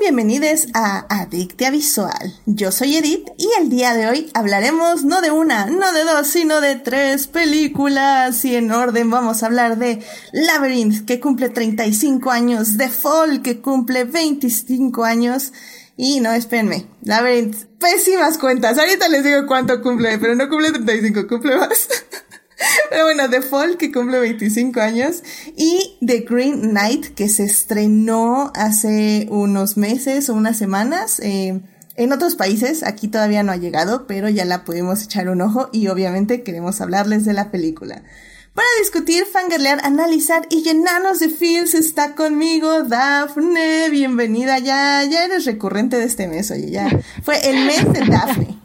bienvenidos a Adictia Visual. Yo soy Edith y el día de hoy hablaremos no de una, no de dos, sino de 3 películas. Y en orden vamos a hablar de Labyrinth, que cumple 35 años, The Fall, que cumple 25 años. Y no, espérenme, Labyrinth, pésimas cuentas. Ahorita les digo cuánto cumple, pero no cumple 35, cumple más. Pero bueno, The Fall, que cumple 25 años, y The Green Knight, que se estrenó hace unos meses o unas semanas en otros países. Aquí todavía no ha llegado, pero ya la pudimos echar un ojo y obviamente queremos hablarles de la película. Para discutir, fangirlear, analizar y llenarnos de feels está conmigo Dafne. Bienvenida, ya eres recurrente de este mes, oye, ya fue el mes de Dafne.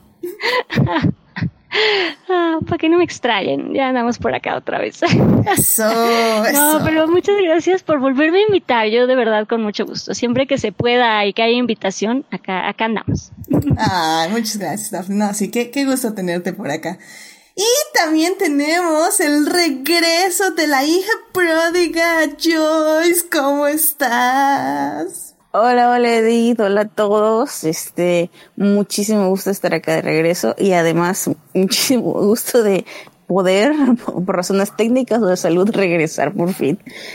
Para que no me extrañen, ya andamos por acá otra vez. Eso. No, pero muchas gracias por volverme a invitar. Yo de verdad con mucho gusto. Siempre que se pueda y que haya invitación, acá andamos. Ay, muchas gracias, Dafne. No, sí, qué gusto tenerte por acá. Y también tenemos el regreso de la hija pródiga, Joyce. ¿Cómo estás? Hola Edith, hola a todos, muchísimo gusto estar acá de regreso y además muchísimo gusto de poder, por razones técnicas o de salud, regresar por fin.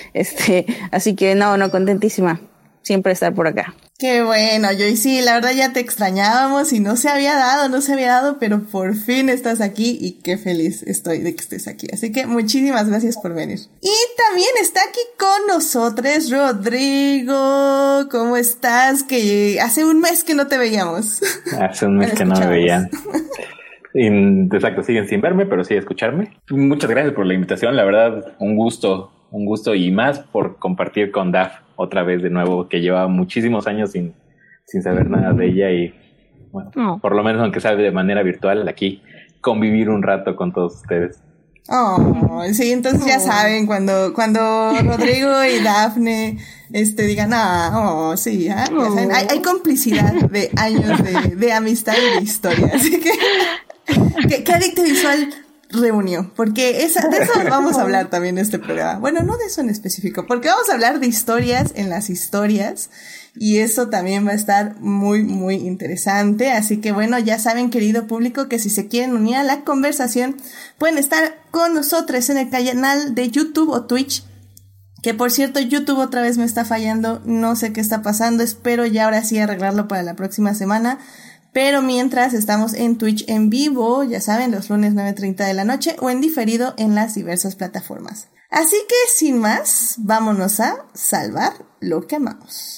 Así que no, contentísima, siempre estar por acá. Qué bueno, Joy, sí, la verdad ya te extrañábamos y no se había dado, pero por fin estás aquí y qué feliz estoy de que estés aquí. Así que muchísimas gracias por venir. Y también está aquí con nosotros Rodrigo. ¿Cómo estás? Que hace un mes que no te veíamos. Hace un mes que no me veían. Exacto, siguen sin verme, pero sí escucharme. Muchas gracias por la invitación, la verdad, un gusto y más por compartir con Daf otra vez de nuevo, que lleva muchísimos años sin saber nada de ella y bueno, por lo menos aunque sea de manera virtual, aquí convivir un rato con todos ustedes. Sí, entonces ya saben, cuando Rodrigo y Dafne digan, sí, ya saben, hay complicidad de años de amistad y de historia, así que Adictia Visual reunió, porque de eso vamos a hablar también en este programa. Bueno, no de eso en específico, porque vamos a hablar de historias en las historias, y eso también va a estar muy, muy interesante. Así que bueno, ya saben, querido público, que si se quieren unir a la conversación, pueden estar con nosotros en el canal de YouTube o Twitch, que por cierto, YouTube otra vez me está fallando, no sé qué está pasando, espero ya ahora sí arreglarlo para la próxima semana. Pero mientras estamos en Twitch en vivo, ya saben, los lunes 9:30 de la noche o en diferido en las diversas plataformas. Así que sin más, vámonos a salvar lo que amamos.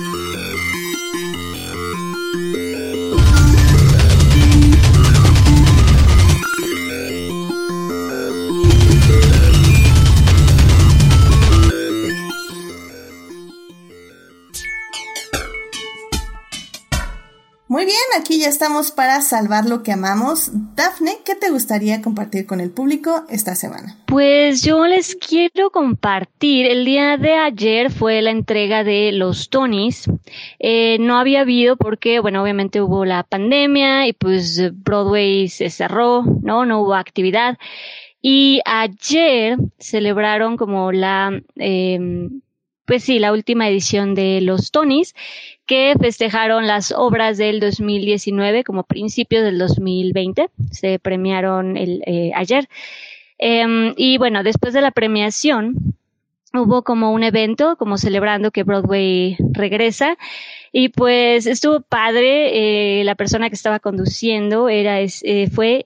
Muy bien, aquí ya estamos para salvar lo que amamos. Dafne, ¿qué te gustaría compartir con el público esta semana? Pues yo les quiero compartir, el día de ayer fue la entrega de los Tonys. No había habido porque, bueno, obviamente hubo la pandemia y pues Broadway se cerró, no hubo actividad. Y ayer celebraron como la última edición de los Tonys, que festejaron las obras del 2019 como principios del 2020. Se premiaron ayer. Y bueno, después de la premiación hubo como un evento como celebrando que Broadway regresa, y pues estuvo padre. La persona que estaba conduciendo fue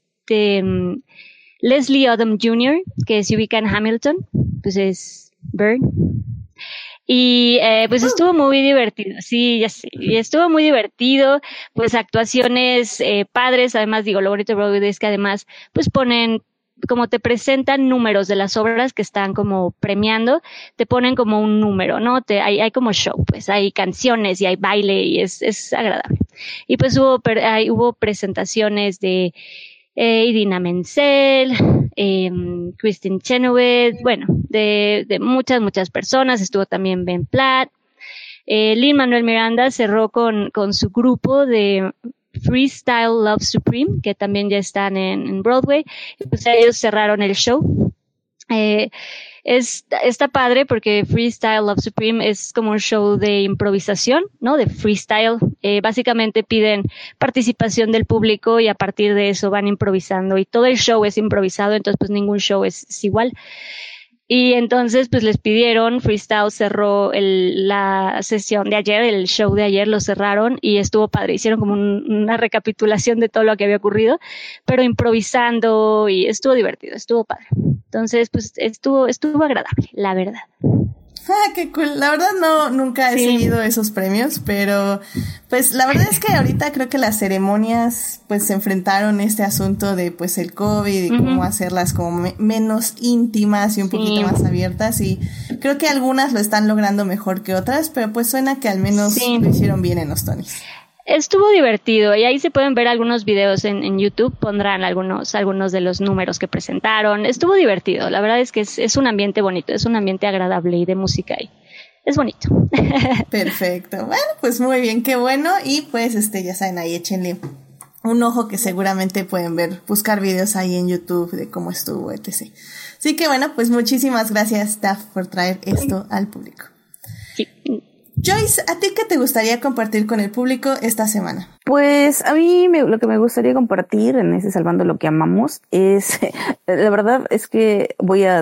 Leslie Odom Jr., que se ubica en Hamilton, pues es Bird. Y pues estuvo muy divertido, sí, ya sé, y estuvo muy divertido, pues actuaciones padres. Además, lo bonito de Broadway es que además pues ponen, como te presentan números de las obras que están como premiando, te ponen como un número, ¿no? Hay como show, pues hay canciones y hay baile y es agradable. Y pues hubo presentaciones de Idina Menzel, Kristen Chenoweth, bueno, de muchas personas. Estuvo también Ben Platt. Lin-Manuel Miranda cerró con su grupo de Freestyle Love Supreme, que también ya están en Broadway. Pues ellos cerraron el show. Está padre porque Freestyle Love Supreme es como un show de improvisación, ¿no? De freestyle. Básicamente piden participación del público y a partir de eso van improvisando y todo el show es improvisado, entonces pues ningún show es igual. Y entonces pues les pidieron, Freestyle cerró la sesión de ayer, el show de ayer lo cerraron y estuvo padre, hicieron como una recapitulación de todo lo que había ocurrido, pero improvisando y estuvo divertido, estuvo padre. Entonces pues estuvo agradable, la verdad. Ah, qué cool. La verdad nunca he seguido esos premios, pero pues la verdad es que ahorita creo que las ceremonias pues se enfrentaron este asunto de pues el COVID y cómo hacerlas como menos íntimas y un poquito más abiertas, y creo que algunas lo están logrando mejor que otras, pero pues suena que al menos lo hicieron bien en los Tonys. Estuvo divertido y ahí se pueden ver algunos videos en YouTube, pondrán algunos de los números que presentaron. Estuvo divertido, la verdad es que es un ambiente bonito, es un ambiente agradable y de música y es bonito. Perfecto, bueno, pues muy bien, qué bueno, y pues ya saben, ahí échenle un ojo que seguramente pueden buscar videos ahí en YouTube de cómo estuvo, etc. Así que bueno, pues muchísimas gracias, Daph, por traer esto al público. Sí. Joyce, ¿a ti qué te gustaría compartir con el público esta semana? Pues a mí lo que me gustaría compartir en ese Salvando lo que amamos es, la verdad es que voy a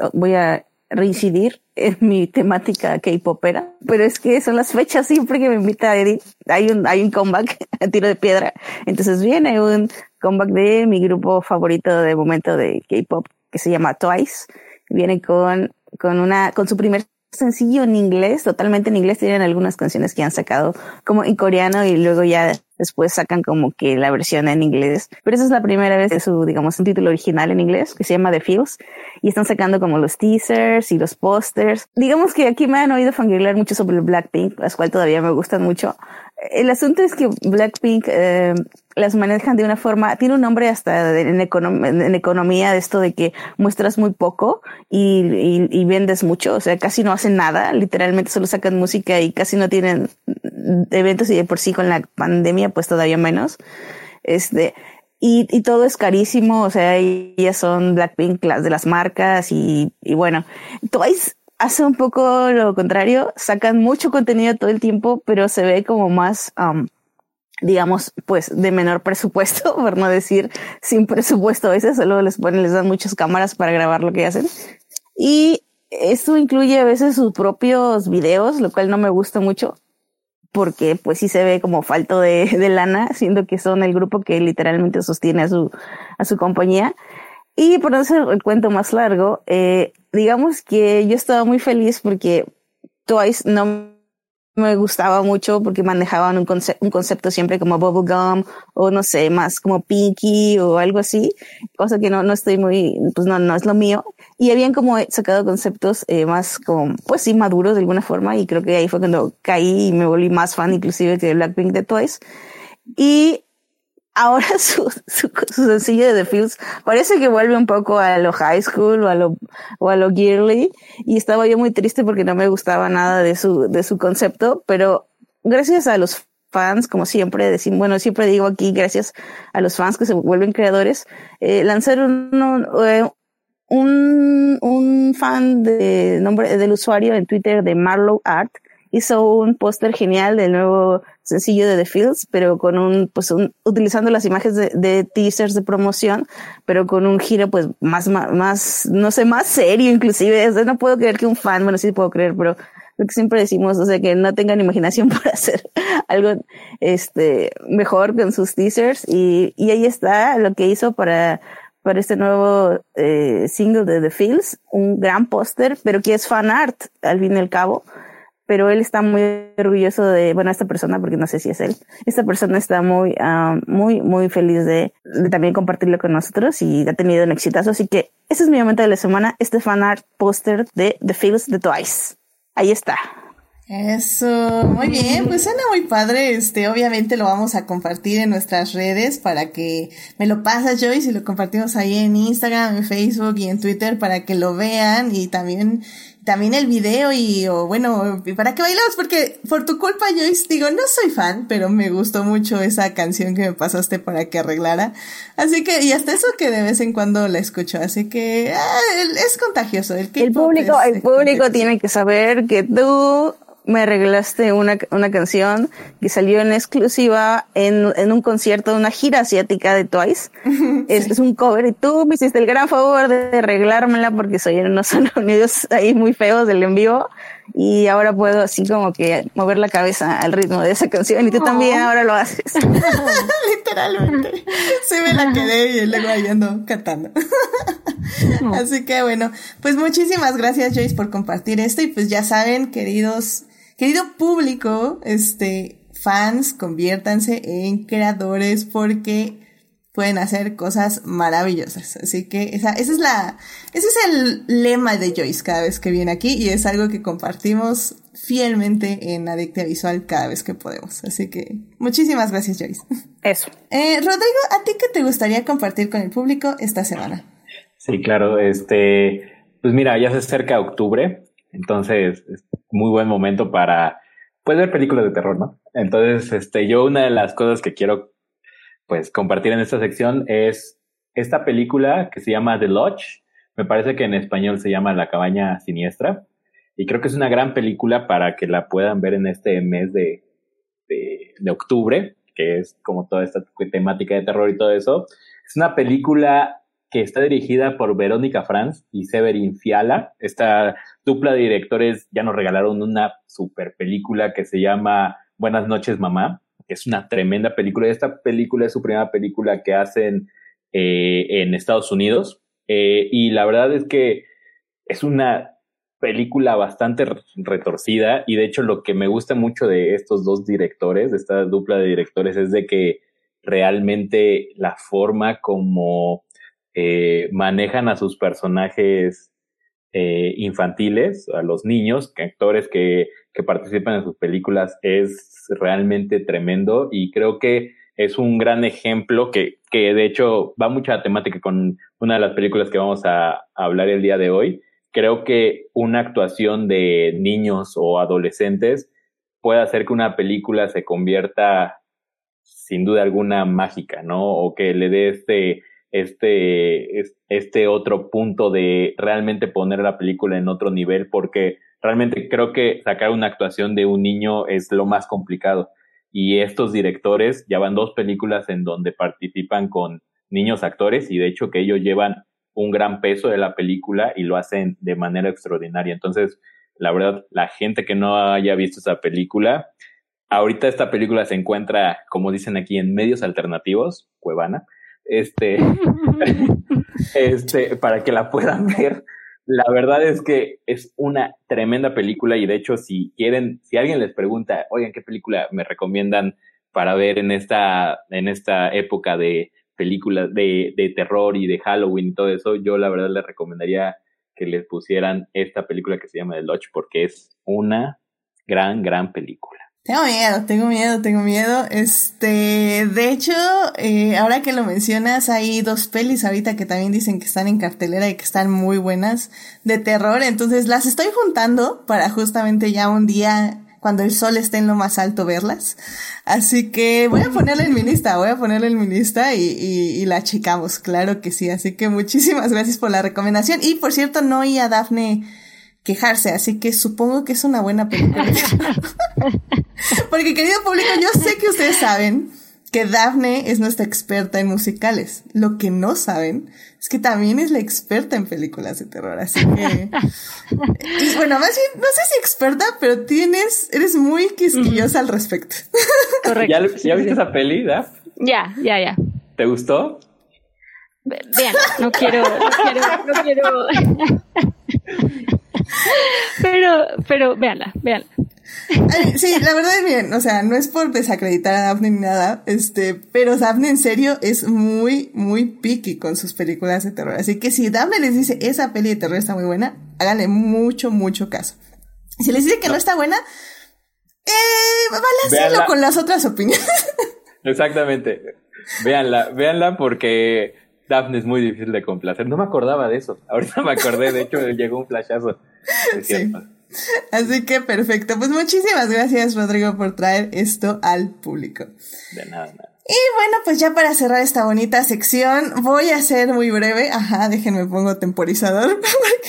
reincidir en mi temática K-popera, pero es que son las fechas siempre que me invita a Edith, hay un comeback a tiro de piedra, entonces viene un comeback de mi grupo favorito de momento de K-pop que se llama Twice, viene con su primer sencillo en inglés, totalmente en inglés. Tienen algunas canciones que han sacado como en coreano y luego ya después sacan como que la versión en inglés, pero esa es la primera vez de su, digamos, un título original en inglés que se llama The Feels, y están sacando como los teasers y los pósters. Digamos que aquí me han oído fangirlar mucho sobre Blackpink, las cuales todavía me gustan mucho. El asunto es que Blackpink las manejan de una forma, tiene un nombre hasta en economía de esto de que muestras muy poco y vendes mucho, o sea, casi no hacen nada, literalmente solo sacan música y casi no tienen eventos, y de por sí con la pandemia pues todavía menos. Y todo es carísimo, o sea, ellas son Blackpink, las de las marcas, y bueno, Twice hace un poco lo contrario, sacan mucho contenido todo el tiempo, pero se ve como más, digamos, pues de menor presupuesto, por no decir sin presupuesto a veces, solo les dan muchas cámaras para grabar lo que hacen. Y esto incluye a veces sus propios videos, lo cual no me gusta mucho, porque pues sí se ve como falto de lana, siendo que son el grupo que literalmente sostiene a su compañía. Y por no hacer el cuento más largo, digamos que yo estaba muy feliz porque Twice no me gustaba mucho porque manejaban un concepto siempre como bubblegum o no sé, más como Pinky o algo así, cosa que no estoy muy, pues no es lo mío. Y habían como sacado conceptos más como, pues sí, maduros de alguna forma, y creo que ahí fue cuando caí y me volví más fan inclusive que de Blackpink de Twice. Y ahora su sencillo de The Feels parece que vuelve un poco a lo high school o a lo girly, y estaba yo muy triste porque no me gustaba nada de su concepto, pero gracias a los fans, como siempre siempre digo aquí, gracias a los fans que se vuelven creadores, lanzaron un fan del usuario en Twitter de Marlow Art hizo un póster genial del nuevo sencillo de The Feels, pero con utilizando las imágenes de teasers de promoción, pero con un giro pues más, no sé, más serio inclusive. O sea, no puedo creer que un fan, bueno, sí puedo creer, pero lo que siempre decimos, o sea, que no tengan imaginación para hacer algo, mejor con sus teasers, y ahí está lo que hizo para este nuevo single de The Feels, un gran póster, pero que es fan art al fin y al cabo. Pero él está muy orgulloso esta persona, porque no sé si es él, esta persona está muy, muy feliz de también compartirlo con nosotros, y ha tenido un exitazo. Así que ese es mi momento de la semana, este fan art póster de The Feels de Twice. Ahí está. Eso, muy bien, pues suena muy padre, obviamente lo vamos a compartir en nuestras redes para que me lo pasas, Joyce, y lo compartimos ahí en Instagram, en Facebook y en Twitter para que lo vean, y también también el video bueno, ¿para qué bailamos? Porque por tu culpa, Joyce, digo, no soy fan, pero me gustó mucho esa canción que me pasaste para que arreglara. Así que, y hasta eso que de vez en cuando la escucho, así que es contagioso. El público tiene que saber que tú me regalaste una canción que salió en exclusiva en un concierto de una gira asiática de Twice. Sí. Es un cover y tú me hiciste el gran favor de regalármela porque soy unos sonidos ahí muy feos del en vivo y ahora puedo así como que mover la cabeza al ritmo de esa canción y tú también ahora lo haces. Literalmente. Sí me la quedé y luego ahí ando cantando. Así que bueno, pues muchísimas gracias, Joyce, por compartir esto y pues ya saben, querido público, fans, conviértanse en creadores porque pueden hacer cosas maravillosas. Así que ese es el lema de Joyce cada vez que viene aquí y es algo que compartimos fielmente en Adictia Visual cada vez que podemos. Así que muchísimas gracias, Joyce. Eso. Rodrigo, ¿a ti qué te gustaría compartir con el público esta semana? Sí, claro, pues mira, ya se acerca octubre, entonces es muy buen momento para, pues, ver películas de terror, ¿no? Entonces, yo una de las cosas que quiero, pues, compartir en esta sección es esta película que se llama The Lodge, me parece que en español se llama La Cabaña Siniestra, y creo que es una gran película para que la puedan ver en este mes de octubre, que es como toda esta temática de terror y todo eso. Es una película que está dirigida por Verónica Franz y Severin Fiala. Esta dupla de directores ya nos regalaron una super película que se llama Buenas noches, mamá, que es una tremenda película. Esta película es su primera película que hacen en Estados Unidos y la verdad es que es una película bastante retorcida y de hecho lo que me gusta mucho de estos dos directores, de esta dupla de directores, es de que realmente la forma como manejan a sus personajes infantiles, a los niños, actores que participan en sus películas, es realmente tremendo y creo que es un gran ejemplo que de hecho va mucho a la temática con una de las películas que vamos a hablar el día de hoy. Creo que una actuación de niños o adolescentes puede hacer que una película se convierta sin duda alguna mágica, ¿no? O que le dé este otro punto de realmente poner la película en otro nivel, porque realmente creo que sacar una actuación de un niño es lo más complicado y estos directores ya van 2 películas en donde participan con niños actores y de hecho que ellos llevan un gran peso de la película y lo hacen de manera extraordinaria. Entonces, la verdad, la gente que no haya visto esa película, ahorita esta película se encuentra, como dicen aquí, en medios alternativos, Cuevana, para que la puedan ver. La verdad es que es una tremenda película y de hecho si alguien les pregunta, oigan, ¿qué película me recomiendan para ver en esta época de películas de terror y de Halloween y todo eso? Yo la verdad les recomendaría que les pusieran esta película que se llama The Lodge porque es una gran película. Tengo miedo. De hecho, ahora que lo mencionas, hay 2 pelis ahorita que también dicen que están en cartelera y que están muy buenas de terror. Entonces las estoy juntando para justamente ya un día, cuando el sol esté en lo más alto, verlas. Así que voy a ponerla en mi lista y la checamos, claro que sí. Así que muchísimas gracias por la recomendación. Y por cierto, no oí a Dafne quejarse, así que supongo que es una buena película. Porque, querido público, yo sé que ustedes saben que Dafne es nuestra experta en musicales. Lo que no saben es que también es la experta en películas de terror, así que... Y bueno, más bien, no sé si experta, pero eres muy quisquillosa al respecto. Correcto. ¿Ya viste esa peli, Daf? Ya. ¿Te gustó? Vean, no quiero. Pero véanla. Sí, la verdad es bien, o sea, no es por desacreditar a Dafne ni nada, pero Dafne en serio es muy, muy picky con sus películas de terror, así que si Dafne les dice esa peli de terror está muy buena, háganle mucho caso. Si les dice que no está buena, baláncelo con las otras opiniones. Exactamente, véanla porque Daphne es muy difícil de complacer. No me acordaba de eso. Ahorita me acordé, de hecho, llegó un flashazo. Es cierto. Sí. Así que perfecto. Pues muchísimas gracias, Rodrigo, por traer esto al público. De nada. Y bueno, pues ya para cerrar esta bonita sección, voy a ser muy breve. Ajá, déjenme pongo temporizador.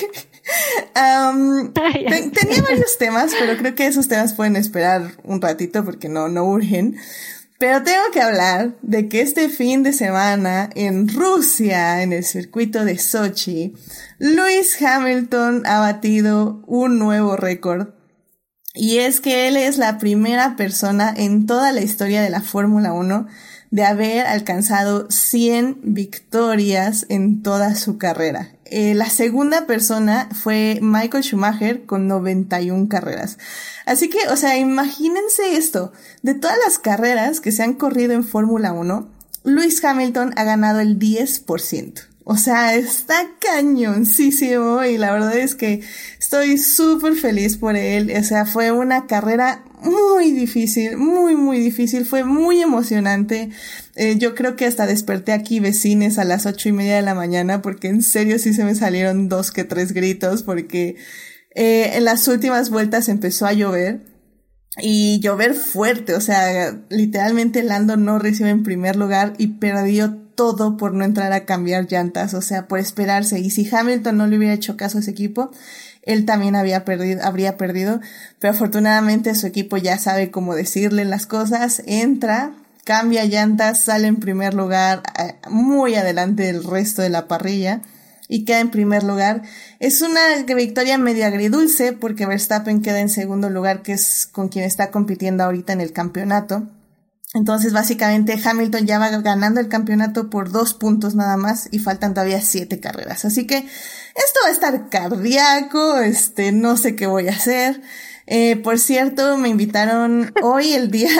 Tenía varios temas, pero creo que esos temas pueden esperar un ratito porque no urgen. Pero tengo que hablar de que este fin de semana en Rusia, en el circuito de Sochi, Lewis Hamilton ha batido un nuevo récord. Y es que él es la primera persona en toda la historia de la Fórmula 1 de haber alcanzado 100 victorias en toda su carrera. La segunda persona fue Michael Schumacher con 91 carreras. Así que, o sea, imagínense esto. De todas las carreras que se han corrido en Fórmula 1, Lewis Hamilton ha ganado el 10%. O sea, está cañoncísimo y la verdad es que estoy súper feliz por él. O sea, fue una carrera muy difícil, muy difícil. Fue muy emocionante. Yo creo que hasta desperté aquí vecines a las 8:30 de la mañana porque en serio sí se me salieron 2 que 3 gritos porque en las últimas vueltas empezó a llover. Y llover fuerte, o sea, literalmente Lando Norris iba en primer lugar y perdió todo por no entrar a cambiar llantas, o sea, por esperarse. Y si Hamilton no le hubiera hecho caso a ese equipo, él también habría perdido, pero afortunadamente su equipo ya sabe cómo decirle las cosas, entra, cambia llantas, sale en primer lugar, muy adelante del resto de la parrilla, y queda en primer lugar. Es una victoria medio agridulce porque Verstappen queda en segundo lugar, que es con quien está compitiendo ahorita en el campeonato. Entonces, básicamente, Hamilton ya va ganando el campeonato por 2 puntos nada más y faltan todavía 7 carreras. Así que esto va a estar cardíaco, no sé qué voy a hacer. Por cierto, me invitaron hoy en día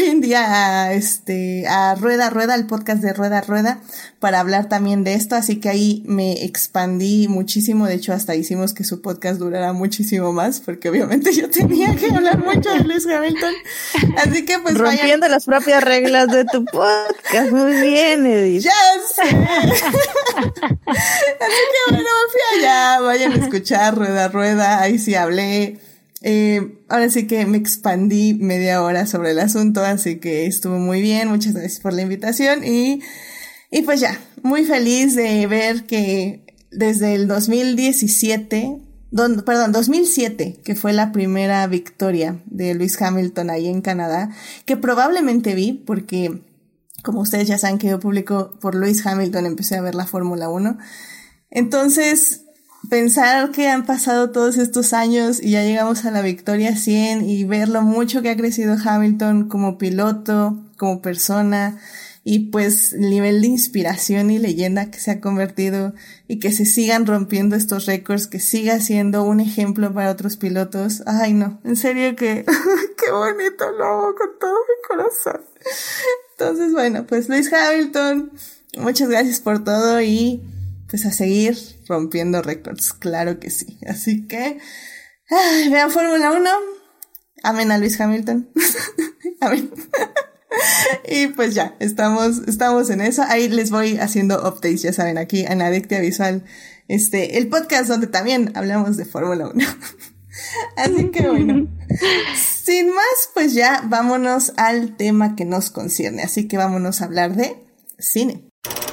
a Rueda Rueda, el podcast de Rueda Rueda, para hablar también de esto, así que ahí me expandí muchísimo. De hecho, hasta hicimos que su podcast durara muchísimo más, porque obviamente yo tenía que hablar mucho de Lewis Hamilton. Así que pues rompiendo las propias reglas de tu podcast. Muy bien, Edith. ¡Ya sé! Así que bueno, fui allá, vayan a escuchar Rueda Rueda, ahí sí hablé. Ahora sí que me expandí media hora sobre el asunto, así que estuvo muy bien. Muchas gracias por la invitación y pues ya, muy feliz de ver que desde el 2007, que fue la primera victoria de Lewis Hamilton ahí en Canadá, que probablemente vi porque, como ustedes ya saben que yo publico por Lewis Hamilton, empecé a ver la Fórmula 1. Entonces, pensar que han pasado todos estos años y ya llegamos a la victoria 100 y ver lo mucho que ha crecido Hamilton como piloto, como persona y pues el nivel de inspiración y leyenda que se ha convertido y que se sigan rompiendo estos récords, que siga siendo un ejemplo para otros pilotos. Ay no, en serio que qué bonito, lo amo con todo mi corazón. Entonces bueno, pues Lewis Hamilton, muchas gracias por todo y pues a seguir rompiendo récords, claro que sí. Así que, vean Fórmula 1, amen a Lewis Hamilton, amen. Y pues ya, estamos en eso. Ahí les voy haciendo updates, ya saben, aquí en Adictia Visual, el podcast donde también hablamos de Fórmula 1. Así que bueno, sin más, pues ya vámonos al tema que nos concierne. Así que vámonos a hablar de cine.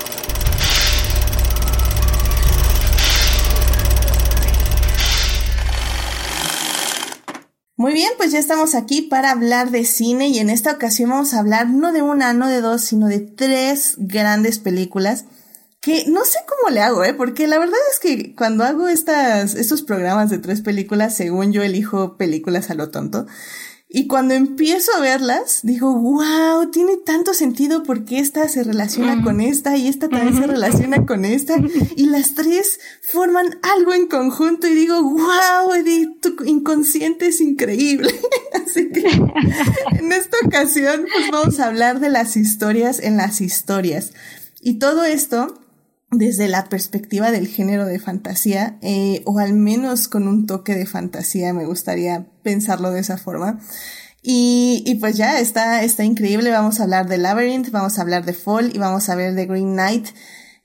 Muy bien, pues ya estamos aquí para hablar de cine y en esta ocasión vamos a hablar no de una, no de dos, sino de 3 grandes películas que no sé cómo le hago, porque la verdad es que cuando hago estos programas de 3 películas, según yo elijo películas a lo tonto. Y cuando empiezo a verlas, digo, wow, tiene tanto sentido porque esta se relaciona con esta y esta también se relaciona con esta y las 3 forman algo en conjunto y digo, wow, Edith, tu inconsciente es increíble. Así que en esta ocasión pues vamos a hablar de las historias en las historias y todo esto desde la perspectiva del género de fantasía, o al menos con un toque de fantasía, me gustaría pensarlo de esa forma. Y pues ya, está increíble. Vamos a hablar de Labyrinth, vamos a hablar de Fall y vamos a ver de Green Knight.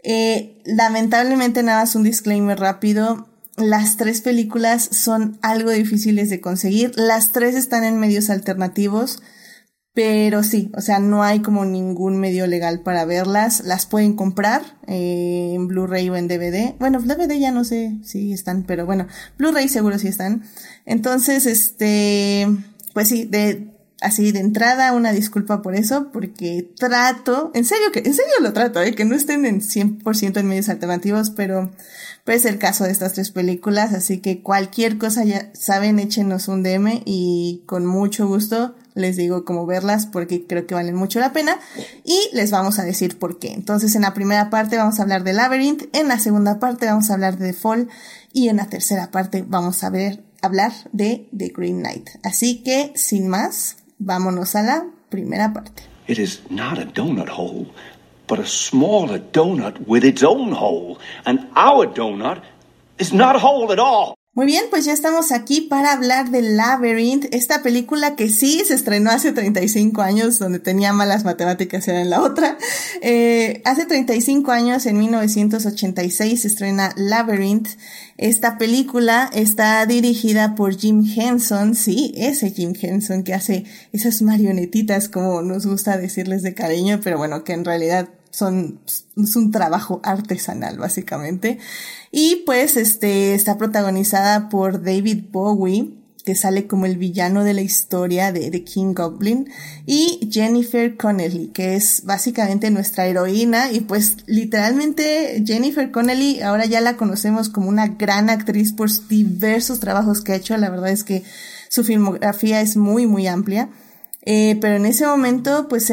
Lamentablemente, nada más un disclaimer rápido. Las 3 películas son algo difíciles de conseguir. Las 3 están en medios alternativos, pero sí, o sea, no hay como ningún medio legal para verlas. Las pueden comprar en Blu-ray o en DVD. Bueno, DVD ya no sé si están, pero bueno, Blu-ray seguro sí están. Entonces, pues sí, así de entrada, una disculpa por eso, porque en serio lo trato, que no estén en 100% en medios alternativos, pero pues el caso de estas 3 películas, así que cualquier cosa, ya saben, échenos un DM y con mucho gusto les digo cómo verlas, porque creo que valen mucho la pena, y les vamos a decir por qué. Entonces, en la primera parte vamos a hablar de Labyrinth, en la segunda parte vamos a hablar de The Fall, y en la tercera parte vamos a hablar de The Green Knight. Así que, sin más, vámonos a la primera parte. It is not a donut hole, but a smaller donut with its own hole. And our donut is not a hole at all. Muy bien, pues ya estamos aquí para hablar de Labyrinth, esta película que sí se estrenó hace 35 años, donde tenía malas matemáticas era en la otra. Hace 35 años, en 1986, se estrena Labyrinth. Esta película está dirigida por Jim Henson, sí, ese Jim Henson que hace esas marionetitas, como nos gusta decirles de cariño, pero bueno, que en realidad es un trabajo artesanal, básicamente. Y pues está protagonizada por David Bowie, que sale como el villano de la historia de King Goblin, y Jennifer Connelly, que es básicamente nuestra heroína, y pues literalmente Jennifer Connelly ahora ya la conocemos como una gran actriz por diversos trabajos que ha hecho. La verdad es que su filmografía es muy, muy amplia, pero en ese momento pues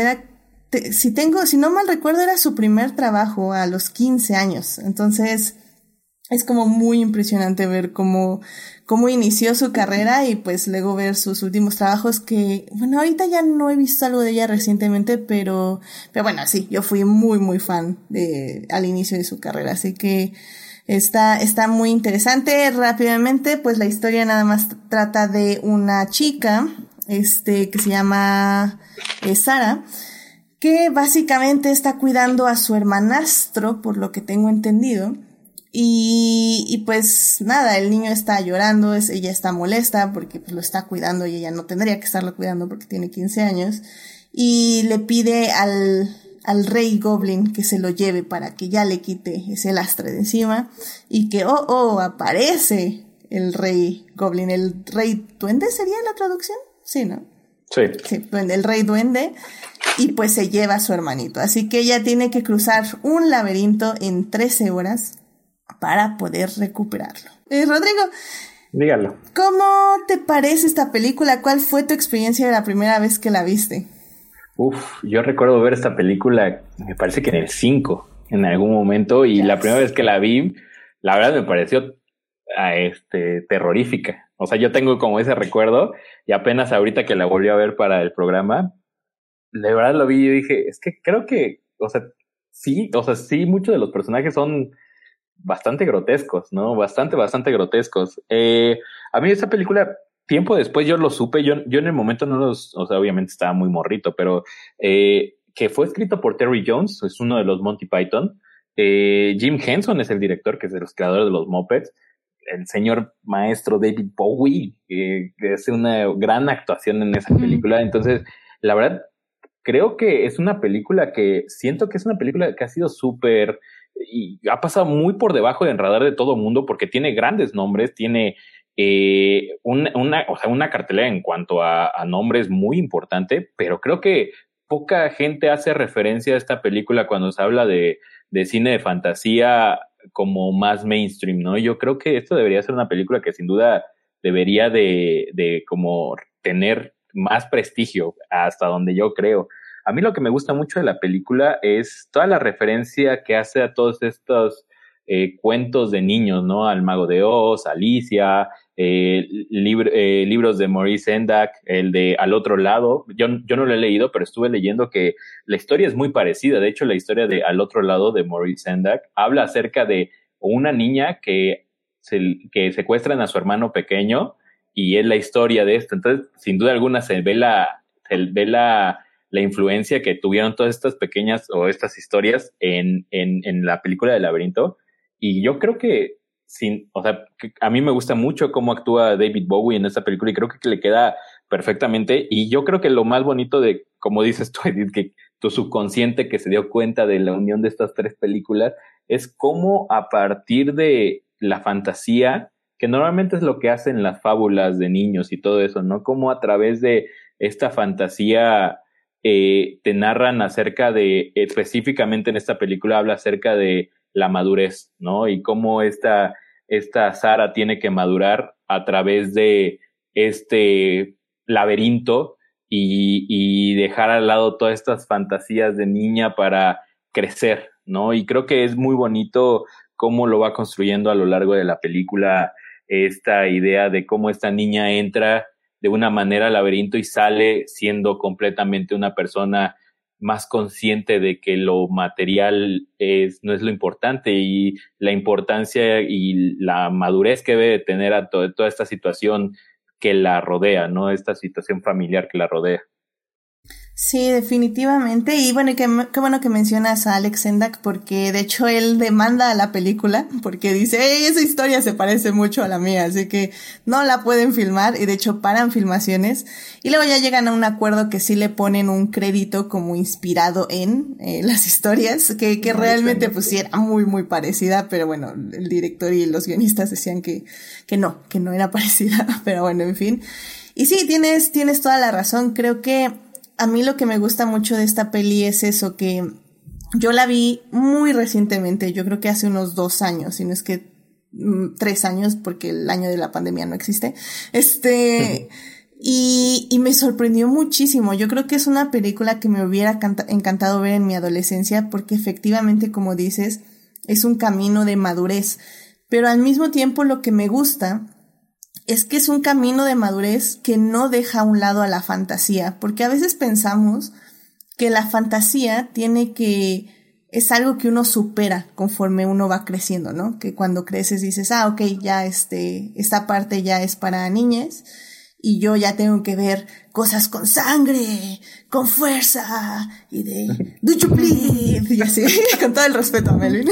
si no mal recuerdo, era su primer trabajo a los 15 años. Entonces, es como muy impresionante ver cómo inició su carrera y pues luego ver sus últimos trabajos que, bueno, ahorita ya no he visto algo de ella recientemente, pero bueno, sí, yo fui muy, muy fan al inicio de su carrera. Así que está muy interesante. Rápidamente, pues la historia nada más trata de una chica, que se llama Sarah, que básicamente está cuidando a su hermanastro, por lo que tengo entendido, y pues nada, el niño está llorando, ella está molesta porque pues lo está cuidando y ella no tendría que estarlo cuidando porque tiene 15 años, y le pide al rey Goblin que se lo lleve para que ya le quite ese lastre de encima, y que aparece el rey Goblin, el rey duende sería la traducción, sí, ¿no? Sí, duende, el rey duende, y pues se lleva a su hermanito. Así que ella tiene que cruzar un laberinto en 13 horas para poder recuperarlo. Rodrigo, dígalo. ¿Cómo te parece esta película? ¿Cuál fue tu experiencia de la primera vez que la viste? Yo recuerdo ver esta película, me parece que en el 5, en algún momento, y la primera vez que la vi, la verdad me pareció terrorífica. O sea, yo tengo como ese recuerdo, y apenas ahorita que la volví a ver para el programa, de verdad lo vi y dije, es que creo que, sí, muchos de los personajes son bastante grotescos, ¿no? Bastante grotescos. A mí esa película, tiempo después yo lo supe, yo en el momento obviamente estaba muy morrito, pero que fue escrito por Terry Jones, es uno de los Monty Python. Jim Henson es el director, que es de los creadores de los Muppets. El señor maestro David Bowie, que hace una gran actuación en esa película. Entonces, la verdad, creo que es una película que siento que es una película que ha sido súper y ha pasado muy por debajo del radar de todo el mundo, porque tiene grandes nombres, tiene una cartelera en cuanto a nombres muy importante, pero creo que poca gente hace referencia a esta película cuando se habla de cine de fantasía como más mainstream, ¿no? Yo creo que esto debería ser una película que sin duda debería de como tener más prestigio, hasta donde yo creo. A mí lo que me gusta mucho de la película es toda la referencia que hace a todos estos cuentos de niños, ¿no? Al Mago de Oz, Alicia, libros de Maurice Sendak, el de Al otro lado. Yo no lo he leído, pero estuve leyendo que la historia es muy parecida. De hecho, la historia de Al otro lado de Maurice Sendak habla acerca de una niña que secuestran a su hermano pequeño, y es la historia de esto. Entonces, sin duda alguna se ve la la influencia que tuvieron todas estas pequeñas o estas historias en la película del Laberinto. Y yo creo que a mí me gusta mucho cómo actúa David Bowie en esta película y creo que le queda perfectamente. Y yo creo que lo más bonito de, como dices tú, Edith, que tu subconsciente que se dio cuenta de la unión de estas tres películas, es cómo a partir de la fantasía, que normalmente es lo que hacen las fábulas de niños y todo eso, ¿no? Cómo a través de esta fantasía te narran acerca de, específicamente en esta película habla acerca de la madurez, ¿no? Y cómo esta Sarah tiene que madurar a través de este laberinto y dejar al lado todas estas fantasías de niña para crecer, ¿no? Y creo que es muy bonito cómo lo va construyendo a lo largo de la película esta idea de cómo esta niña entra de una manera al laberinto y sale siendo completamente una persona más consciente de que lo material no es lo importante y la importancia y la madurez que debe tener a toda esta situación que la rodea, ¿no? Esta situación familiar que la rodea. Sí, definitivamente. Y bueno, qué bueno que mencionas a Alex Sendak, porque de hecho él demanda a la película porque dice, hey, esa historia se parece mucho a la mía, así que no la pueden filmar, y de hecho paran filmaciones y luego ya llegan a un acuerdo que sí le ponen un crédito como inspirado en las historias, que realmente pues sí era muy muy parecida, pero bueno, el director y los guionistas decían que no era parecida, pero bueno, en fin. Y sí, tienes toda la razón. Creo que a mí lo que me gusta mucho de esta peli es eso, que yo la vi muy recientemente, yo creo que hace unos 2 años, si no es que 3 años, porque el año de la pandemia no existe. Y me sorprendió muchísimo. Yo creo que es una película que me hubiera encantado ver en mi adolescencia, porque efectivamente, como dices, es un camino de madurez. Pero al mismo tiempo lo que me gusta es que es un camino de madurez que no deja a un lado a la fantasía, porque a veces pensamos que la fantasía es algo que uno supera conforme uno va creciendo, ¿no? Que cuando creces dices, ok, ya esta parte ya es para niñas y yo ya tengo que ver cosas con sangre, con fuerza y de do you bleed y así, con todo el respeto a Melvin.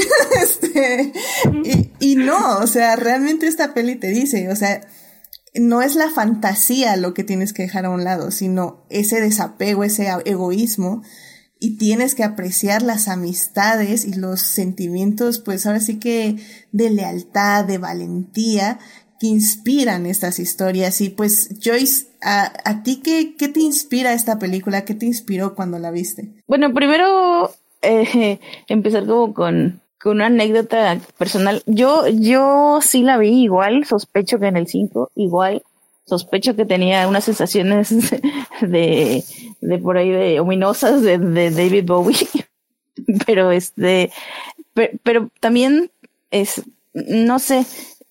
Y no, o sea, realmente esta peli te dice, o sea, no es la fantasía lo que tienes que dejar a un lado, sino ese desapego, ese egoísmo, y tienes que apreciar las amistades y los sentimientos, pues ahora sí que de lealtad, de valentía, que inspiran estas historias. Y pues Joyce, ¿a ti qué te inspira esta película? ¿Qué te inspiró cuando la viste? Bueno, primero empezar como con una anécdota personal. Yo sí la vi igual, sospecho que en el 5, igual, sospecho que tenía unas sensaciones de por ahí de ominosas de David Bowie, pero pero también no sé,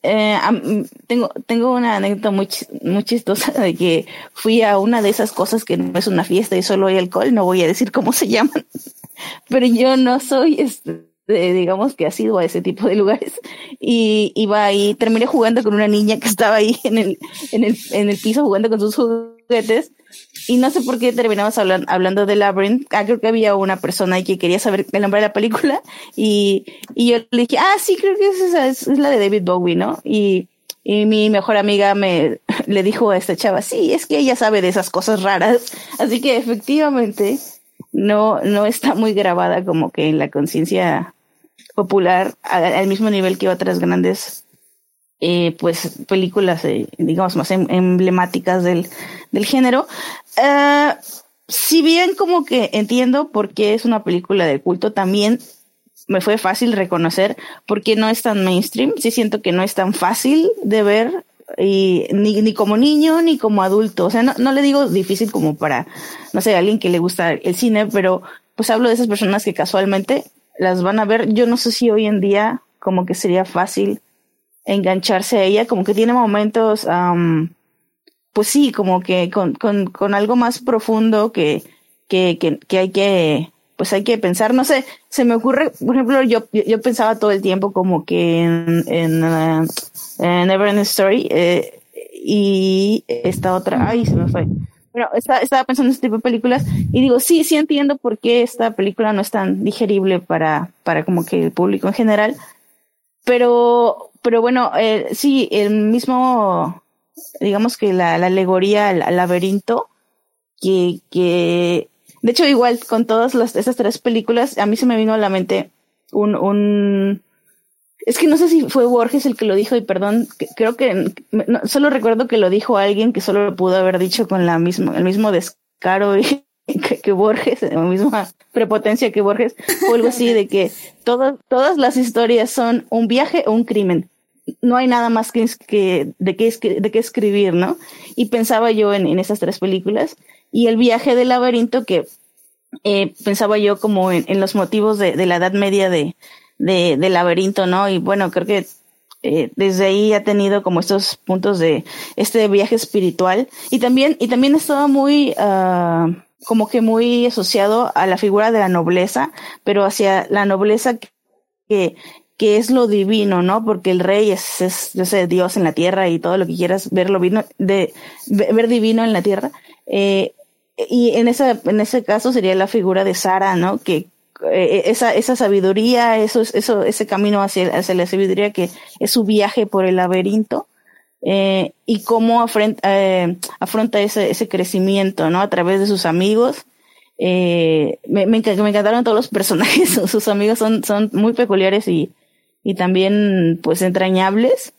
tengo una anécdota muy chistosa de que fui a una de esas cosas que no es una fiesta y solo hay alcohol, no voy a decir cómo se llaman, pero yo no soy digamos que asidua a ese tipo de lugares, y iba ahí, terminé jugando con una niña que estaba ahí en el piso jugando con sus juguetes, y no sé por qué terminamos hablando de Labyrinth. Creo que había una persona ahí que quería saber el nombre de la película, y yo le dije, sí, creo que es la de David Bowie, ¿no? Y mi mejor amiga le dijo a esta chava, sí, es que ella sabe de esas cosas raras, así que efectivamente no está muy grabada como que en la conciencia popular al mismo nivel que otras grandes pues películas digamos más emblemáticas del género. Si bien como que entiendo por qué es una película de culto, también me fue fácil reconocer por qué no es tan mainstream. Sí siento que no es tan fácil de ver, y ni como niño ni como adulto. O sea, no le digo difícil como para, no sé, alguien que le gusta el cine, pero pues hablo de esas personas que casualmente las van a ver. Yo no sé si hoy en día como que sería fácil engancharse a ella, como que tiene momentos pues sí, como que con algo más profundo que hay que pensar. No sé, se me ocurre, por ejemplo, yo pensaba todo el tiempo como que en Neverending Story, y esta otra, se me fue, Bueno, estaba pensando en este tipo de películas y digo, sí entiendo por qué esta película no es tan digerible para como que el público en general, pero bueno, sí, el mismo, digamos que la alegoría al laberinto, que de hecho igual con todas esas tres películas, a mí se me vino a la mente es que no sé si fue Borges el que lo dijo, y perdón, creo que solo recuerdo que lo dijo alguien que solo lo pudo haber dicho con el mismo descaro que Borges, la misma prepotencia que Borges, o algo así de que todas las historias son un viaje o un crimen. No hay nada más de qué escribir, ¿no? Y pensaba yo en esas tres películas, y el viaje del laberinto, que pensaba yo como en los motivos de la Edad Media del laberinto, ¿no? Y bueno, creo que desde ahí ha tenido como estos puntos de este viaje espiritual, y también estaba muy como que muy asociado a la figura de la nobleza, pero hacia la nobleza que es lo divino, ¿no? Porque el rey es yo sé, Dios en la tierra, y todo lo que quieras ver ver divino en la tierra, y en ese caso sería la figura de Sara, ¿no? Que esa sabiduría, ese camino hacia la sabiduría, que es su viaje por el laberinto, y cómo afronta ese crecimiento, ¿no? A través de sus amigos. Me encantaron todos los personajes. Sus amigos son muy peculiares y también pues entrañables.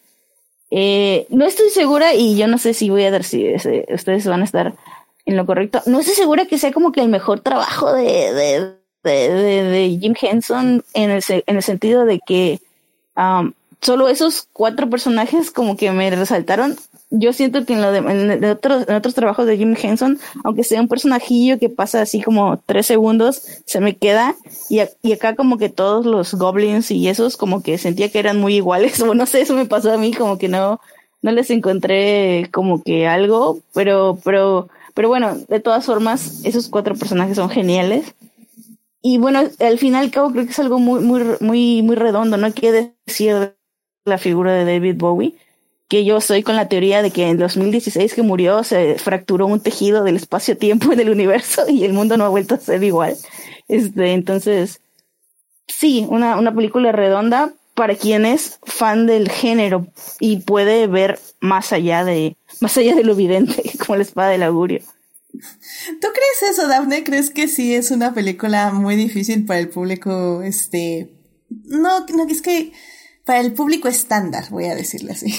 No estoy segura, y yo no sé si voy a dar si ustedes van a estar en lo correcto. No estoy segura que sea como que el mejor trabajo de Jim Henson, en el sentido de que solo esos 4 personajes como que me resaltaron. Yo siento que en otros trabajos de Jim Henson, aunque sea un personajillo que pasa así como 3 segundos, se me queda, y acá como que todos los goblins y esos como que sentía que eran muy iguales, o no sé, eso me pasó a mí, como que no les encontré como que algo, pero bueno, de todas formas, esos 4 personajes son geniales. Y bueno, al fin y al cabo creo que es algo muy redondo, ¿no? Hay que decir la figura de David Bowie, que yo estoy con la teoría de que en 2016 que murió se fracturó un tejido del espacio-tiempo en el universo y el mundo no ha vuelto a ser igual. Entonces, sí, una película redonda para quien es fan del género y puede ver más allá de lo evidente, como la espada del augurio. ¿Tú crees eso, Dafne? ¿Crees que sí es una película muy difícil para el público, no, es que para el público estándar, voy a decirle así?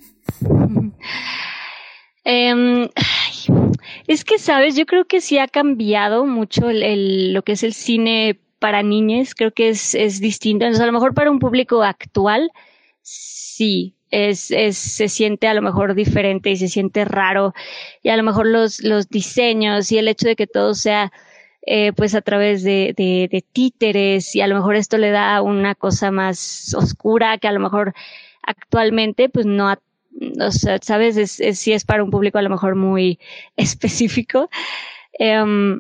Es que, ¿sabes? Yo creo que sí ha cambiado mucho lo que es el cine para niñas. Creo que es distinto. Entonces, a lo mejor para un público actual, sí. Se siente a lo mejor diferente y se siente raro, y a lo mejor los diseños y el hecho de que todo sea pues a través de títeres, y a lo mejor esto le da una cosa más oscura que a lo mejor actualmente pues no o sea, sabes, sí es para un público a lo mejor muy específico. Creo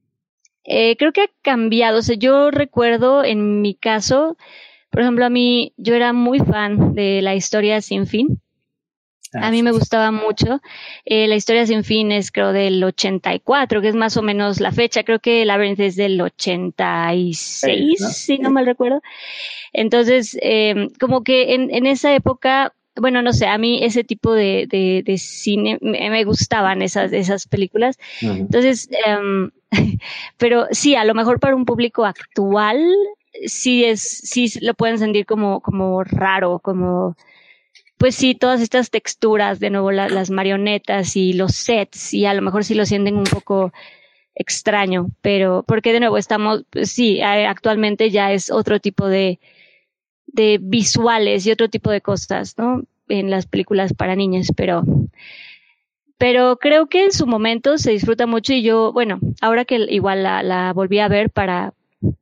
que ha cambiado. O sea, yo recuerdo en mi caso, por ejemplo, yo era muy fan de La Historia Sin Fin. A mí me gustaba mucho. La Historia Sin Fin es, creo, del 84, que es más o menos la fecha. Creo que Labyrinth es del 86, ¿no? Si no mal recuerdo. Entonces, como que en esa época, bueno, no sé, a mí ese tipo de cine me gustaban esas películas. Uh-huh. Entonces, pero sí, a lo mejor para un público actual, sí lo pueden sentir como raro, como, pues sí, todas estas texturas, de nuevo las marionetas y los sets, y a lo mejor sí lo sienten un poco extraño, pero porque de nuevo pues sí, actualmente ya es otro tipo de visuales y otro tipo de cosas, ¿no? En las películas para niños, pero creo que en su momento se disfruta mucho, y yo, bueno, ahora que igual la volví a ver para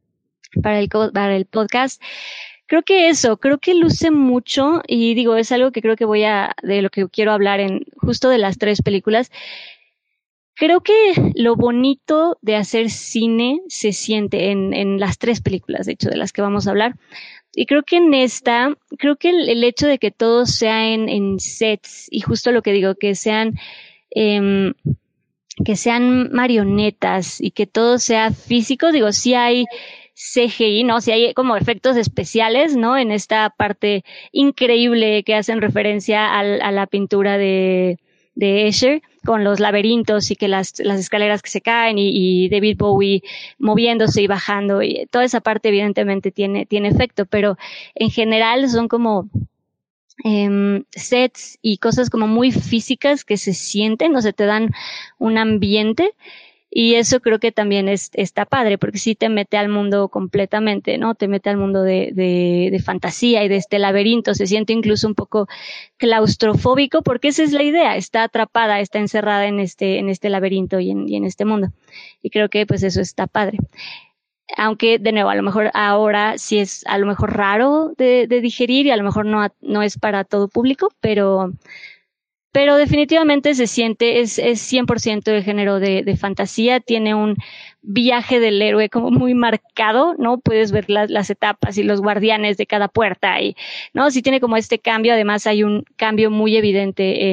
el podcast, creo que luce mucho, y digo, es algo que creo que de lo que quiero hablar justo de las 3 películas. Creo que lo bonito de hacer cine se siente en las 3 películas, de hecho, de las que vamos a hablar. Y creo que creo que el hecho de que todo sea en sets, y justo lo que digo, que sean que sean marionetas y que todo sea físico. Digo, sí hay CGI, ¿no? Sí hay como efectos especiales, ¿no? En esta parte increíble que hacen referencia a la pintura de Escher, con los laberintos y que las escaleras que se caen y David Bowie moviéndose y bajando, y toda esa parte evidentemente tiene efecto, pero en general son como sets y cosas como muy físicas que se sienten, o sea, te dan un ambiente, y eso creo que también está padre, porque sí te mete al mundo completamente, ¿no? Te mete al mundo de fantasía y de este laberinto, se siente incluso un poco claustrofóbico, porque esa es la idea, está atrapada, está encerrada en este laberinto y en este mundo, y creo que pues eso está padre. Aunque, de nuevo, a lo mejor ahora sí es a lo mejor raro de digerir y a lo mejor no es para todo público, pero definitivamente se siente, es 100% de género de fantasía, tiene un viaje del héroe como muy marcado, ¿no? Puedes ver las etapas y los guardianes de cada puerta, y, ¿no? Sí tiene como este cambio. Además hay un cambio muy evidente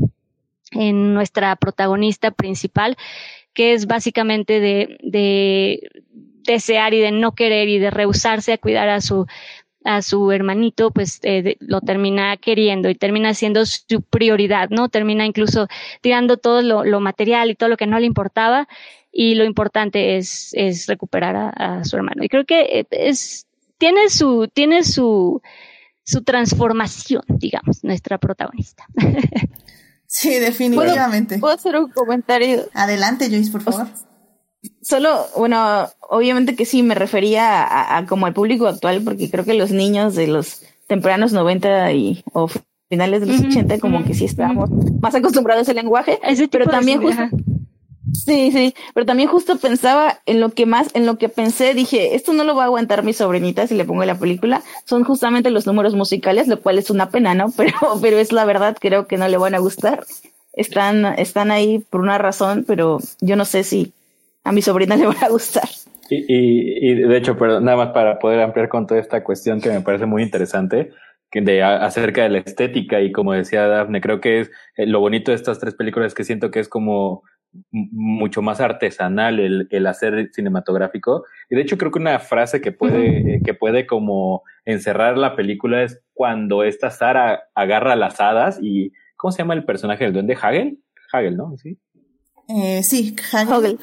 en nuestra protagonista principal, que es básicamente de desear y de no querer y de rehusarse a cuidar a su hermanito, pues lo termina queriendo y termina siendo su prioridad, ¿no? Termina incluso tirando todo lo material y todo lo que no le importaba, y lo importante es recuperar a su hermano. Y creo que tiene su transformación, digamos, nuestra protagonista. Sí, definitivamente. ¿Puedo hacer un comentario? Adelante, Joyce, por favor. Solo, bueno, obviamente que sí, me refería a como al público actual, porque creo que los niños de los tempranos 90 o finales de los 80 como que sí estábamos más acostumbrados al lenguaje, pero también justo, sí, pero también justo pensaba en lo que pensé, dije, esto no lo va a aguantar mi sobrinita si le pongo la película, son justamente los números musicales, lo cual es una pena, ¿no? Pero es la verdad, creo que no le van a gustar, están ahí por una razón, pero yo no sé si a mi sobrina le va a gustar. Y de hecho, pero nada más para poder ampliar con toda esta cuestión que me parece muy interesante, acerca de la estética, y como decía Dafne, creo que es lo bonito de estas tres películas, que siento que es como mucho más artesanal el hacer cinematográfico. Y de hecho creo que una frase que puede como encerrar la película es cuando esta Sara agarra las hadas y ¿cómo se llama el personaje del duende? Hagel, ¿no? Sí. Sí, Hogel.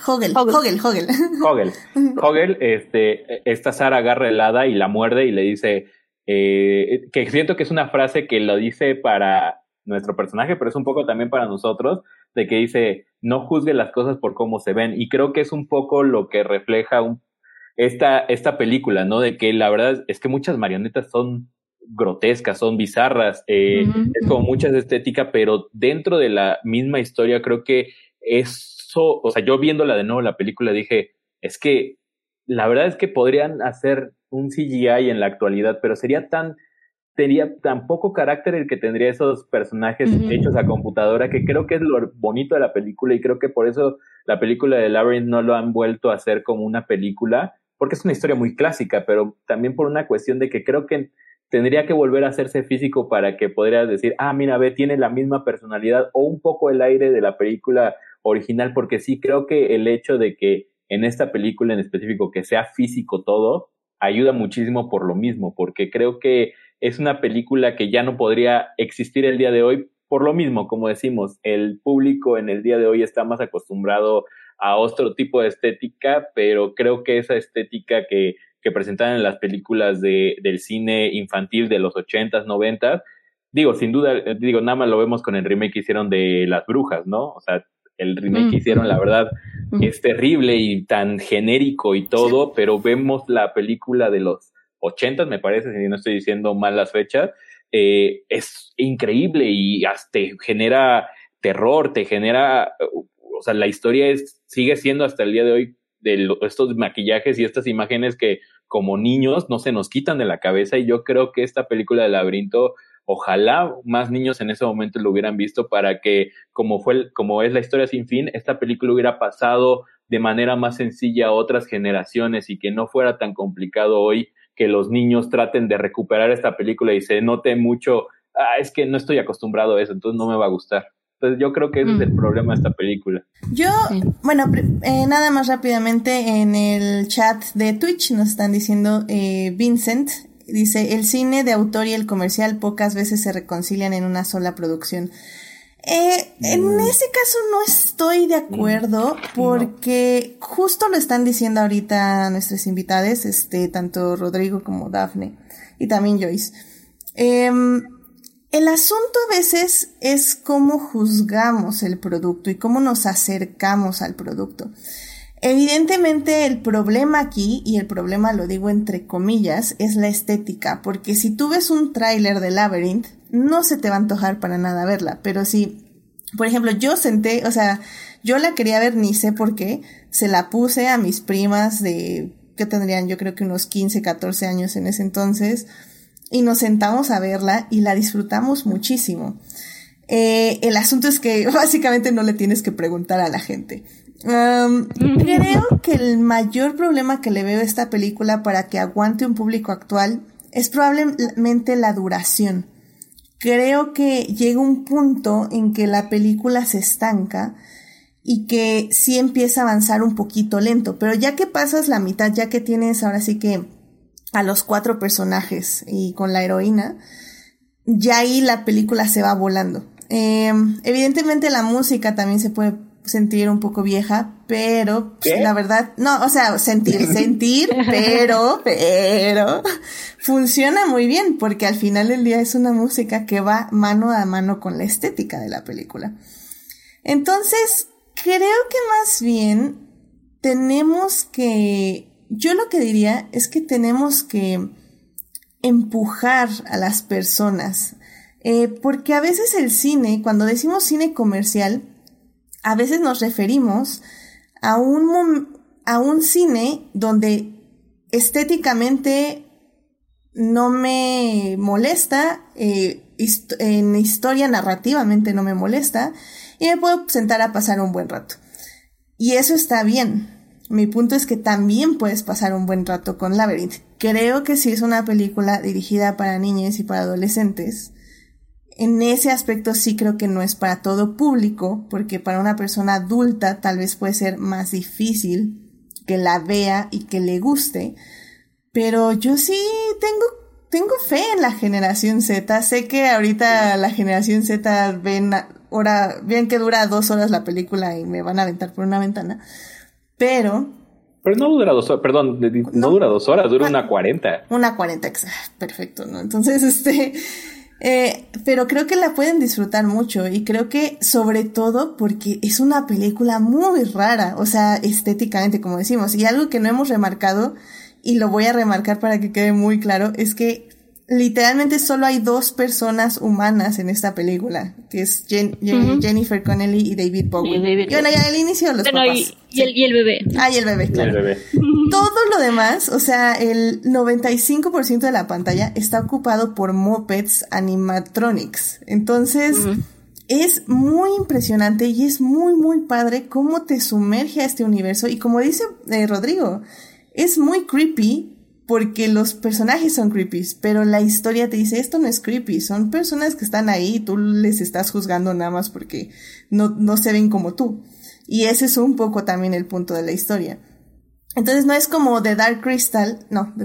Esta Sara agarra el hada y la muerde y le dice, que siento que es una frase que lo dice para nuestro personaje, pero es un poco también para nosotros, de que dice, no juzgue las cosas por cómo se ven, y creo que es un poco lo que refleja esta película, ¿no? De que la verdad es que muchas marionetas son grotescas, son bizarras, es como mucha estética, pero dentro de la misma historia creo que eso, o sea, yo viéndola de nuevo la película dije, es que la verdad es que podrían hacer un CGI en la actualidad, pero sería tan poco carácter el que tendría esos personajes hechos a computadora, que creo que es lo bonito de la película, y creo que por eso la película de Labyrinth no lo han vuelto a hacer como una película, porque es una historia muy clásica, pero también por una cuestión de que creo que tendría que volver a hacerse físico para que podrías decir, mira, ve, tiene la misma personalidad o un poco el aire de la película original, porque sí creo que el hecho de que en esta película en específico que sea físico todo, ayuda muchísimo por lo mismo, porque creo que es una película que ya no podría existir el día de hoy por lo mismo, como decimos, el público en el día de hoy está más acostumbrado a otro tipo de estética, pero creo que esa estética que presentaban en las películas del cine infantil de los 80s, 90s, sin duda, nada más lo vemos con el remake que hicieron de Las Brujas, ¿no? O sea, el remake que hicieron, la verdad, es terrible y tan genérico y todo, sí. Pero vemos la película de los 80s, me parece, si no estoy diciendo mal las fechas, es increíble y hasta te genera terror, te genera, o sea, la historia sigue siendo hasta el día de hoy de estos maquillajes y estas imágenes que como niños no se nos quitan de la cabeza, y yo creo que esta película de Laberinto, ojalá más niños en ese momento lo hubieran visto para que, como es La Historia Sin Fin, esta película hubiera pasado de manera más sencilla a otras generaciones y que no fuera tan complicado hoy que los niños traten de recuperar esta película y se note mucho, es que no estoy acostumbrado a eso, entonces no me va a gustar. Entonces yo creo que ese es el problema de esta película. Bueno, nada más rápidamente en el chat de Twitch nos están diciendo, Vincent dice, el cine de autor y el comercial pocas veces se reconcilian en una sola producción. En ese caso no estoy de acuerdo, porque justo lo están diciendo ahorita nuestros invitados, tanto Rodrigo como Dafne, y también Joyce. El asunto a veces es cómo juzgamos el producto y cómo nos acercamos al producto. Evidentemente el problema aquí, y el problema lo digo entre comillas, es la estética, porque si tú ves un tráiler de Labyrinth, no se te va a antojar para nada verla, pero si, por ejemplo, yo la quería ver, ni sé por qué, se la puse a mis primas que tendrían yo creo que unos 15, 14 años en ese entonces, y nos sentamos a verla y la disfrutamos muchísimo. El asunto es que básicamente no le tienes que preguntar a la gente. Creo que el mayor problema que le veo a esta película para que aguante un público actual es probablemente la duración. Creo que llega un punto en que la película se estanca y que sí empieza a avanzar un poquito lento, pero ya que pasas la mitad, ya que tienes ahora sí que a los 4 personajes y con la heroína, ya ahí la película se va volando. Evidentemente la música también se puede sentir un poco vieja, pero pues, la verdad, no, o sea, sentir, pero funciona muy bien, porque al final del día es una música que va mano a mano con la estética de la película. Entonces, creo que más bien yo lo que diría es que tenemos que empujar a las personas, porque a veces el cine, cuando decimos cine comercial, a veces nos referimos a un cine donde estéticamente no me molesta, en historia narrativamente no me molesta, y me puedo sentar a pasar un buen rato. Y eso está bien. Mi punto es que también puedes pasar un buen rato con Labyrinth. Creo que si es una película dirigida para niños y para adolescentes, en ese aspecto sí creo que no es para todo público, porque para una persona adulta tal vez puede ser más difícil que la vea y que le guste, pero yo sí tengo fe en la generación Z. Sé que ahorita la generación Z ven que dura 2 horas la película y me van a aventar por una ventana, pero no dura 2 horas, perdón, no dura 2 horas, dura 1:40. 1:40, perfecto, ¿no? Entonces, pero creo que la pueden disfrutar mucho, y creo que sobre todo porque es una película muy rara, o sea, estéticamente, como decimos, y algo que no hemos remarcado, y lo voy a remarcar para que quede muy claro, es que literalmente solo hay 2 personas humanas en esta película, que es Jennifer Connelly y David Bowie. Bueno, ya al inicio los papás. Y el bebé. Y el bebé, claro. El bebé. Todo lo demás, o sea, el 95% de la pantalla está ocupado por mopeds animatronics. Entonces, es muy impresionante y es muy, muy padre cómo te sumerge a este universo. Y como dice Rodrigo, es muy creepy, porque los personajes son creepy, pero la historia te dice, esto no es creepy, son personas que están ahí y tú les estás juzgando nada más porque no se ven como tú. Y ese es un poco también el punto de la historia. Entonces no es como The Dark Crystal,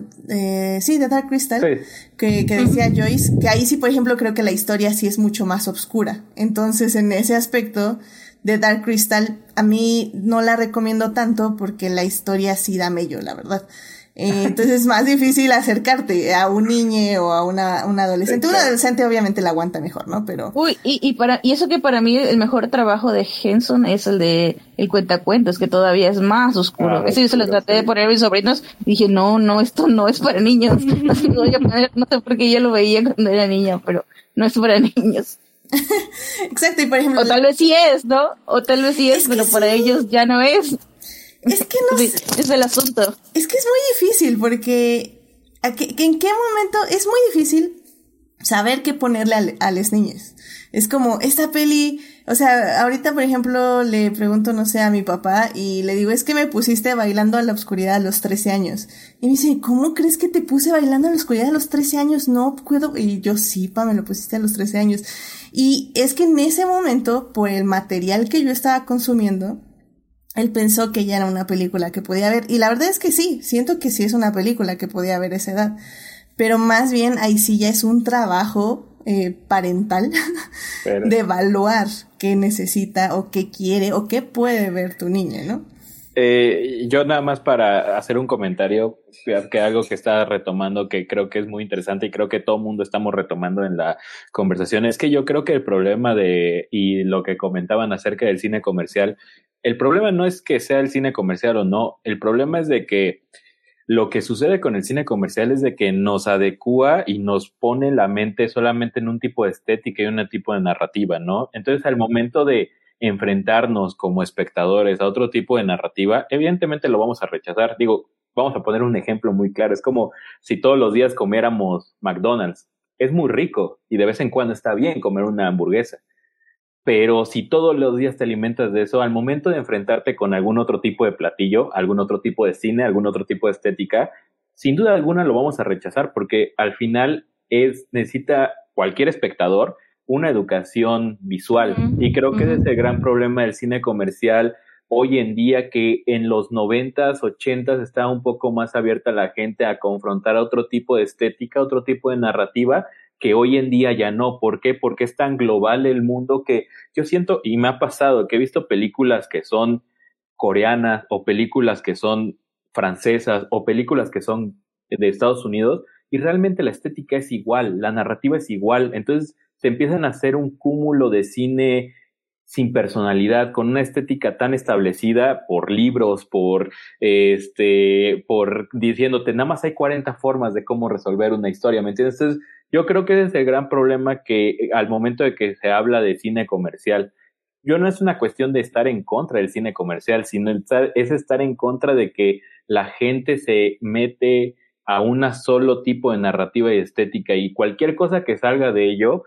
The Dark Crystal, sí, que decía Joyce, que ahí sí, por ejemplo, creo que la historia sí es mucho más oscura. Entonces, en ese aspecto, The Dark Crystal, a mí no la recomiendo tanto porque la historia sí da mello, la verdad. Entonces es más difícil acercarte a un niño o a un adolescente. Un adolescente obviamente la aguanta mejor, ¿no? Pero y eso que para mí el mejor trabajo de Henson es el de el cuentacuentos, que todavía es más oscuro. Eso yo se lo traté de poner a mis sobrinos y dije, no, esto no es para niños. No sé por qué yo lo veía cuando era niña, pero no es para niños. Exacto, y por ejemplo, o tal vez sí es, ¿no? O tal vez sí es, pero sí, para ellos ya no es. Es que no sé. Es el asunto. Es que es muy difícil porque ¿en qué momento? Es muy difícil saber qué ponerle a las niñas. Es como, esta peli, O sea, ahorita, por ejemplo, le pregunto, no sé, a mi papá y le digo, es que me pusiste bailando a la oscuridad a los 13 años. Y me dice, ¿cómo crees que te puse bailando a la oscuridad a los 13 años? No puedo. Y yo, sí, pa, me lo pusiste a los 13 años. Y es que en ese momento, por el material que yo estaba consumiendo, él pensó que ya era una película que podía ver. Y la verdad es que sí, siento que sí es una película que podía ver a esa edad. Pero más bien ahí sí ya es un trabajo parental de evaluar qué necesita o qué quiere o qué puede ver tu niña, ¿no? Yo nada más para hacer un comentario, que algo que está retomando que creo que es muy interesante y creo que todo el mundo estamos retomando en la conversación, es que yo creo que el problema y lo que comentaban acerca del cine comercial, el problema no es que sea el cine comercial o no, el problema es de que lo que sucede con el cine comercial es de que nos adecúa y nos pone la mente solamente en un tipo de estética y un tipo de narrativa, ¿no? Entonces, al momento de enfrentarnos como espectadores a otro tipo de narrativa, evidentemente lo vamos a rechazar. Digo, vamos a poner un ejemplo muy claro. Es como si todos los días comiéramos McDonald's. Es muy rico y de vez en cuando está bien comer una hamburguesa. Pero si todos los días te alimentas de eso, al momento de enfrentarte con algún otro tipo de platillo, algún otro tipo de cine, algún otro tipo de estética, sin duda alguna lo vamos a rechazar porque al final necesita cualquier espectador una educación visual. Y creo que ese es el gran problema del cine comercial hoy en día, que en los 90s, 80s estaba un poco más abierta la gente a confrontar a otro tipo de estética, otro tipo de narrativa, que hoy en día ya no. ¿Por qué? Porque es tan global el mundo que yo siento, y me ha pasado, que he visto películas que son coreanas o películas que son francesas o películas que son de Estados Unidos y realmente la estética es igual, la narrativa es igual. Entonces se empiezan a hacer un cúmulo de cine sin personalidad, con una estética tan establecida por libros, por diciéndote, nada más hay 40 formas de cómo resolver una historia, ¿me entiendes? Entonces, yo creo que ese es el gran problema que al momento de que se habla de cine comercial, yo no es una cuestión de estar en contra del cine comercial, sino es estar en contra de que la gente se mete a un solo tipo de narrativa y estética y cualquier cosa que salga de ello,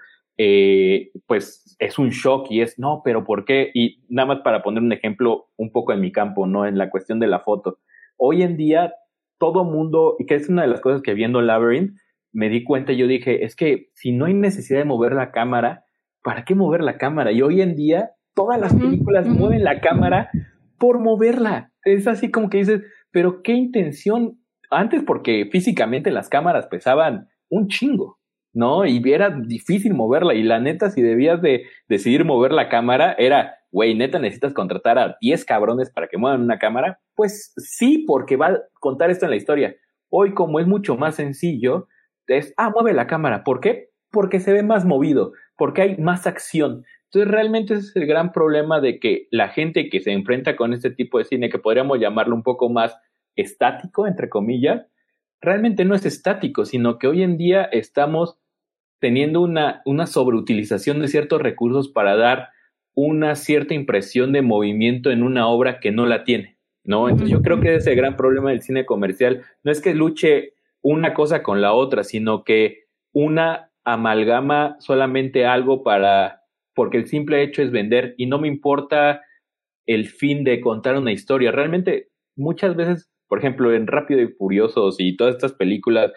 pues es un shock y es, no, pero ¿por qué? Y nada más para poner un ejemplo un poco en mi campo, ¿no? En la cuestión de la foto. Hoy en día, todo mundo, y que es una de las cosas que viendo Labyrinth, me di cuenta y yo dije, es que si no hay necesidad de mover la cámara, ¿para qué mover la cámara? Y hoy en día, todas las películas mueven la cámara por moverla. Es así como que dices, pero ¿qué intención? Antes porque físicamente las cámaras pesaban un chingo, ¿no? Y era difícil moverla y la neta, si debías de decidir mover la cámara, era, güey, neta, necesitas contratar a 10 cabrones para que muevan una cámara. Pues sí, porque va a contar esto en la historia. Hoy, como es mucho más sencillo, mueve la cámara. ¿Por qué? Porque se ve más movido, porque hay más acción. Entonces, realmente ese es el gran problema de que la gente que se enfrenta con este tipo de cine, que podríamos llamarlo un poco más estático, entre comillas, realmente no es estático, sino que hoy en día estamos teniendo una sobreutilización de ciertos recursos para dar una cierta impresión de movimiento en una obra que no la tiene, ¿no? Entonces yo creo que ese es el gran problema del cine comercial. No es que luche una cosa con la otra, sino que una amalgama solamente algo porque el simple hecho es vender y no me importa el fin de contar una historia. Realmente muchas veces, por ejemplo, en Rápido y Furiosos y todas estas películas,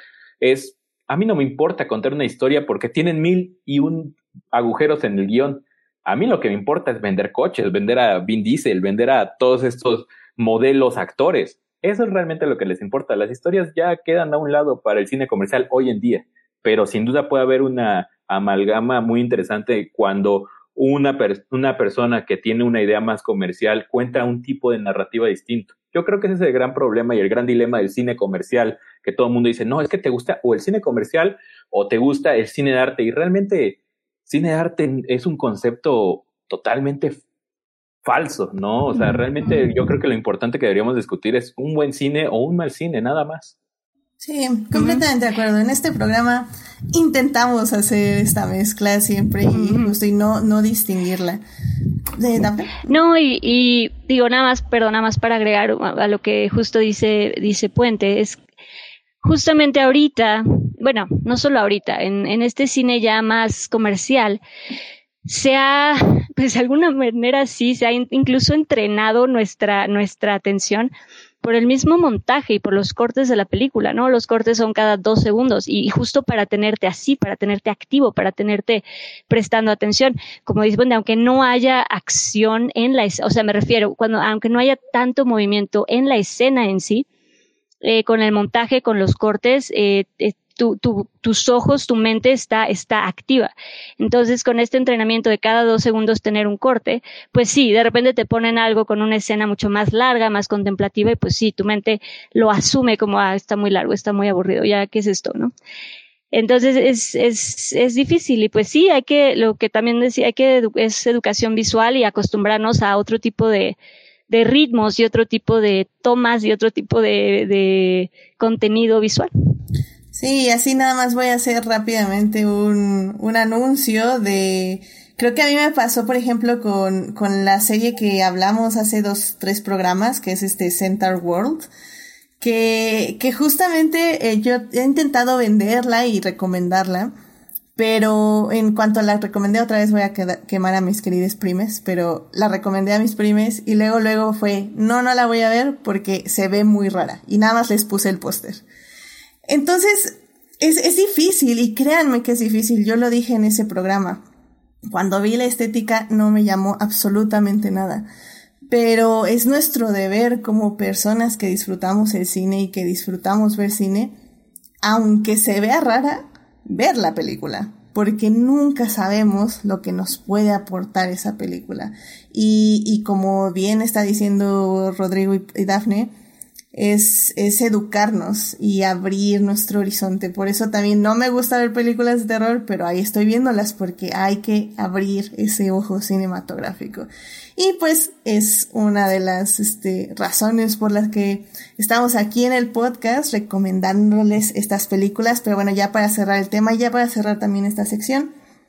a mí no me importa contar una historia porque tienen 1001 agujeros en el guión. A mí lo que me importa es vender coches, vender a Vin Diesel, vender a todos estos modelos actores. Eso es realmente lo que les importa. Las historias ya quedan a un lado para el cine comercial hoy en día, pero sin duda puede haber una amalgama muy interesante cuando una persona que tiene una idea más comercial cuenta un tipo de narrativa distinto. Yo creo que ese es el gran problema y el gran dilema del cine comercial, que todo el mundo dice, no, es que te gusta o el cine comercial o te gusta el cine de arte, y realmente cine de arte es un concepto totalmente falso, ¿no? O sea, realmente yo creo que lo importante que deberíamos discutir es un buen cine o un mal cine, nada más. Sí, completamente de acuerdo. En este programa intentamos hacer esta mezcla siempre y no distinguirla. No, y digo nada más para agregar a lo que justo dice Puente, es justamente ahorita, bueno, no solo ahorita, en este cine ya más comercial, se ha, pues de alguna manera sí, se ha incluso entrenado nuestra atención por el mismo montaje y por los cortes de la película, ¿no? Los cortes son cada 2 segundos y justo para tenerte así, para tenerte activo, para tenerte prestando atención. Como dice, bueno, aunque no haya acción en la escena, o sea, me refiero, aunque no haya tanto movimiento en la escena en sí, con el montaje, con los cortes, tus ojos, tu mente está activa. Entonces, con este entrenamiento de cada 2 segundos tener un corte, pues sí, de repente te ponen algo con una escena mucho más larga, más contemplativa, y pues sí, tu mente lo asume como, está muy largo, está muy aburrido, ya, ¿qué es esto, no? Entonces, es difícil, y pues sí, lo que también decía, es educación visual y acostumbrarnos a otro tipo de ritmos y otro tipo de tomas y otro tipo de contenido visual. Sí, así nada más voy a hacer rápidamente un anuncio de, creo que a mí me pasó, por ejemplo, con la serie que hablamos hace 2-3 programas, que es Centaur World, que justamente yo he intentado venderla y recomendarla, pero en cuanto la recomendé, otra vez voy a quemar a mis queridos primes, pero la recomendé a mis primes y luego fue, no la voy a ver porque se ve muy rara, y nada más les puse el póster. Entonces, es difícil, y créanme que es difícil, yo lo dije en ese programa. Cuando vi la estética no me llamó absolutamente nada, pero es nuestro deber como personas que disfrutamos el cine y que disfrutamos ver cine, aunque se vea rara, ver la película, porque nunca sabemos lo que nos puede aportar esa película. Y como bien está diciendo Rodrigo y Dafne, es educarnos y abrir nuestro horizonte. Por eso también no me gusta ver películas de terror, pero ahí estoy viéndolas porque hay que abrir ese ojo cinematográfico. Y pues es una de las razones por las que estamos aquí en el podcast recomendándoles estas películas. Pero bueno, ya para cerrar el tema y ya para cerrar también esta sección,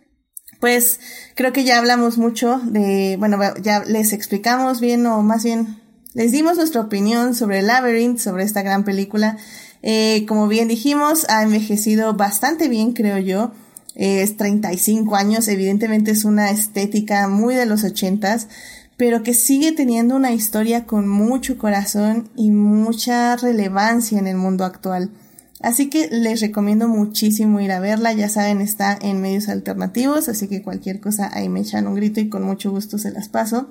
pues creo que ya hablamos mucho ya les explicamos bien, o más bien les dimos nuestra opinión sobre Labyrinth, sobre esta gran película. Como bien dijimos, ha envejecido bastante bien, creo yo. Es 35 años, evidentemente es una estética muy de los 80s, pero que sigue teniendo una historia con mucho corazón y mucha relevancia en el mundo actual. Así que les recomiendo muchísimo ir a verla. Ya saben, está en medios alternativos, así que cualquier cosa ahí me echan un grito y con mucho gusto se las paso.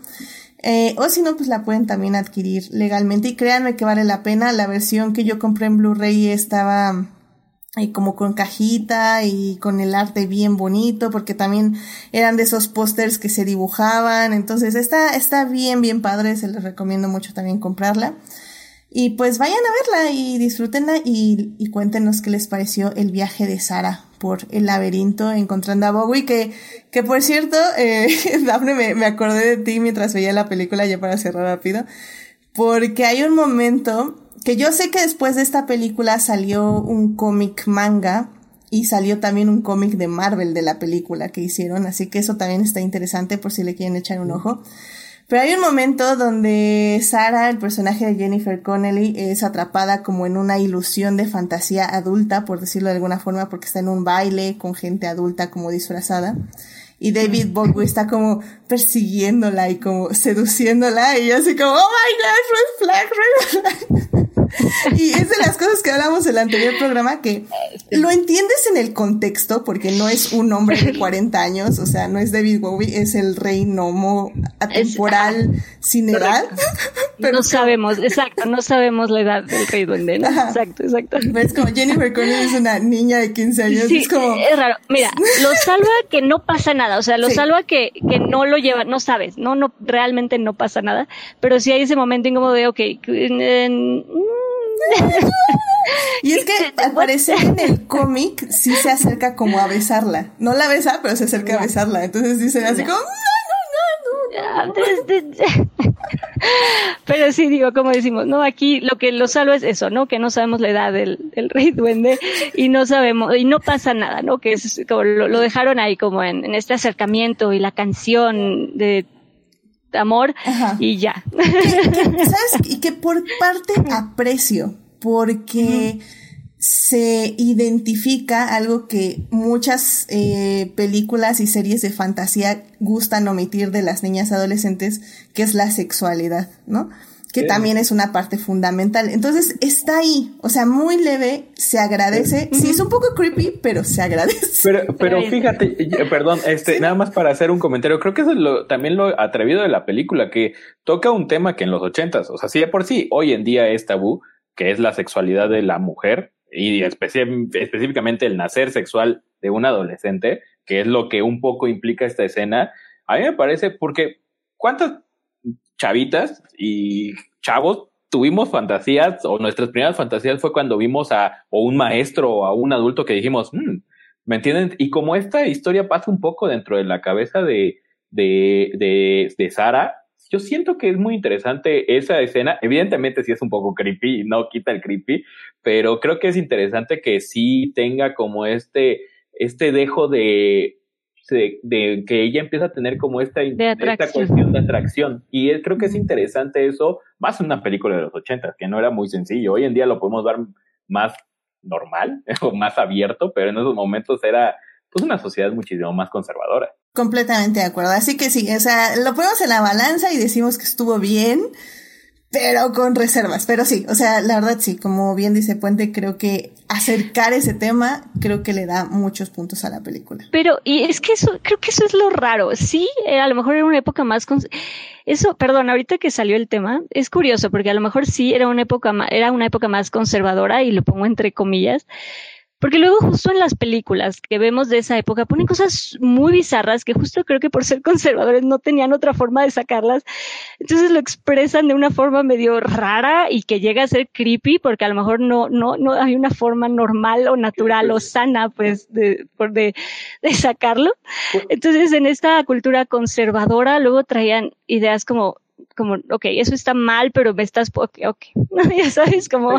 O si no, pues la pueden también adquirir legalmente, y créanme que vale la pena. La versión que yo compré en Blu-ray estaba como con cajita y con el arte bien bonito, porque también eran de esos pósters que se dibujaban. Entonces está bien padre, se les recomiendo mucho también comprarla. Y pues vayan a verla y disfrútenla y cuéntenos qué les pareció el viaje de Sarah por el laberinto encontrando a Bowie, que por cierto, Dafne, me acordé de ti mientras veía la película, ya para cerrar rápido, porque hay un momento que yo sé que después de esta película salió un cómic manga y salió también un cómic de Marvel de la película que hicieron, así que eso también está interesante por si le quieren echar un ojo. Pero hay un momento donde Sarah, el personaje de Jennifer Connelly, es atrapada como en una ilusión de fantasía adulta, por decirlo de alguna forma, porque está en un baile con gente adulta como disfrazada. Y David Bowie está como persiguiéndola y como seduciéndola, y yo así como, oh my god, red flag. Y es de las cosas que hablamos en el anterior programa, que lo entiendes en el contexto, porque no es un hombre de 40 años, o sea, no es David Bowie, es el rey gnomo atemporal sin edad. Pero no sabemos la edad del rey duende, ¿no? Ajá. Exacto. Es como Jennifer Connelly es una niña de 15 años, sí, es como... es raro. Mira, lo salva que no pasa nada, o sea, lo salva que no lo lleva, no sabes, no, realmente no pasa nada, pero sí hay ese momento incómodo de, y es que al parecer en el cómic sí se acerca como a besarla. No la besa, pero se acerca a besarla. Entonces dicen así como no. Pero sí, digo, como decimos, no, aquí lo que lo salva es eso, ¿no? Que no sabemos la edad del rey duende y no sabemos, y no pasa nada, ¿no? Que es como lo dejaron ahí como en este acercamiento y la canción de amor. Ajá. Y ya. ¿Sabes? Y que por parte aprecio, porque se identifica algo que muchas películas y series de fantasía gustan omitir de las niñas adolescentes, que es la sexualidad, ¿no? Que también es una parte fundamental. Entonces, está ahí, o sea, muy leve, se agradece. Sí, es un poco creepy, pero se agradece. Pero fíjate, perdón, ¿sí? Nada más para hacer un comentario, creo que eso es también lo atrevido de la película, que toca un tema que en los 80s, o sea, sí de por sí, hoy en día es tabú, que es la sexualidad de la mujer, y específicamente el nacer sexual de un adolescente, que es lo que un poco implica esta escena. A mí me parece, porque ¿cuántas chavitas y chavos tuvimos fantasías, o nuestras primeras fantasías fue cuando vimos o un maestro o a un adulto que dijimos, ¿me entienden? Y como esta historia pasa un poco dentro de la cabeza de Sara, yo siento que es muy interesante esa escena. Evidentemente sí es un poco creepy y no quita el creepy, pero creo que es interesante que sí tenga como este dejo de que ella empieza a tener como esta cuestión de atracción. Y creo que es interesante eso, más en una película de los 80, que no era muy sencillo. Hoy en día lo podemos ver más normal o más abierto, pero en esos momentos era pues una sociedad muchísimo más conservadora. Completamente de acuerdo. Así que sí, o sea, lo ponemos en la balanza y decimos que estuvo bien, pero con reservas. Pero sí, o sea, la verdad sí, como bien dice Puente, creo que acercar ese tema, creo que le da muchos puntos a la película. Pero, y es que creo que eso es lo raro. Sí, a lo mejor era una época más perdón, ahorita que salió el tema, es curioso, porque a lo mejor sí era una época más conservadora, y lo pongo entre comillas. Porque luego justo en las películas que vemos de esa época ponen cosas muy bizarras que justo creo que por ser conservadores no tenían otra forma de sacarlas. Entonces lo expresan de una forma medio rara y que llega a ser creepy, porque a lo mejor no hay una forma normal o natural o sana pues de sacarlo. Entonces en esta cultura conservadora luego traían ideas como, okay, eso está mal, pero me estás, okay. Ya sabes, como...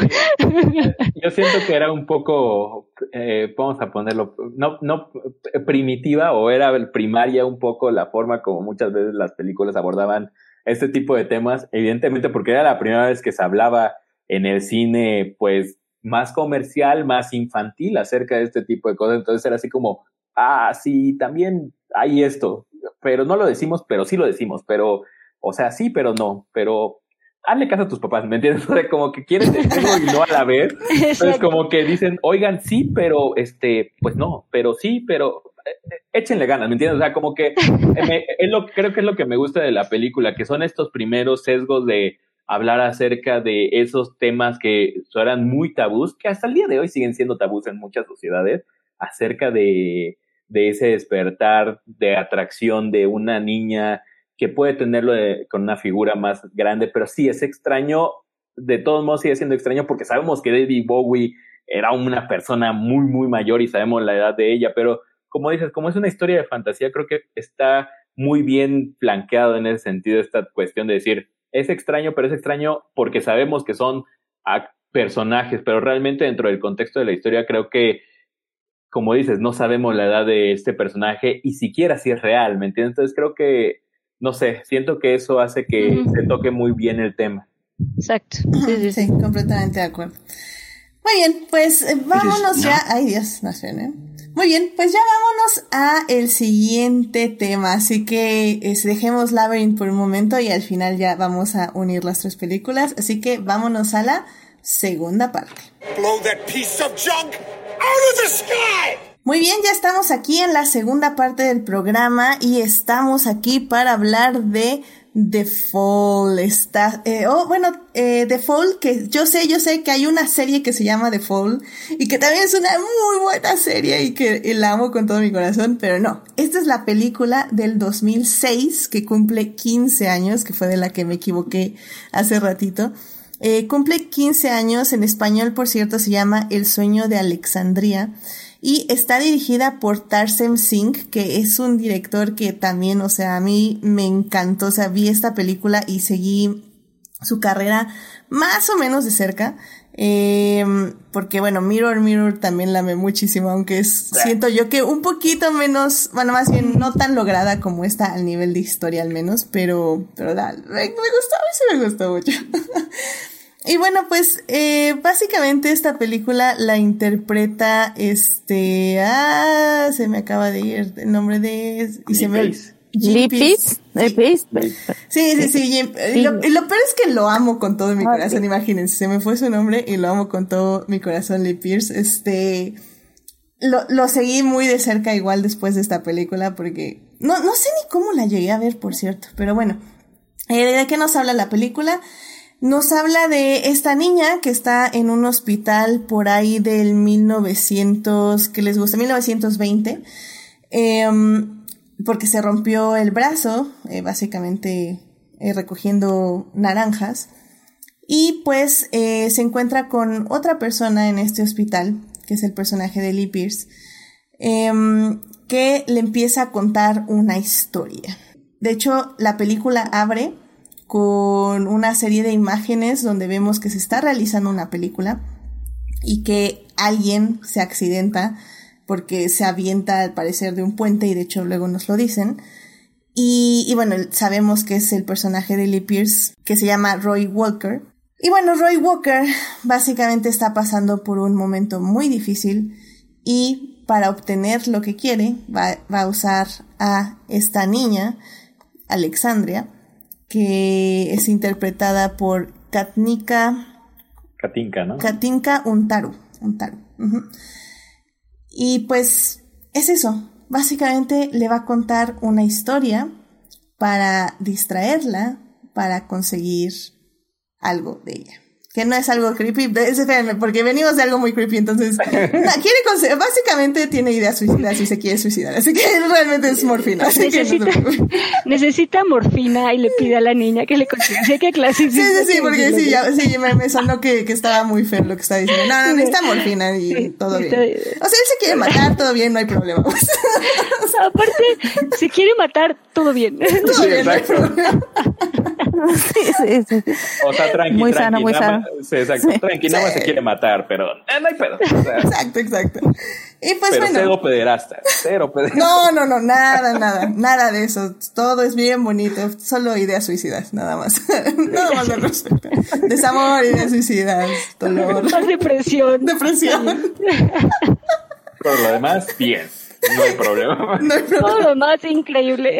Yo siento que era un poco, vamos a ponerlo, no primitiva, o era primaria un poco la forma como muchas veces las películas abordaban este tipo de temas, evidentemente porque era la primera vez que se hablaba en el cine, pues, más comercial, más infantil acerca de este tipo de cosas. Entonces era así como, sí, también hay esto, pero no lo decimos, pero sí lo decimos, pero... O sea, sí, pero no, pero hazle caso a tus papás, ¿me entiendes? O sea, como que quieren decirlo y no a la vez. Entonces, como que dicen, oigan, sí, pero pues no, pero sí, pero échenle ganas, ¿me entiendes? O sea, como que creo que es lo que me gusta de la película, que son estos primeros sesgos de hablar acerca de esos temas que eran muy tabús, que hasta el día de hoy siguen siendo tabús en muchas sociedades, acerca de ese despertar de atracción de una niña que puede tenerlo con una figura más grande, pero sí es extraño, de todos modos sigue siendo extraño porque sabemos que David Bowie era una persona muy, muy mayor y sabemos la edad de ella, pero como dices, como es una historia de fantasía, creo que está muy bien flanqueado en ese sentido esta cuestión de decir, es extraño, pero es extraño porque sabemos que son personajes, pero realmente dentro del contexto de la historia creo que, como dices, no sabemos la edad de este personaje y siquiera si es real, ¿me entiendes? Entonces creo que no sé, siento que eso hace que se toque muy bien el tema. Exacto. Sí, completamente de acuerdo. Muy bien, pues vámonos ya. Ay, Dios, no sé, ¿no? Muy bien, pues ya vámonos a el siguiente tema. Así que dejemos Labyrinth por un momento y al final ya vamos a unir las tres películas. Así que vámonos a la segunda parte. Blow that piece of junk out of the sky! Muy bien, ya estamos aquí en la segunda parte del programa y estamos aquí para hablar de The Fall. The Fall, que yo sé que hay una serie que se llama The Fall y que también es una muy buena serie y que la amo con todo mi corazón, pero no. Esta es la película del 2006 que cumple 15 años, que fue de la que me equivoqué hace ratito. Cumple 15 años, en español, por cierto, se llama El sueño de Alexandria. Y está dirigida por Tarsem Singh, que es un director que también, o sea, a mí me encantó. O sea, vi esta película y seguí su carrera más o menos de cerca. Porque, bueno, Mirror también la amé muchísimo, aunque siento yo que un poquito menos, bueno, más bien no tan lograda como esta al nivel de historia al menos, pero me gustó mucho. Y bueno, pues, básicamente esta película la interpreta se me acaba de ir el nombre de, y se me Lee Pearce. Sí. Y lo peor es que lo amo con todo mi corazón, imagínense, se me fue su nombre y lo amo con todo mi corazón, Lee Pearce. Lo seguí muy de cerca igual después de esta película porque no sé ni cómo la llegué a ver, por cierto, pero bueno, ¿de qué nos habla la película? Nos habla de esta niña que está en un hospital por ahí del 1920, porque se rompió el brazo, básicamente recogiendo naranjas, y pues se encuentra con otra persona en este hospital, que es el personaje de Lee Pearce, que le empieza a contar una historia. De hecho, la película abre con una serie de imágenes donde vemos que se está realizando una película y que alguien se accidenta porque se avienta al parecer de un puente, y de hecho luego nos lo dicen. Y bueno, sabemos que es el personaje de Lee Pearce, que se llama Roy Walker. Y bueno, Roy Walker básicamente está pasando por un momento muy difícil y para obtener lo que quiere va a usar a esta niña, Alexandria, que es interpretada por Katinka, ¿no? Katinka Untaru. Uh-huh. Y pues es eso, básicamente le va a contar una historia para distraerla, para conseguir algo de ella. Que no es algo creepy, espérenme, porque venimos de algo muy creepy, entonces básicamente tiene ideas suicidas y se quiere suicidar, así que realmente es morfina. Necesita morfina y le pide a la niña que le consiga. Así que sí, porque me sonó que estaba muy feo lo que está diciendo. No, necesita morfina y todo bien. O sea, él se quiere matar, todo bien, no hay problema. O sea, aparte, se quiere matar, todo bien. Todo bien, no hay problema. Sí. O sea, tranqui. Muy sano. Sí, exacto. Sí. Tranqui, nada más se quiere matar, pero no hay pedo. O sea, exacto. Y pues pero bueno. Cero pederasta. No, nada de eso. Todo es bien bonito. Solo ideas suicidas, nada más. Nada más al respecto. Desamor, ideas suicidas, dolor. Más depresión. Por lo demás, bien. No hay problema. Todo lo más increíble.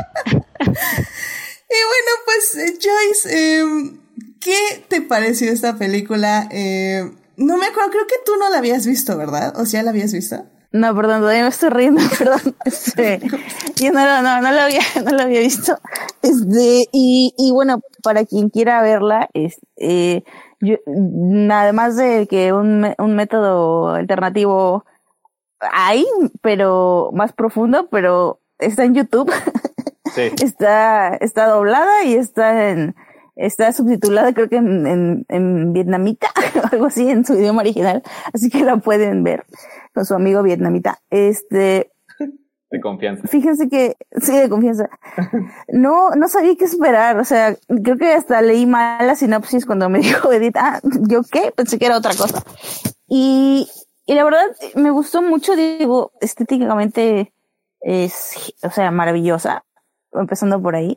Y bueno, pues, Joyce, ¿qué te pareció esta película? No me acuerdo, creo que tú no la habías visto, ¿verdad? ¿O sea, la habías visto? No, perdón, todavía me estoy riendo, perdón. Yo no la había visto. Y bueno, para quien quiera verla, yo, además de que un método alternativo hay, pero más profundo, pero está en YouTube. Sí. Está doblada y está subtitulada, creo que en vietnamita, algo así, en su idioma original, así que la pueden ver con su amigo vietnamita. De confianza. Fíjense que, sí, de confianza. No sabía qué esperar, o sea, creo que hasta leí mal la sinopsis cuando me dijo Edith, ¿yo qué? Pensé que era otra cosa. Y la verdad, me gustó mucho, digo, estéticamente es, o sea, maravillosa, empezando por ahí.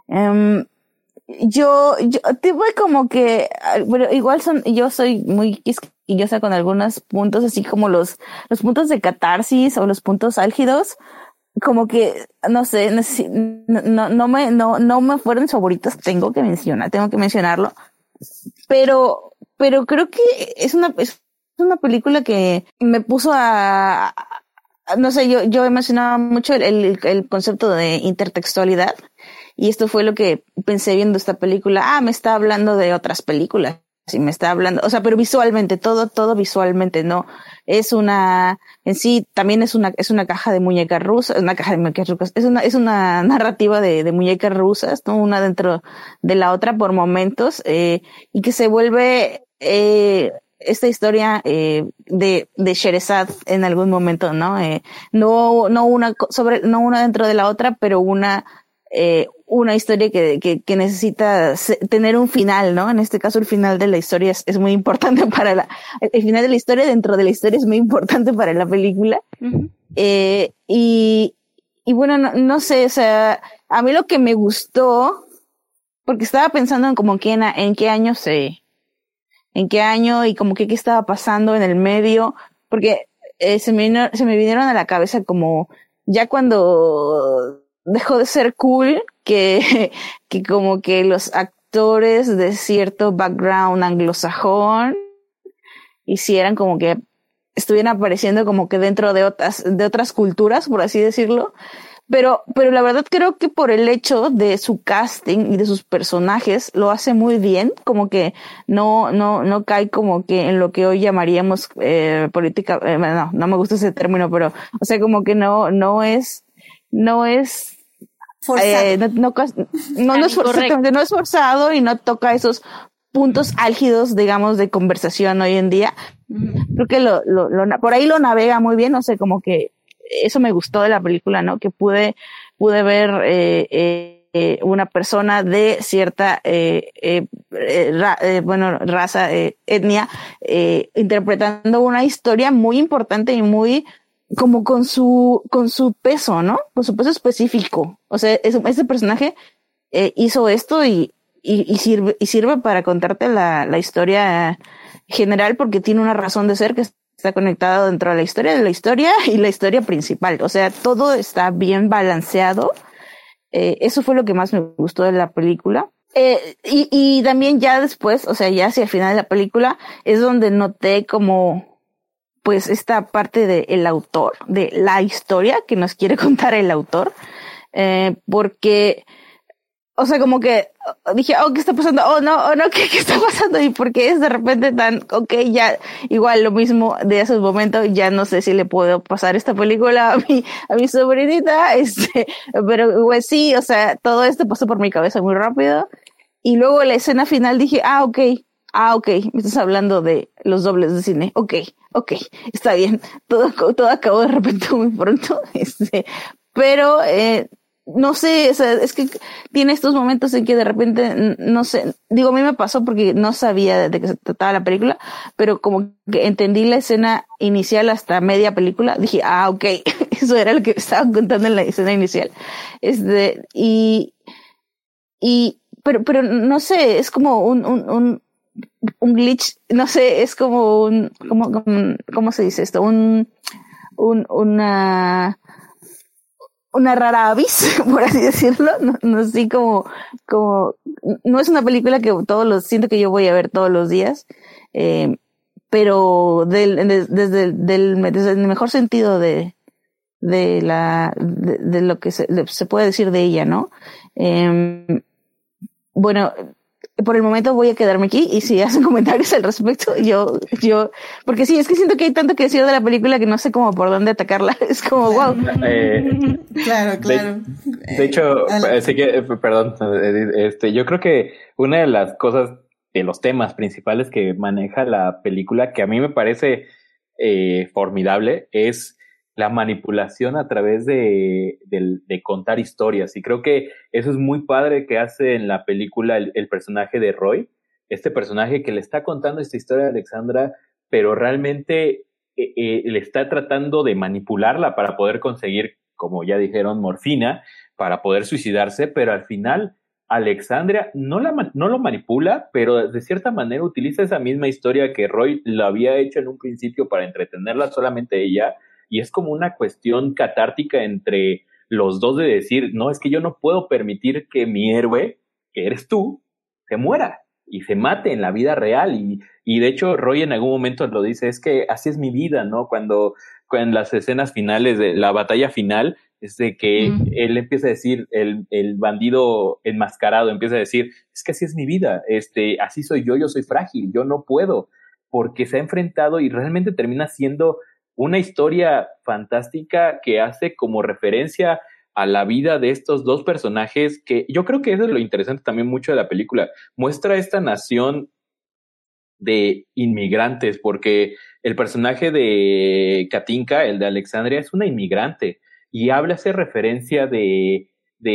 Yo tipo como que, bueno, igual yo soy muy quisquillosa con algunos puntos, así como los puntos de catarsis o los puntos álgidos, como que, no sé, no me fueron favoritos, tengo que mencionarlo, pero creo que es una película que me puso no sé, yo he mencionado mucho el concepto de intertextualidad, y esto fue lo que pensé viendo esta película. Me está hablando de otras películas, y me está hablando, o sea, pero visualmente, todo visualmente, no es en sí también es una caja de muñecas rusas, es una narrativa de muñecas rusas, ¿no? Una dentro de la otra por momentos, y que se vuelve esta historia de Sherazad en algún momento, ¿no? No una dentro de la otra, pero una historia que necesita tener un final, ¿no? En este caso el final de la historia es muy importante el final de la historia dentro de la historia es muy importante para la película. Uh-huh. Y bueno, no sé, o sea, a mí lo que me gustó, porque estaba pensando en como en qué año se en qué año y como que qué estaba pasando en el medio, porque se me vinieron a la cabeza como ya cuando dejó de ser cool que como que los actores de cierto background anglosajón hicieran como que estuvieran apareciendo como que dentro de otras culturas, por así decirlo. Pero la verdad creo que por el hecho de su casting y de sus personajes lo hace muy bien, como que no cae como que en lo que hoy llamaríamos política, no me gusta ese término, pero o sea como que no es forzado. No es forzado y no toca esos puntos álgidos, digamos, de conversación hoy en día. Creo que por ahí lo navega muy bien, no sé, como que eso me gustó de la película, ¿no? Que pude ver una persona de cierta raza, etnia, interpretando una historia muy importante y muy como con su peso, ¿no? Con su peso específico. O sea, ese personaje hizo esto y sirve para contarte la historia general porque tiene una razón de ser que está conectada dentro de la historia y la historia principal. O sea, todo está bien balanceado. Eso fue lo que más me gustó de la película. Y también ya después, o sea, ya hacia el final de la película, es donde noté como, pues, esta parte del autor, de la historia que nos quiere contar el autor. Porque, o sea, como que dije, ¿qué está pasando? No, ¿qué está pasando? Y porque es de repente tan, ya, igual lo mismo de esos momentos, ya no sé si le puedo pasar esta película a mi sobrinita, pero pues sí, o sea, todo esto pasó por mi cabeza muy rápido. Y luego la escena final dije, ok, me estás hablando de los dobles de cine, ok, está bien, todo acabó de repente muy pronto, pero, no sé, o sea, es que tiene estos momentos en que de repente, no sé, digo, a mí me pasó porque no sabía de qué se trataba la película, pero como que entendí la escena inicial hasta media película, dije, ok, eso era lo que estaban contando en la escena inicial. Pero no sé, es como un glitch, no sé, es como ¿cómo se dice esto? Una rara avis, por así decirlo, no sé, como, no es una película que siento que yo voy a ver todos los días, pero desde el mejor sentido de lo que se puede decir de ella, ¿no? Bueno, por el momento voy a quedarme aquí y si hacen comentarios al respecto, yo, porque sí, es que siento que hay tanto que decir de la película que no sé cómo por dónde atacarla. Es como, wow. Claro. De hecho, así que, perdón, yo creo que una de las cosas, de los temas principales que maneja la película, que a mí me parece formidable, es la manipulación a través de contar historias. Y creo que eso es muy padre que hace en la película el personaje de Roy, este personaje que le está contando esta historia a Alexandra, pero realmente le está tratando de manipularla para poder conseguir, como ya dijeron, morfina, para poder suicidarse, pero al final Alexandra no lo manipula, pero de cierta manera utiliza esa misma historia que Roy lo había hecho en un principio para entretenerla solamente ella. Y es como una cuestión catártica entre los dos de decir, no, es que yo no puedo permitir que mi héroe, que eres tú, se muera y se mate en la vida real. Y de hecho Roy en algún momento lo dice, es que así es mi vida, ¿no? Cuando en las escenas finales de la batalla final, es de que él empieza a decir, el bandido enmascarado empieza a decir, es que así es mi vida, así soy yo soy frágil, yo no puedo, porque se ha enfrentado y realmente termina siendo una historia fantástica que hace como referencia a la vida de estos dos personajes, que yo creo que eso es lo interesante también mucho de la película. Muestra esta nación de inmigrantes, porque el personaje de Katinka, el de Alexandria, es una inmigrante y hace referencia de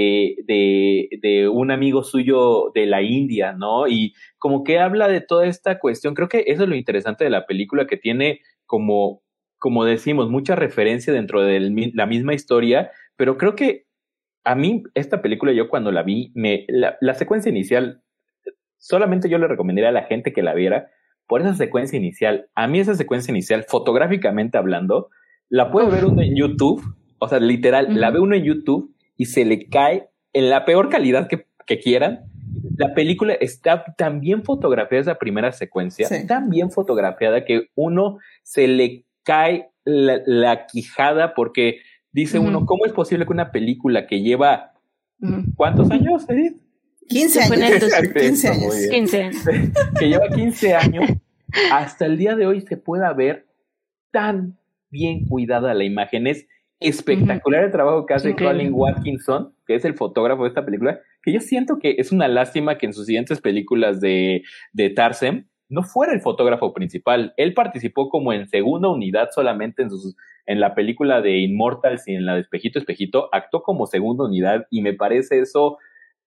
un amigo suyo de la India, ¿no? Y como que habla de toda esta cuestión. Creo que eso es lo interesante de la película, que tiene como decimos, mucha referencia dentro de la misma historia, pero creo que a mí esta película, yo cuando la vi, la secuencia inicial, solamente yo le recomendaría a la gente que la viera, por esa secuencia inicial. A mí esa secuencia inicial, fotográficamente hablando, la puede ver uno en YouTube, o sea, literal, la ve uno en YouTube y se le cae en la peor calidad que quieran. La película está tan bien fotografiada, esa primera secuencia, tan bien fotografiada que uno se le cae la quijada porque dice uno, ¿cómo es posible que una película que lleva ¿cuántos años, Edith? 15 años. 15 años. Que lleva 15 años, hasta el día de hoy se pueda ver tan bien cuidada la imagen. Es espectacular el trabajo que hace Colin Watkinson, que es el fotógrafo de esta película, que yo siento que es una lástima que en sus siguientes películas de Tarzan no fuera el fotógrafo principal. Él participó como en segunda unidad solamente en la película de Immortals y en la de Espejito, Espejito, actuó como segunda unidad y me parece eso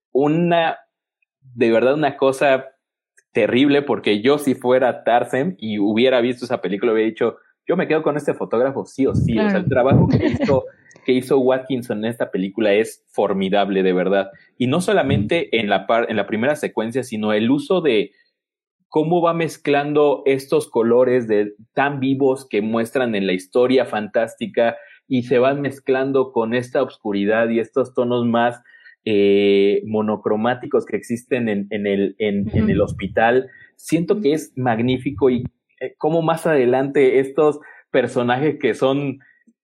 de verdad una cosa terrible, porque yo si fuera Tarzan y hubiera visto esa película hubiera dicho, yo me quedo con este fotógrafo sí o sí. Claro. O sea, el trabajo que hizo Watkinson en esta película es formidable, de verdad. Y no solamente en la primera secuencia, sino el uso de cómo va mezclando estos colores tan vivos que muestran en la historia fantástica y se van mezclando con esta oscuridad y estos tonos más monocromáticos que existen en el hospital. Siento que es magnífico y cómo más adelante estos personajes que son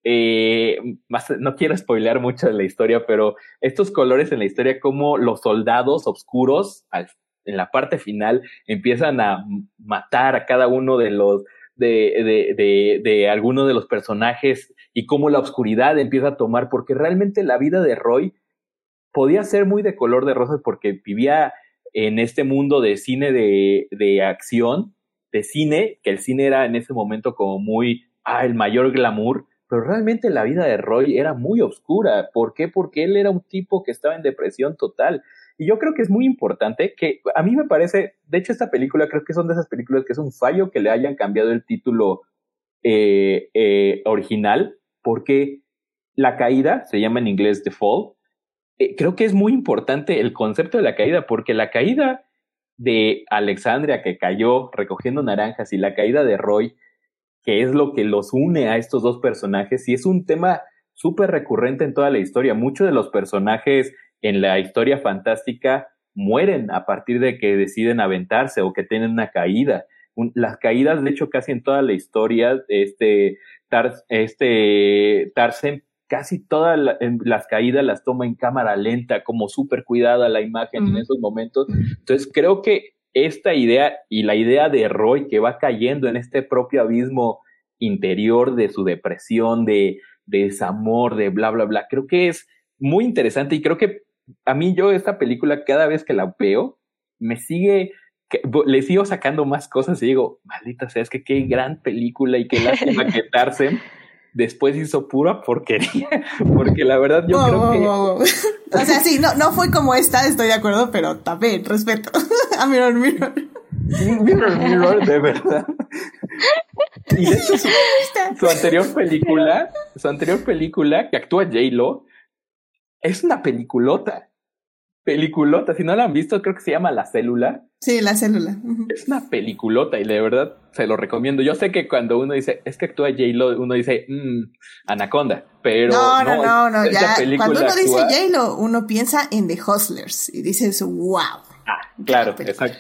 no quiero spoilear mucho de la historia, pero estos colores en la historia, como los soldados oscuros en la parte final empiezan a matar a cada uno de los de alguno de los personajes y cómo la oscuridad empieza a tomar, porque realmente la vida de Roy podía ser muy de color de rosas porque vivía en este mundo de cine de acción, de cine, que el cine era en ese momento como muy el mayor glamour, pero realmente la vida de Roy era muy oscura. ¿Por qué? Porque él era un tipo que estaba en depresión total. Y yo creo que es muy importante que a mí me parece, de hecho esta película creo que son de esas películas que es un fallo que le hayan cambiado el título original, porque La Caída, se llama en inglés The Fall, creo que es muy importante el concepto de la caída, porque la caída de Alexandria que cayó recogiendo naranjas y la caída de Roy, que es lo que los une a estos dos personajes, y es un tema súper recurrente en toda la historia. Muchos de los personajes en la historia fantástica mueren a partir de que deciden aventarse o que tienen una caída. Las caídas, de hecho, casi en toda la historia, Tarzan, casi todas las caídas las toma en cámara lenta, como súper cuidada la imagen en esos momentos. Entonces creo que esta idea y la idea de Roy que va cayendo en este propio abismo interior de su depresión, de desamor, de bla, bla, bla, creo que es muy interesante y creo que a mí esta película cada vez que la veo le sigo sacando más cosas y digo, maldita sea, es que qué gran película y qué lástima que Tarzan después hizo pura porquería, porque la verdad yo creo que... O sea, sí, no fue como esta, estoy de acuerdo, pero también, respeto a Mirror, de verdad. Y de hecho su anterior película, que actúa J-Lo, es una peliculota. Si no la han visto, creo que se llama La Célula. Sí, La Célula. Es una peliculota y de verdad se lo recomiendo. Yo sé que cuando uno dice, es que actúa J-Lo, uno dice, Anaconda, pero no, ya. Cuando uno dice J-Lo, uno piensa en The Hustlers y dices, wow. Claro, exacto.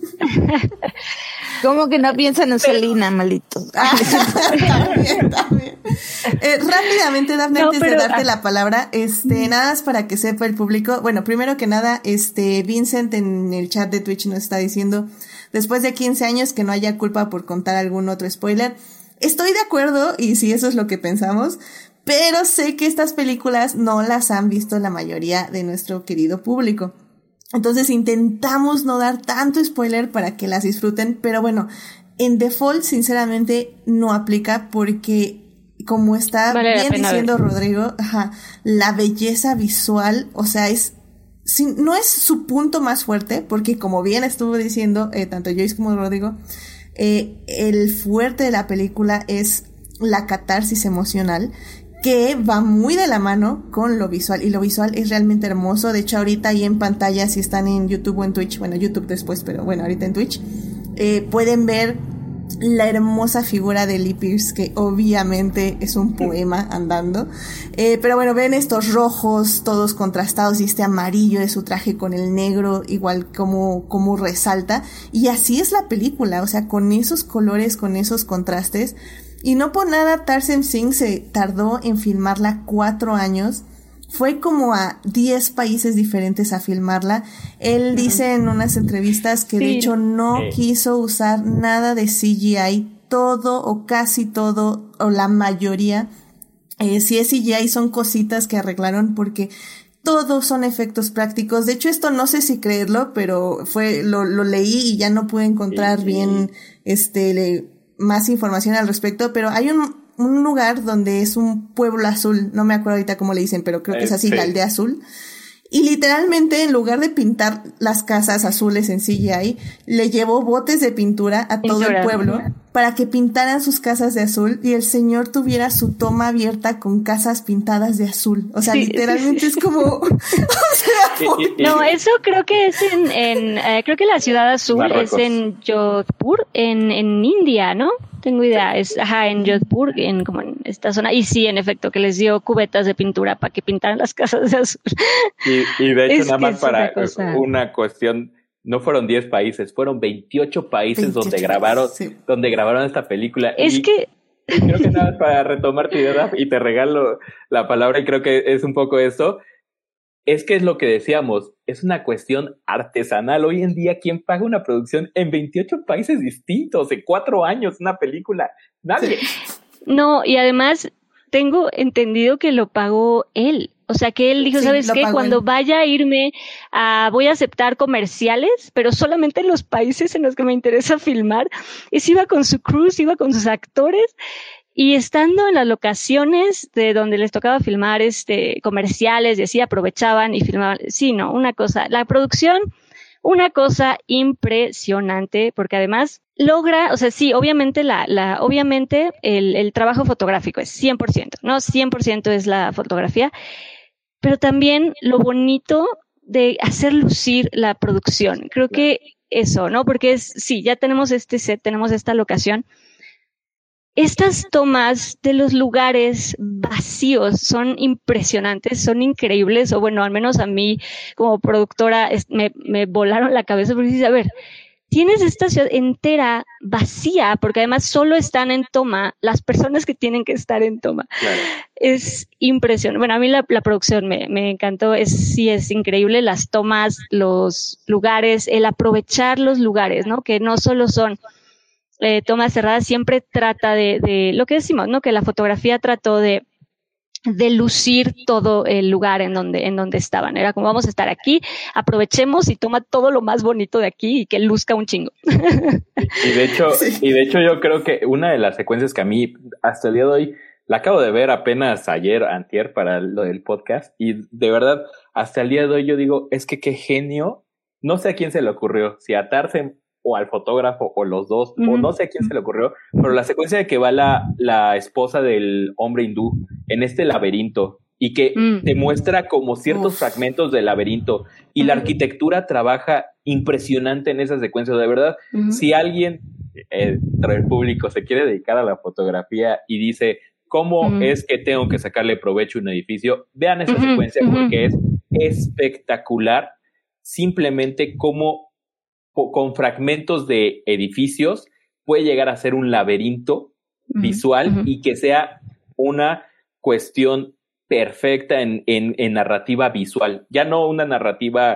¿Cómo que no piensan en Selena, malditos? También. Rápidamente, Dafne, antes de darte la palabra, nada más para que sepa el público. Bueno, primero que nada, Vincent en el chat de Twitch nos está diciendo, después de 15 años que no haya culpa por contar algún otro spoiler. Estoy de acuerdo, y sí, eso es lo que pensamos, pero sé que estas películas no las han visto la mayoría de nuestro querido público. Entonces intentamos no dar tanto spoiler para que las disfruten, pero bueno, en The Fall sinceramente no aplica porque como está bien diciendo Rodrigo, la belleza visual, o sea, no es su punto más fuerte, porque como bien estuvo diciendo tanto Joyce como Rodrigo, el fuerte de la película es la catarsis emocional, que va muy de la mano con lo visual, y lo visual es realmente hermoso. De hecho, ahorita ahí en pantalla, si están en YouTube o en Twitch, bueno, YouTube después, pero bueno, ahorita en Twitch, pueden ver la hermosa figura de Lee Pearce, que obviamente es un poema andando, pero bueno, ven estos rojos todos contrastados y este amarillo de su traje con el negro, igual como resalta, y así es la película, o sea, con esos colores, con esos contrastes. Y no por nada Tarsem Singh se tardó en filmarla 4 años. Fue como a 10 países diferentes a filmarla. Él dice en unas entrevistas que de hecho no quiso usar nada de CGI. Todo o casi todo o la mayoría, si es CGI, son cositas que arreglaron porque todos son efectos prácticos. De hecho, esto no sé si creerlo, pero lo leí y ya no pude encontrar bien más información al respecto, pero hay un lugar donde es un pueblo azul, no me acuerdo ahorita cómo le dicen, pero creo que es así, la aldea azul, y literalmente en lugar de pintar las casas azules en CGI, le llevó botes de pintura a todo el pueblo para que pintaran sus casas de azul y el señor tuviera su toma abierta con casas pintadas de azul, o sea, literalmente es como o sea, no, eso creo que es creo que la ciudad azul Marruecos. Es en Jodhpur, en India, ¿no? Tengo idea, es en Jodhpur, como en esta zona, y sí, en efecto, que les dio cubetas de pintura para que pintaran las casas de azul. Y de hecho, nada más para una cuestión, no fueron 10 países, fueron 28 países donde grabaron esta película. Creo que nada más para retomar tu idea, y te regalo la palabra, y creo que es un poco esto. Es que es lo que decíamos, es una cuestión artesanal. Hoy en día, ¿quién paga una producción en 28 países distintos, en 4 años, una película? Nadie. No, y además tengo entendido que lo pagó él. O sea, que él dijo, ¿sabes qué? Cuando vaya a irme voy a aceptar comerciales, pero solamente en los países en los que me interesa filmar. Y se iba con su crew, iba con sus actores. Y estando en las locaciones de donde les tocaba filmar comerciales y así aprovechaban y filmaban. Sí, no, una cosa, la producción, una cosa impresionante, porque además logra, o sea, sí, obviamente obviamente el trabajo fotográfico es 100%, ¿no? 100% es la fotografía, pero también lo bonito de hacer lucir la producción. Creo que eso, ¿no? Porque ya tenemos este set, tenemos esta locación. Estas tomas de los lugares vacíos son impresionantes, son increíbles, o bueno, al menos a mí como productora me volaron la cabeza porque dices, a ver, tienes esta ciudad entera vacía, porque además solo están en toma las personas que tienen que estar en toma. Claro. Es impresionante. Bueno, a mí la producción me encantó, es increíble, las tomas, los lugares, el aprovechar los lugares, ¿no? Que no solo son tomas cerradas, siempre trata de lo que decimos, ¿no? Que la fotografía trató de lucir todo el lugar en donde estaban. Era como, vamos a estar aquí, aprovechemos y toma todo lo más bonito de aquí y que luzca un chingo. Y de hecho yo creo que una de las secuencias que a mí hasta el día de hoy la acabo de ver apenas antier para lo del podcast, y de verdad hasta el día de hoy yo digo, es que qué genio, no sé a quién se le ocurrió, si a Tarsem o al fotógrafo, o los dos, o no sé a quién se le ocurrió, pero la secuencia de que va la esposa del hombre hindú en este laberinto, y que te muestra como ciertos fragmentos del laberinto, y la arquitectura trabaja impresionante en esa secuencia, de verdad. Si alguien entre el público se quiere dedicar a la fotografía y dice, ¿cómo es que tengo que sacarle provecho a un edificio? Vean esa secuencia, porque es espectacular, simplemente cómo con fragmentos de edificios puede llegar a ser un laberinto visual y que sea una cuestión perfecta en narrativa visual. Ya no una narrativa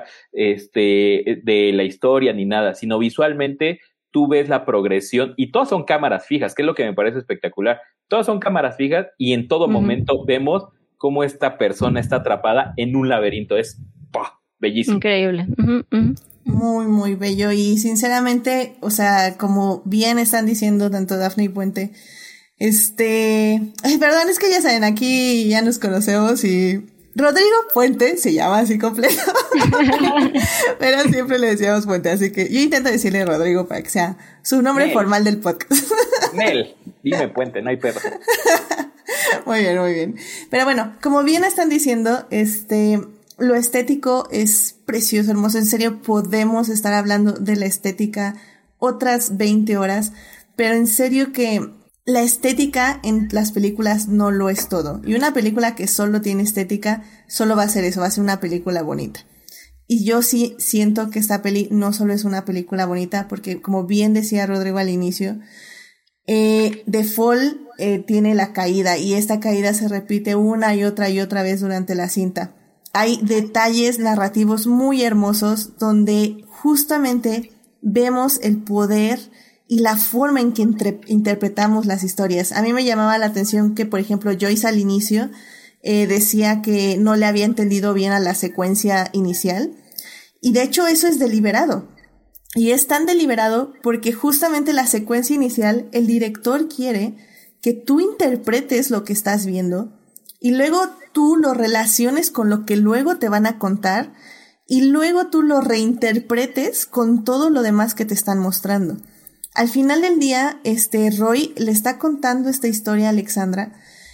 de la historia ni nada, sino visualmente tú ves la progresión, y todas son cámaras fijas, que es lo que me parece espectacular. Todas son cámaras fijas y en todo momento vemos cómo esta persona está atrapada en un laberinto. Es bellísimo. Increíble. Muy, muy bello, y sinceramente, o sea, como bien están diciendo tanto Dafne y Puente, perdón, es que ya saben, aquí ya nos conocemos y Rodrigo Puente se llama así completo, pero siempre le decíamos Puente, así que yo intento decirle Rodrigo para que sea su nombre formal del podcast. Nel, dime Puente, no hay perro. Muy bien, muy bien. Pero bueno, como bien están diciendo, lo estético es precioso, hermoso. En serio, podemos estar hablando de la estética otras 20 horas, pero en serio que la estética en las películas no lo es todo. Y una película que solo tiene estética, solo va a ser eso, va a ser una película bonita. Y yo sí siento que esta peli no solo es una película bonita, porque como bien decía Rodrigo al inicio, The Fall tiene la caída, y esta caída se repite una y otra vez durante la cinta. Hay detalles narrativos muy hermosos donde justamente vemos el poder y la forma en que interpretamos las historias. A mí me llamaba la atención que, por ejemplo, Joyce al inicio decía que no le había entendido bien a la secuencia inicial, y de hecho eso es deliberado. Y es tan deliberado porque justamente la secuencia inicial, el director quiere que tú interpretes lo que estás viendo y luego tú lo relaciones con lo que luego te van a contar y luego tú lo reinterpretes con todo lo demás que te están mostrando. Al final del día, Roy le está contando esta historia a Alexandra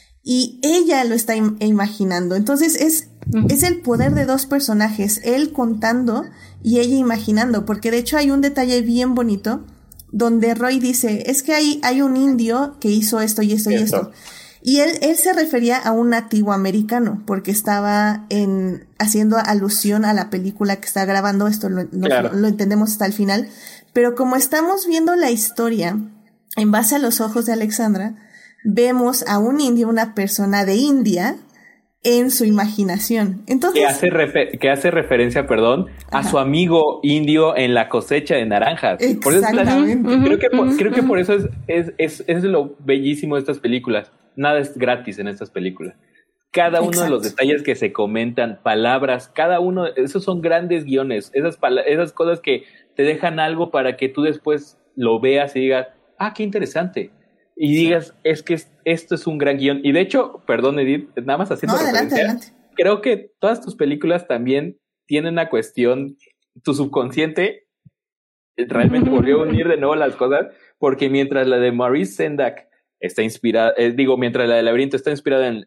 y ella lo está imaginando. Entonces es el poder de dos personajes, él contando y ella imaginando, porque de hecho hay un detalle bien bonito donde Roy dice, es que hay un indio que hizo esto y esto y esto. Y él se refería a un nativo americano, porque estaba haciendo alusión a la película que está grabando. Esto lo entendemos hasta el final. Pero como estamos viendo la historia en base a los ojos de Alexandra, vemos a un indio, una persona de India, en su imaginación. Entonces, que hace referencia, a su amigo indio en la cosecha de naranjas. Exactamente. Creo que por eso es lo bellísimo de estas películas. Nada es gratis en estas películas. Cada uno de los detalles que se comentan, palabras, cada uno, esos son grandes guiones. Esas cosas que te dejan algo para que tú después lo veas y digas, qué interesante. Y digas, es que esto es un gran guión. Y de hecho, perdón, Edith, nada más haciendo referencia, adelante. Creo que todas tus películas también tienen una cuestión, tu subconsciente realmente volvió a unir de nuevo las cosas, porque mientras la de Maurice Sendak está inspirada, mientras la del laberinto está inspirada en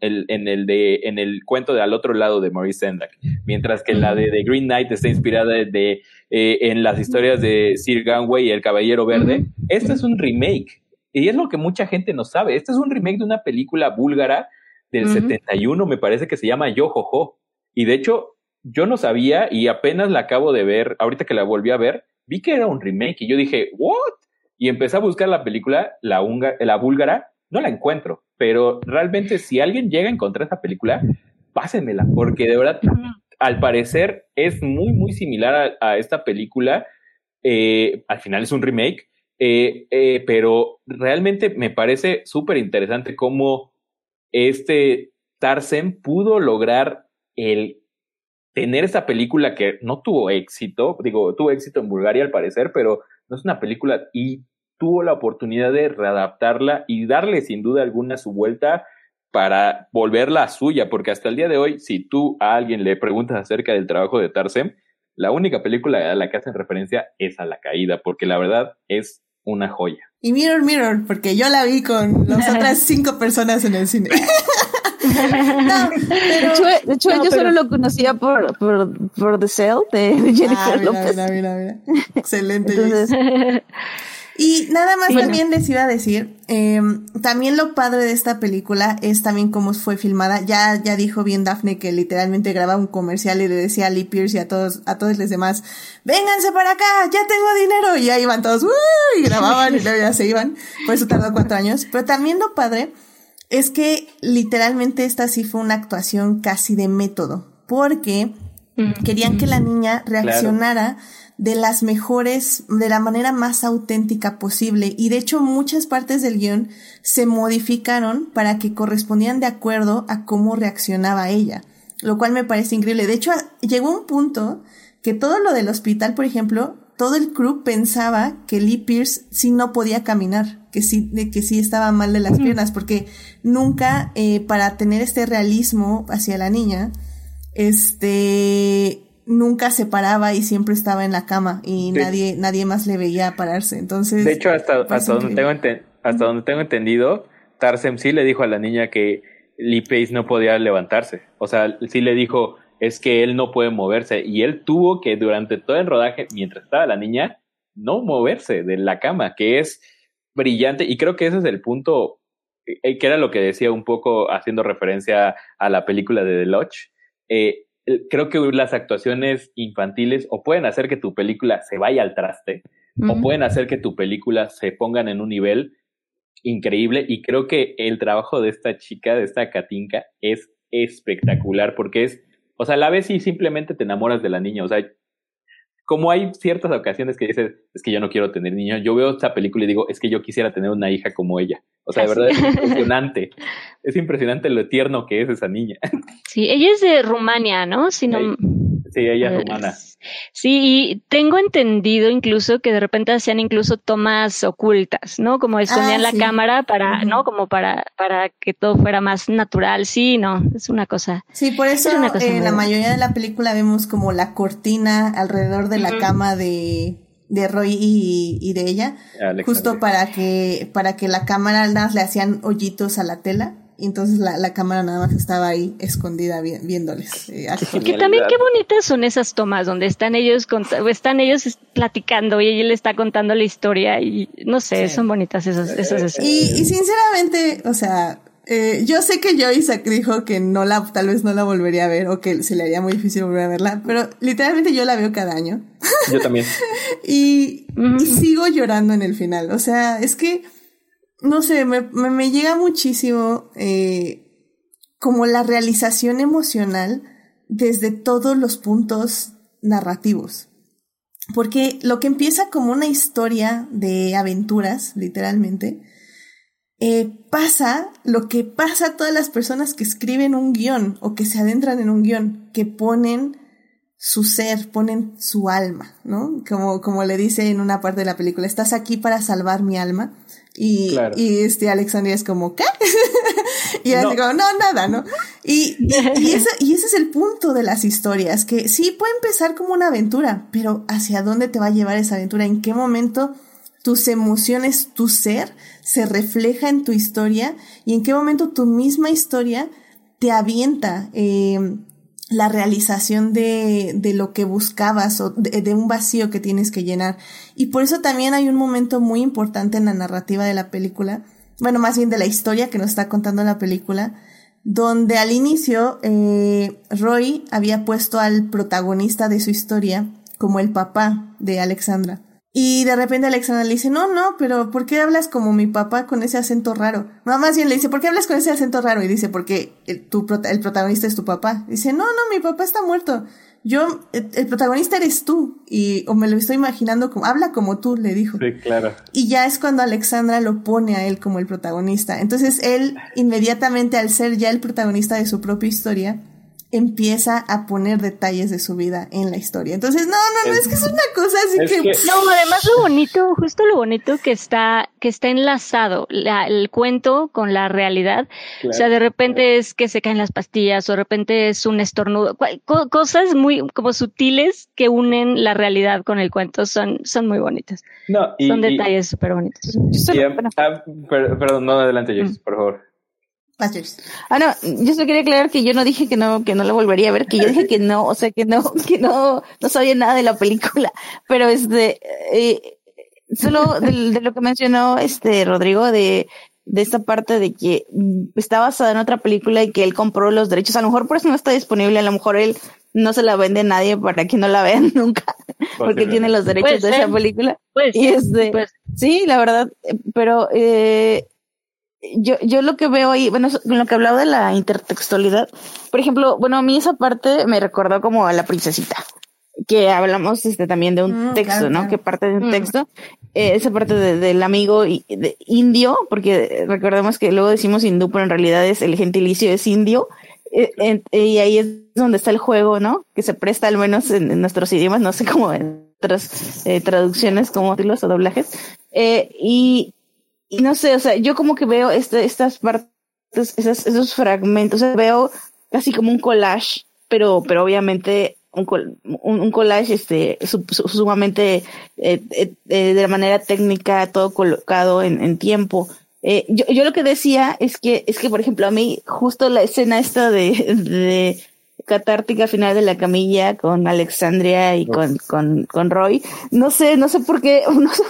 el cuento de Al otro lado de Maurice Sendak, mientras que la de The Green Knight está inspirada en las historias de Sir Gawain y el Caballero Verde, este es un remake. Y es lo que mucha gente no sabe. Este es un remake de una película búlgara del 71, me parece que se llama Yo Jo Jo. Y de hecho, yo no sabía y apenas la acabo de ver, ahorita que la volví a ver, vi que era un remake y yo dije, ¿what? Y empecé a buscar la película, la búlgara, no la encuentro. Pero realmente si alguien llega a encontrar esa película, pásenmela, porque de verdad, al parecer es muy, muy similar a esta película. Al final es un remake. Pero realmente me parece súper interesante cómo Tarzan pudo lograr tener esa película que no tuvo éxito, tuvo éxito en Bulgaria al parecer, pero no es una película, y tuvo la oportunidad de readaptarla y darle sin duda alguna su vuelta para volverla suya, porque hasta el día de hoy, si tú a alguien le preguntas acerca del trabajo de Tarzan, la única película a la que hacen referencia es a La Caída, porque la verdad es una joya. Y Mirror, Mirror, porque yo la vi con las otras 5 personas en el cine. De hecho, yo solo lo conocía por The Cell de Jennifer López. Mira. Excelente. Entonces, y nada más también les iba a decir, también lo padre de esta película es también cómo fue filmada. Ya dijo bien Daphne que literalmente grababa un comercial y le decía a Lee Pearce y a todos los demás, vénganse para acá, ya tengo dinero, y ahí iban todos, y grababan y luego ya se iban. Por eso tardó 4 años. Pero también lo padre es que literalmente esta sí fue una actuación casi de método, porque querían que la niña reaccionara de la manera más auténtica posible, y de hecho muchas partes del guión se modificaron para que correspondieran de acuerdo a cómo reaccionaba ella, lo cual me parece increíble. De hecho, llegó un punto que todo lo del hospital, por ejemplo, todo el crew pensaba que Lee Pearce sí no podía caminar, que sí estaba mal de las piernas, porque nunca, para tener este realismo hacia la niña, nunca se paraba y siempre estaba en la cama y nadie más le veía pararse. Entonces, de hecho, hasta donde tengo entendido, Tarzan sí le dijo a la niña que Lee Pace no podía levantarse. O sea, sí le dijo, es que él no puede moverse, y él tuvo que durante todo el rodaje, mientras estaba la niña, no moverse de la cama, que es brillante, y creo que ese es el punto, que era lo que decía un poco haciendo referencia a la película de The Lodge. Creo que las actuaciones infantiles o pueden hacer que tu película se vaya al traste, o pueden hacer que tu película se pongan en un nivel increíble, y creo que el trabajo de esta chica, de esta Katinka, es espectacular, porque o sea, a la vez sí simplemente te enamoras de la niña, o sea, como hay ciertas ocasiones que dices, es que yo no quiero tener niños, yo veo esta película y digo, es que yo quisiera tener una hija como ella. O sea, de verdad es impresionante lo tierno que es esa niña. Sí, ella es de Rumania, ¿no? Si no... Sí, ella es rumana. Sí, y tengo entendido incluso que de repente hacían incluso tomas ocultas, ¿no? Como escondían la cámara para, ¿no? Como para que todo fuera más natural. Sí, no, es una cosa. Sí, por eso en la mayoría de la película vemos como la cortina alrededor de la cama de Roy y de ella, Alexandria. Justo para que la cámara le hacían hoyitos a la tela. Y entonces la cámara nada más estaba ahí escondida viéndoles. Porque también qué bonitas son esas tomas donde están ellos platicando y ella le está contando la historia y no sé, son bonitas esas escenas. Y sinceramente, o sea, yo sé que Joyce dijo que tal vez no la volvería a ver o que se le haría muy difícil volver a verla, pero literalmente yo la veo cada año. Yo también. y sigo llorando en el final. O sea, es que no sé, me llega muchísimo como la realización emocional desde todos los puntos narrativos. Porque lo que empieza como una historia de aventuras, literalmente, pasa lo que pasa a todas las personas que escriben un guión o que se adentran en un guión, que ponen su ser, ponen su alma, ¿no? Como le dice en una parte de la película, estás aquí para salvar mi alma. Y, claro. Y Alexandria es como, ¿qué? Y así como, no, nada, ¿no? Y ese es el punto de las historias, que sí puede empezar como una aventura, pero ¿hacia dónde te va a llevar esa aventura? ¿En qué momento tus emociones, tu ser, se refleja en tu historia? ¿Y en qué momento tu misma historia te avienta la realización de lo que buscabas o de un vacío que tienes que llenar? Y por eso también hay un momento muy importante en la narrativa de la película, bueno, más bien de la historia que nos está contando la película, donde al inicio Roy había puesto al protagonista de su historia como el papá de Alexandra. Y de repente Alexandra le dice, no, pero ¿por qué hablas como mi papá con ese acento raro? No, más bien le dice, ¿por qué hablas con ese acento raro? Y dice, porque el protagonista es tu papá. Dice, no, mi papá está muerto. El protagonista eres tú. O me lo estoy imaginando como, habla como tú, le dijo. Sí, claro. Y ya es cuando Alexandra lo pone a él como el protagonista. Entonces él, inmediatamente al ser ya el protagonista de su propia historia, empieza a poner detalles de su vida en la historia. Entonces, no, es que es una cosa así que... No, además lo bonito que está enlazado el cuento con la realidad. Claro. O sea, de repente es que se caen las pastillas, o de repente es un estornudo. Cosas muy como sutiles que unen la realidad con el cuento son muy bonitas. Son detalles súper bonitos. Perdón, no, adelante, Jess, por favor. No, yo solo quería aclarar que yo no dije que no la volvería a ver, que yo dije que no, o sea, que no sabía nada de la película, pero solo de lo que mencionó Rodrigo de esta parte de que está basada en otra película y que él compró los derechos, a lo mejor por eso no está disponible, a lo mejor él no se la vende a nadie para que no la vean nunca, porque tiene los derechos de esa película. Sí, la verdad, pero yo lo que veo ahí, bueno, con lo que hablaba de la intertextualidad, por ejemplo, bueno, a mí esa parte me recordó como a La Princesita, que hablamos también de un texto, claro, ¿no? Claro. Que parte de un texto, esa parte del amigo indio, porque recordemos que luego decimos hindú, pero en realidad el gentilicio es indio, y ahí es donde está el juego, ¿no? Que se presta al menos en nuestros idiomas, no sé cómo en otras traducciones como títulos o doblajes, y no sé, o sea, yo como que veo estas partes, esos fragmentos, o sea, veo casi como un collage, pero obviamente un collage sumamente de la manera técnica, todo colocado en tiempo. Yo lo que decía es que por ejemplo a mí justo la escena esta de catártica final de la camilla con Alexandria y con Roy. No sé por qué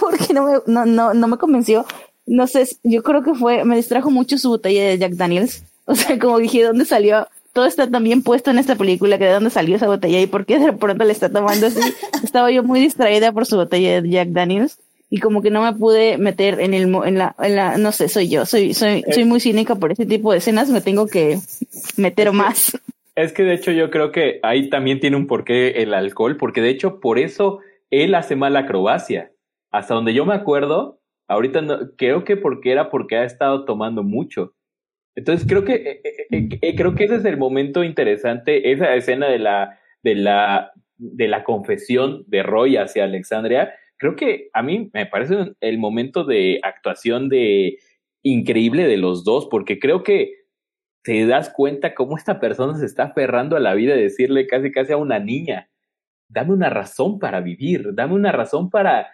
no me convenció. No sé, yo creo que me distrajo mucho su botella de Jack Daniels. O sea, como dije, ¿dónde salió? Todo está tan bien puesto en esta película que de dónde salió esa botella y por qué de pronto le está tomando así. Estaba yo muy distraída por su botella de Jack Daniels y como que no me pude meter en la, no sé, soy muy cínica por ese tipo de escenas, me tengo que meter más. Es que de hecho yo creo que ahí también tiene un porqué el alcohol, porque de hecho por eso él hace mala acrobacia. Hasta donde yo me acuerdo, ahorita no, creo que porque ha estado tomando mucho. Entonces creo que ese es el momento interesante, esa escena de la confesión de Roy hacia Alexandria. Creo que a mí me parece el momento de actuación increíble de los dos, porque creo que te das cuenta cómo esta persona se está aferrando a la vida, de decirle casi a una niña, dame una razón para vivir, dame una razón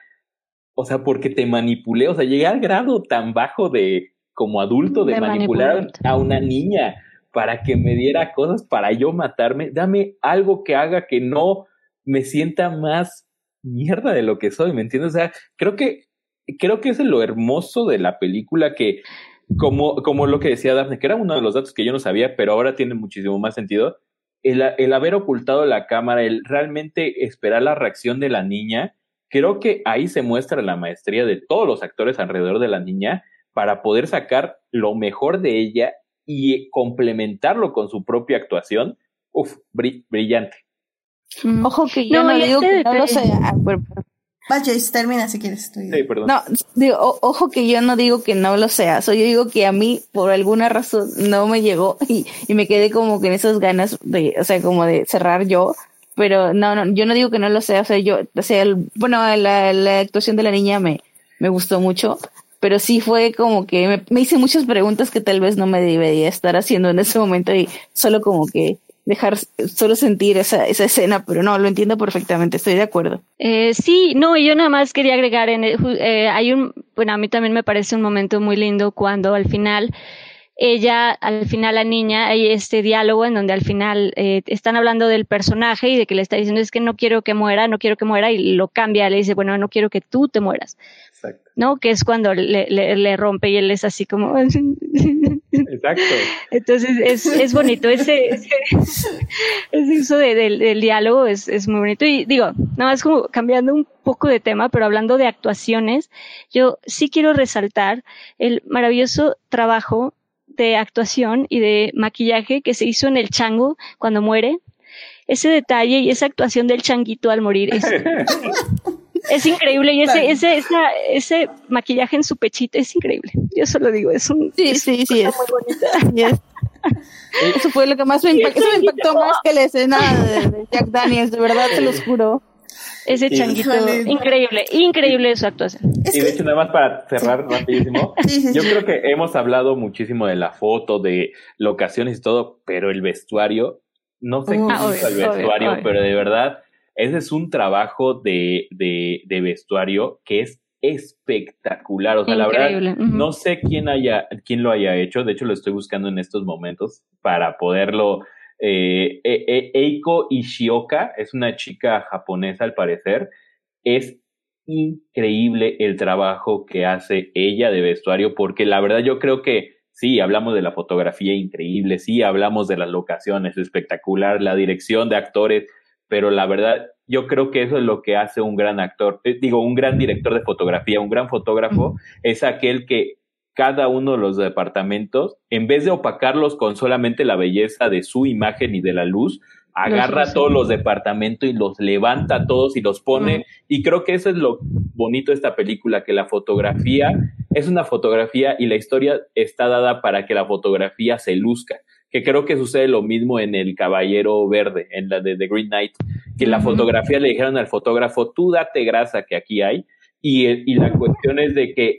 o sea, porque te manipulé, o sea, llegué al grado tan bajo como adulto de manipular a una niña para que me diera cosas para yo matarme. Dame algo que haga que no me sienta más mierda de lo que soy, ¿me entiendes? O sea, creo que es lo hermoso de la película, que como lo que decía Daphne, que era uno de los datos que yo no sabía, pero ahora tiene muchísimo más sentido, el haber ocultado la cámara, el realmente esperar la reacción de la niña. Creo que ahí se muestra la maestría de todos los actores alrededor de la niña para poder sacar lo mejor de ella y complementarlo con su propia actuación. Uf, brillante. Ojo que yo no digo que no lo sea. Vaya, termina si quieres. Sí, perdón. No, digo, ojo que yo no digo que no lo sea. Yo digo que a mí, por alguna razón, no me llegó y me quedé como que en esas ganas o sea, como de cerrar yo. Pero no, yo no digo que no lo sea. O sea, la actuación de la niña me gustó mucho. Pero sí fue como que me hice muchas preguntas que tal vez no me debería estar haciendo en ese momento y solo como que solo sentir esa escena, pero no, lo entiendo perfectamente, estoy de acuerdo. Sí, no, y yo nada más quería agregar, a mí también me parece un momento muy lindo cuando al final la niña, hay este diálogo en donde al final están hablando del personaje y de que le está diciendo es que no quiero que muera, y lo cambia, le dice, bueno, no quiero que tú te mueras. Exacto. ¿No? Que es cuando le rompe y él es así como... Exacto. Entonces es bonito, ese uso del diálogo es muy bonito. Y digo, nada más como cambiando un poco de tema, pero hablando de actuaciones, yo sí quiero resaltar el maravilloso trabajo de actuación y de maquillaje que se hizo en el chango cuando muere. Ese detalle y esa actuación del changuito al morir es increíble, y ese maquillaje en su pechito es increíble. Yo solo digo, es muy bonita. Yes. Eso fue lo que más me impactó. Eso me impactó más que la escena de Jack Daniels, de verdad, te los juro. Ese changuito, increíble su actuación. Y de hecho, nada más para cerrar rapidísimo, yo creo que hemos hablado muchísimo de la foto, de locaciones y todo, pero el vestuario, no sé quién hizo el vestuario, obvio. Pero de verdad, ese es un trabajo de vestuario que es espectacular. O sea, increíble. La verdad, no sé quién lo haya hecho. De hecho, lo estoy buscando en estos momentos para poderlo. Eiko Ishioka es una chica japonesa, al parecer. Es increíble el trabajo que hace ella de vestuario, porque la verdad yo creo que sí, hablamos de la fotografía increíble, sí, hablamos de las locaciones espectacular, la dirección de actores, pero la verdad yo creo que eso es lo que hace un gran actor, un gran director de fotografía, un gran fotógrafo, es aquel que cada uno de los departamentos, en vez de opacarlos con solamente la belleza de su imagen y de la luz, agarra todos los departamentos y los levanta a todos y los pone, y creo que eso es lo bonito de esta película, que la fotografía es una fotografía y la historia está dada para que la fotografía se luzca, que creo que sucede lo mismo en El Caballero Verde, en la de The Green Knight, que la fotografía le dijeron al fotógrafo, tú date grasa que aquí hay. Y la cuestión es de que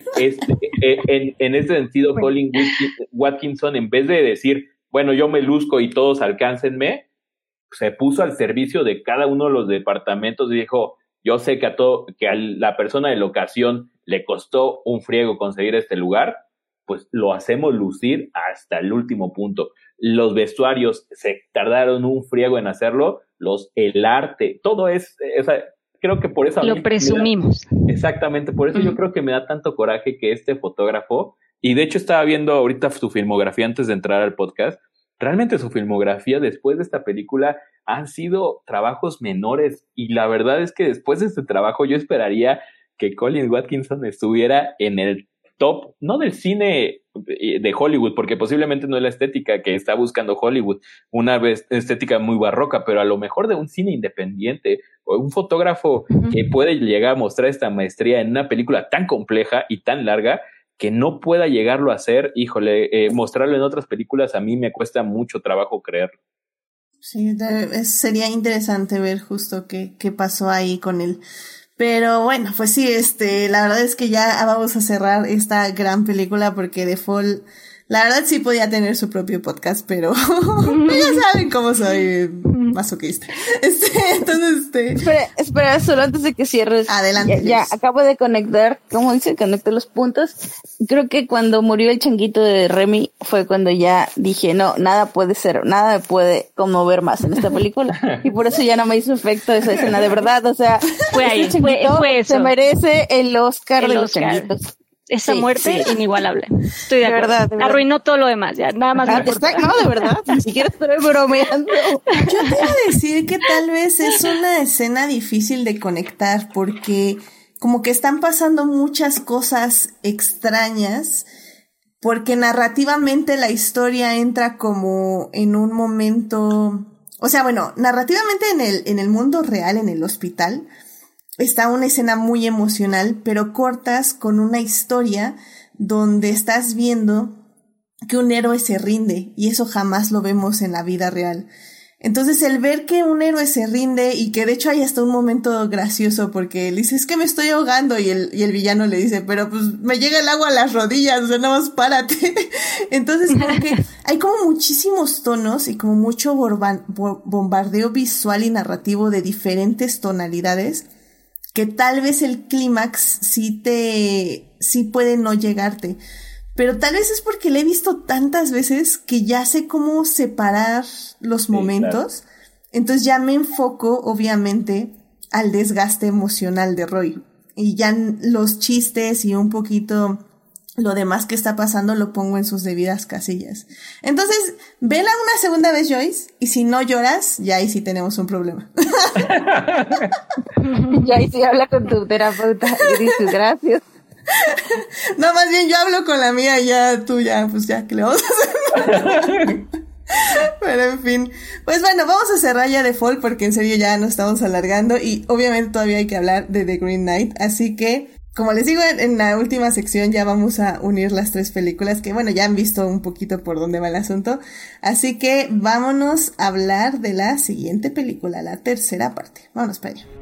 en ese sentido Colin Watkinson, en vez de decir, bueno, yo me luzco y todos alcáncenme, se puso al servicio de cada uno de los departamentos y dijo, yo sé que a la persona de locación le costó un friego conseguir este lugar, pues lo hacemos lucir hasta el último punto. los vestuarios se tardaron un friego en hacerlo, el arte, todo es, o sea, creo que por eso... Lo presumimos. Exactamente, por eso yo creo que me da tanto coraje que este fotógrafo, y de hecho estaba viendo ahorita su filmografía antes de entrar al podcast, realmente su filmografía después de esta película han sido trabajos menores, y la verdad es que después de este trabajo yo esperaría que Colin Watkinson estuviera en el top, no del cine de Hollywood, porque posiblemente no es la estética que está buscando Hollywood, una estética muy barroca, pero a lo mejor de un cine independiente, o un fotógrafo que puede llegar a mostrar esta maestría en una película tan compleja y tan larga, que no pueda llegarlo a hacer, híjole, mostrarlo en otras películas a mí me cuesta mucho trabajo creerlo. Sí, sería interesante ver justo qué pasó ahí con él. Pero bueno, pues sí, la verdad es que ya vamos a cerrar esta gran película porque The Fall, la verdad sí podía tener su propio podcast, pero ya saben cómo soy masoquista. Entonces, Espera, solo antes de que cierres. Adelante. Ya acabo de conectar, ¿cómo dice? Conecté los puntos. Creo que cuando murió el changuito de Remy fue cuando ya dije, no, nada me puede conmover más en esta película. Y por eso ya no me hizo efecto esa escena de verdad. O sea, fue ahí, fue eso. Se merece el Oscar de los changuitos. Esa muerte inigualable. Estoy de acuerdo. Verdad. Arruinó todo lo demás, ya. Nada más. No, de verdad. Ni siquiera estoy bromeando. Yo te iba a decir que tal vez es una escena difícil de conectar porque como que están pasando muchas cosas extrañas, porque narrativamente la historia entra como en un momento, o sea, bueno, narrativamente en el mundo real, en el hospital, está una escena muy emocional, pero cortas con una historia donde estás viendo que un héroe se rinde, y eso jamás lo vemos en la vida real. Entonces el ver que un héroe se rinde, y que de hecho hay hasta un momento gracioso porque él dice, es que me estoy ahogando, y el villano le dice, pero pues me llega el agua a las rodillas, o sea, nada más párate. Entonces como que hay como muchísimos tonos y como mucho bombardeo visual y narrativo de diferentes tonalidades, que tal vez el clímax sí puede no llegarte. Pero tal vez es porque le he visto tantas veces que ya sé cómo separar los momentos. Claro. Entonces ya me enfoco, obviamente, al desgaste emocional de Roy. Y ya los chistes y un poquito lo demás que está pasando lo pongo en sus debidas casillas. Entonces, vela una segunda vez, Joyce, y si no lloras, ya ahí sí tenemos un problema. Ya ahí sí habla con tu terapeuta y dices gracias. No, más bien yo hablo con la mía y ya tú ya, pues ya, ¿qué le vamos a hacer? Pero en fin, pues bueno, vamos a cerrar ya The Fall porque en serio ya nos estamos alargando y obviamente todavía hay que hablar de The Green Knight, así que como les digo, en la última sección ya vamos a unir las tres películas que, bueno, ya han visto un poquito por dónde va el asunto. Así que vámonos a hablar de la siguiente película, la tercera parte. Vámonos para allá.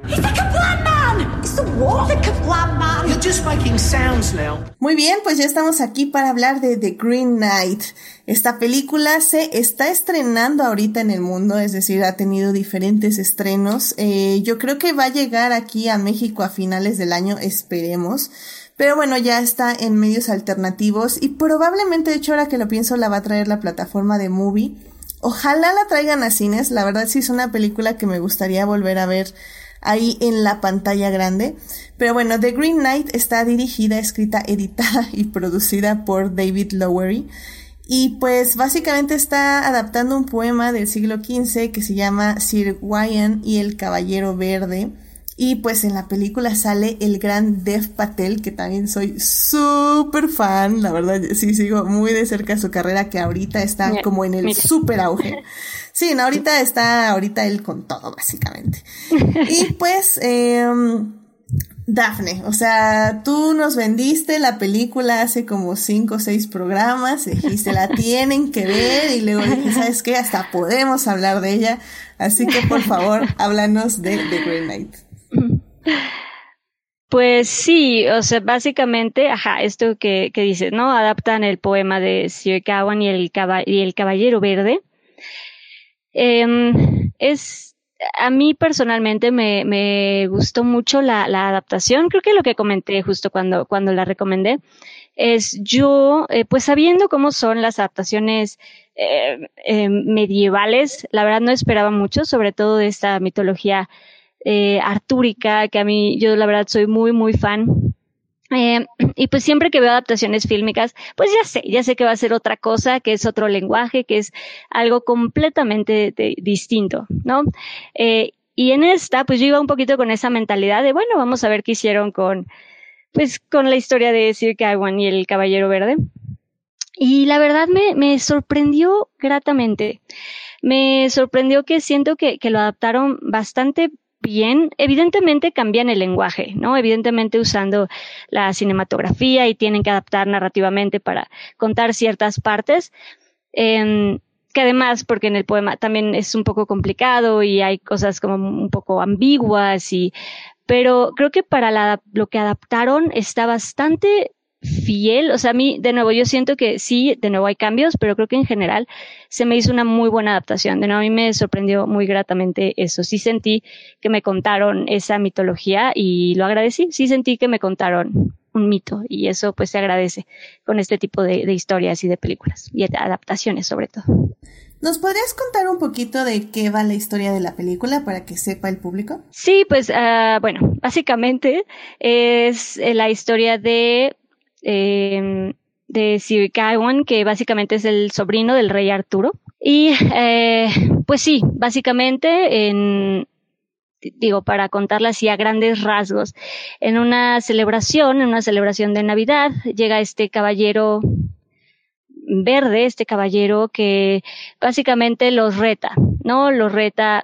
Muy bien, pues ya estamos aquí para hablar de The Green Knight. Esta película se está estrenando ahorita en el mundo, es decir, ha tenido diferentes estrenos. Yo creo que va a llegar aquí a México a finales del año, esperemos. Pero bueno, ya está en medios alternativos y probablemente, de hecho, ahora que lo pienso, la va a traer la plataforma de Movie. Ojalá la traigan a cines, la verdad sí es una película que me gustaría volver a ver ahí en la pantalla grande. Pero bueno, The Green Knight está dirigida, escrita, editada y producida por David Lowery. Y pues básicamente está adaptando un poema del siglo XV que se llama Sir Gawain y el Caballero Verde. Y pues en la película sale el gran Dev Patel, que también soy súper fan, la verdad, sí sigo muy de cerca su carrera, que ahorita está como en el súper auge. Sí, no, ahorita él con todo, básicamente. Y pues, Dafne, o sea, tú nos vendiste la película hace como 5 o 6 programas, dijiste, la tienen que ver, y luego dije, ¿sabes qué? Hasta podemos hablar de ella, así que por favor, háblanos de The Green Knight. Pues sí, o sea, básicamente, esto que dices, ¿no? Adaptan el poema de Sir Gawain y el Caballero Verde. Es a mí personalmente me gustó mucho la adaptación. Creo que lo que comenté justo cuando la recomendé es yo, pues sabiendo cómo son las adaptaciones medievales, la verdad no esperaba mucho, sobre todo de esta mitología artúrica, que a mí, yo la verdad soy muy, muy fan. Y pues siempre que veo adaptaciones fílmicas, pues ya sé que va a ser otra cosa, que es otro lenguaje, que es algo completamente distinto, ¿no? Y en esta, pues yo iba un poquito con esa mentalidad de, bueno, vamos a ver qué hicieron con la historia de Sir Gawain y el Caballero Verde. Y la verdad me sorprendió gratamente. Me sorprendió que siento que lo adaptaron bastante bien. Evidentemente cambian el lenguaje, ¿no? Evidentemente usando la cinematografía y tienen que adaptar narrativamente para contar ciertas partes. Que además, porque en el poema también es un poco complicado y hay cosas como un poco ambiguas pero creo que para lo que adaptaron está bastante fiel. O sea, a mí, de nuevo, yo siento que sí, de nuevo hay cambios, pero creo que en general se me hizo una muy buena adaptación. De nuevo, a mí me sorprendió muy gratamente eso. Sí sentí que me contaron esa mitología y lo agradecí. Sí sentí que me contaron un mito y eso pues se agradece con este tipo de historias y de películas y de adaptaciones sobre todo. ¿Nos podrías contar un poquito de qué va la historia de la película para que sepa el público? Sí, pues bueno, básicamente es la historia de Sir Gawain, que básicamente es el sobrino del rey Arturo. Y pues sí, básicamente para contarla así a grandes rasgos, en una celebración de Navidad, llega este caballero verde, este caballero que básicamente los reta, ¿no? Los reta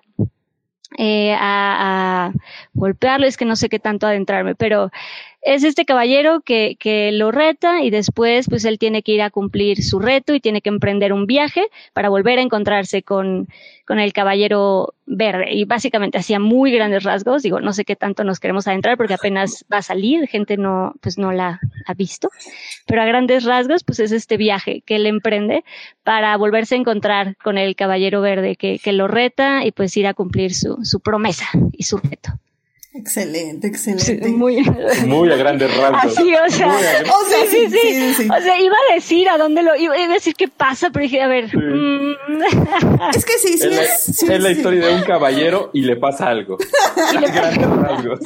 a golpearlo, es que no sé qué tanto adentrarme, pero es este caballero que lo reta y después pues él tiene que ir a cumplir su reto y tiene que emprender un viaje para volver a encontrarse con el caballero verde. Y básicamente hacía muy grandes rasgos, digo, no sé qué tanto nos queremos adentrar porque apenas va a salir, gente no la ha visto, pero a grandes rasgos pues es este viaje que él emprende para volverse a encontrar con el caballero verde que lo reta y pues ir a cumplir su promesa y su reto. Excelente. Sí, muy a grandes rasgos. Así, o sea, sí. O sea, iba a decir a dónde iba a decir qué pasa, pero dije, a ver. Sí. Es que sí. Es la historia de un caballero y le pasa algo. A grandes rasgos.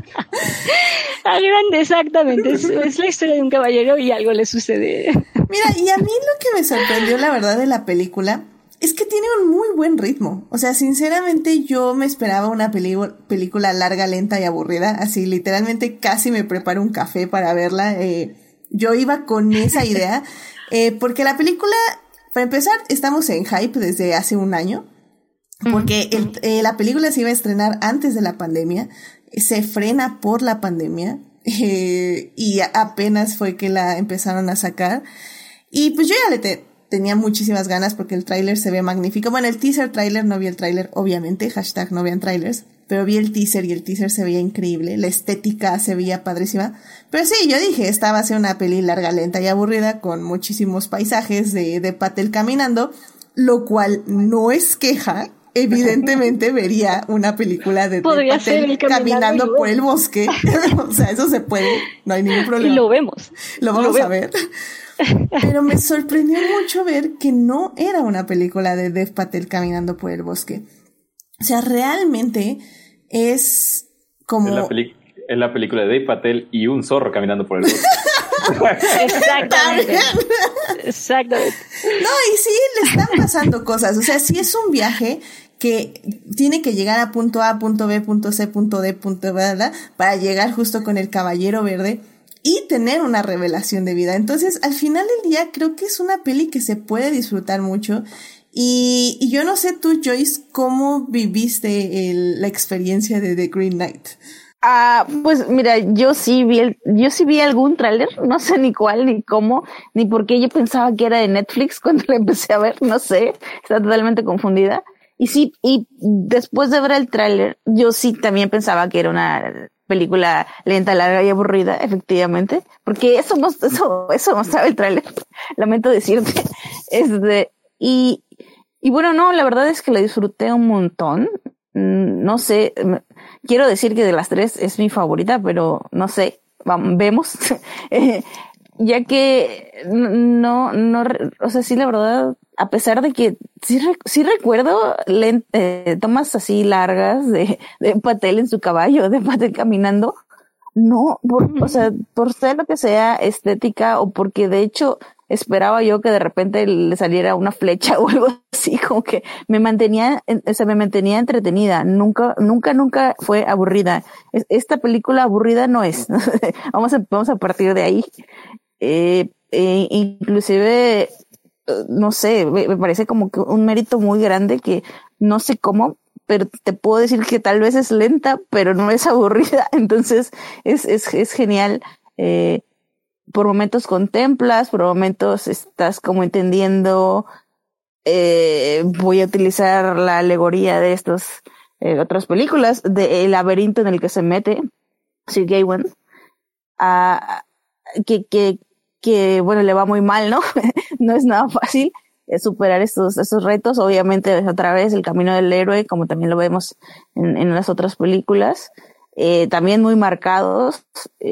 Exactamente. Es la historia de un caballero y algo le sucede. Mira, y a mí lo que me sorprendió, la verdad, de la película es que tiene un muy buen ritmo. O sea, sinceramente yo me esperaba una película larga, lenta y aburrida. Así, literalmente casi me preparo un café para verla. Yo iba con esa idea. Porque la película, para empezar, estamos en hype desde hace un año. Porque la película se iba a estrenar antes de la pandemia. Se frena por la pandemia. Y apenas fue que la empezaron a sacar. Y pues yo ya tenía muchísimas ganas porque el tráiler se ve magnífico. Bueno, el teaser tráiler, no vi el tráiler, obviamente, # no vean trailers, pero vi el teaser y el teaser se veía increíble, la estética se veía padrísima. Pero sí, yo dije, esta va a ser una peli larga, lenta y aburrida con muchísimos paisajes de Patel caminando, lo cual no es queja. Evidentemente vería una película de Patel caminando por el bosque. O sea, eso se puede, no hay ningún problema. Y lo vemos. Lo vamos a ver. Pero me sorprendió mucho ver que no era una película de Dev Patel caminando por el bosque. O sea, realmente es como... Es la película de Dev Patel y un zorro caminando por el bosque. Exactamente. No, y sí, le están pasando cosas. O sea, sí es un viaje que tiene que llegar a punto A, punto B, punto C, punto D, punto B, para llegar justo con el caballero verde y tener una revelación de vida. Entonces, al final del día, creo que es una peli que se puede disfrutar mucho. Y yo no sé tú, Joyce, ¿cómo viviste la experiencia de The Green Knight? Pues mira, yo sí vi algún tráiler, no sé ni cuál, ni cómo, ni por qué yo pensaba que era de Netflix cuando la empecé a ver, no sé, estaba totalmente confundida. Y sí, y después de ver el tráiler, yo sí también pensaba que era una película lenta, larga y aburrida, efectivamente, porque eso mostraba el tráiler, lamento decirte, y bueno, no, la verdad es que la disfruté un montón. no sé, quiero decir que de las tres es mi favorita, pero no sé, vemos. Ya que o sea, sí, la verdad, a pesar de que sí recuerdo tomas así largas de Patel en su caballo, de Patel caminando, no, o sea, por ser lo que sea estética o porque de hecho esperaba yo que de repente le saliera una flecha o algo así, como que me mantenía entretenida, nunca fue aburrida. Esta película aburrida no es. Vamos a partir de ahí. Inclusive, no sé, me parece como que un mérito muy grande que no sé cómo, pero te puedo decir que tal vez es lenta, pero no es aburrida. Entonces es genial. Por momentos contemplas, por momentos estás como entendiendo, voy a utilizar la alegoría de estas otras películas, de el laberinto en el que se mete Sir Gawain, que bueno, le va muy mal, ¿no? No es nada fácil superar esos retos. Obviamente, otra vez, el camino del héroe, como también lo vemos en las otras películas, también muy marcados,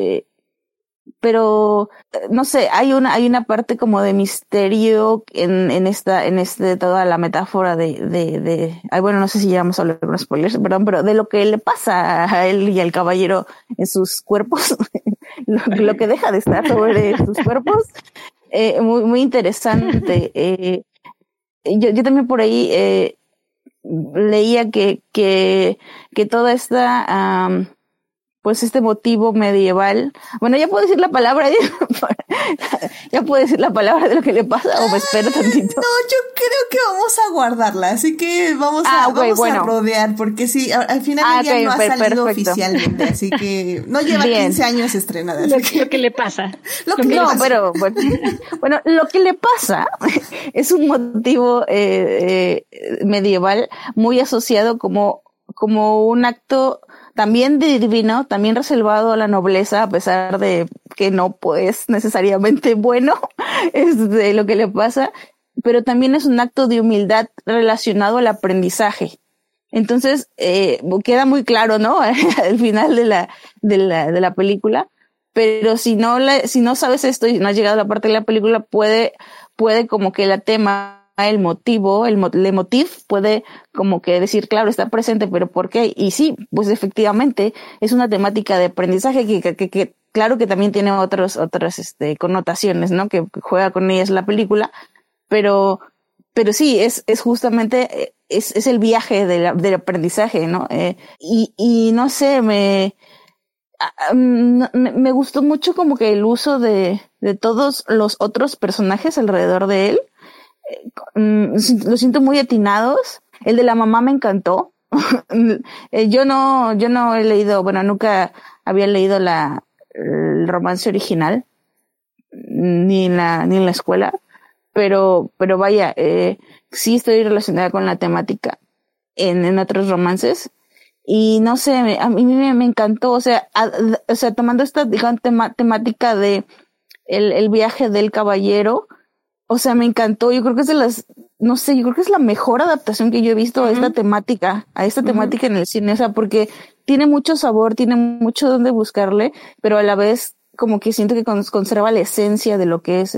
pero no sé, hay una parte como de misterio en toda la metáfora ay, bueno, no sé si ya vamos a hablar con spoilers, perdón, pero de lo que le pasa a él y al caballero en sus cuerpos, lo que deja de estar sobre sus cuerpos, muy, muy interesante. Yo también por ahí leía que toda esta pues este motivo medieval, bueno, ya puedo decir la palabra, ya puedo decir la palabra de lo que le pasa, o me espero tantito. No, yo creo que vamos a guardarla, así que vamos a rodear, porque sí, al final del día no ha salido oficialmente, así que no lleva 15 años estrenada. Lo que le pasa. Pero bueno, lo que le pasa es un motivo medieval muy asociado como un acto también divino, también reservado a la nobleza, a pesar de que no pues necesariamente bueno es de lo que le pasa, pero también es un acto de humildad relacionado al aprendizaje. Entonces, queda muy claro, ¿no? Al final de la película, pero si no sabes esto y no has llegado a la parte de la película, puede como que el tema, el motivo, el leitmotiv puede como que decir, claro, está presente, pero ¿por qué? Y sí, pues efectivamente es una temática de aprendizaje que claro que también tiene otras connotaciones, ¿no? Que juega con ellas la película, pero sí, es justamente, es el viaje del aprendizaje, ¿no? Y no sé, me gustó mucho como que el uso de todos los otros personajes alrededor de él. Lo siento muy atinados. El de la mamá me encantó. Yo no he leído, bueno, nunca había leído el romance original, ni en la escuela, pero vaya, sí estoy relacionada con la temática en otros romances, y no sé, a mí me encantó, o sea, tomando esta, digamos, temática de el viaje del caballero. O sea, me encantó. Yo creo que yo creo que es la mejor adaptación que yo he visto a esta temática en el cine. O sea, porque tiene mucho sabor, tiene mucho donde buscarle, pero a la vez como que siento que conserva la esencia de lo que es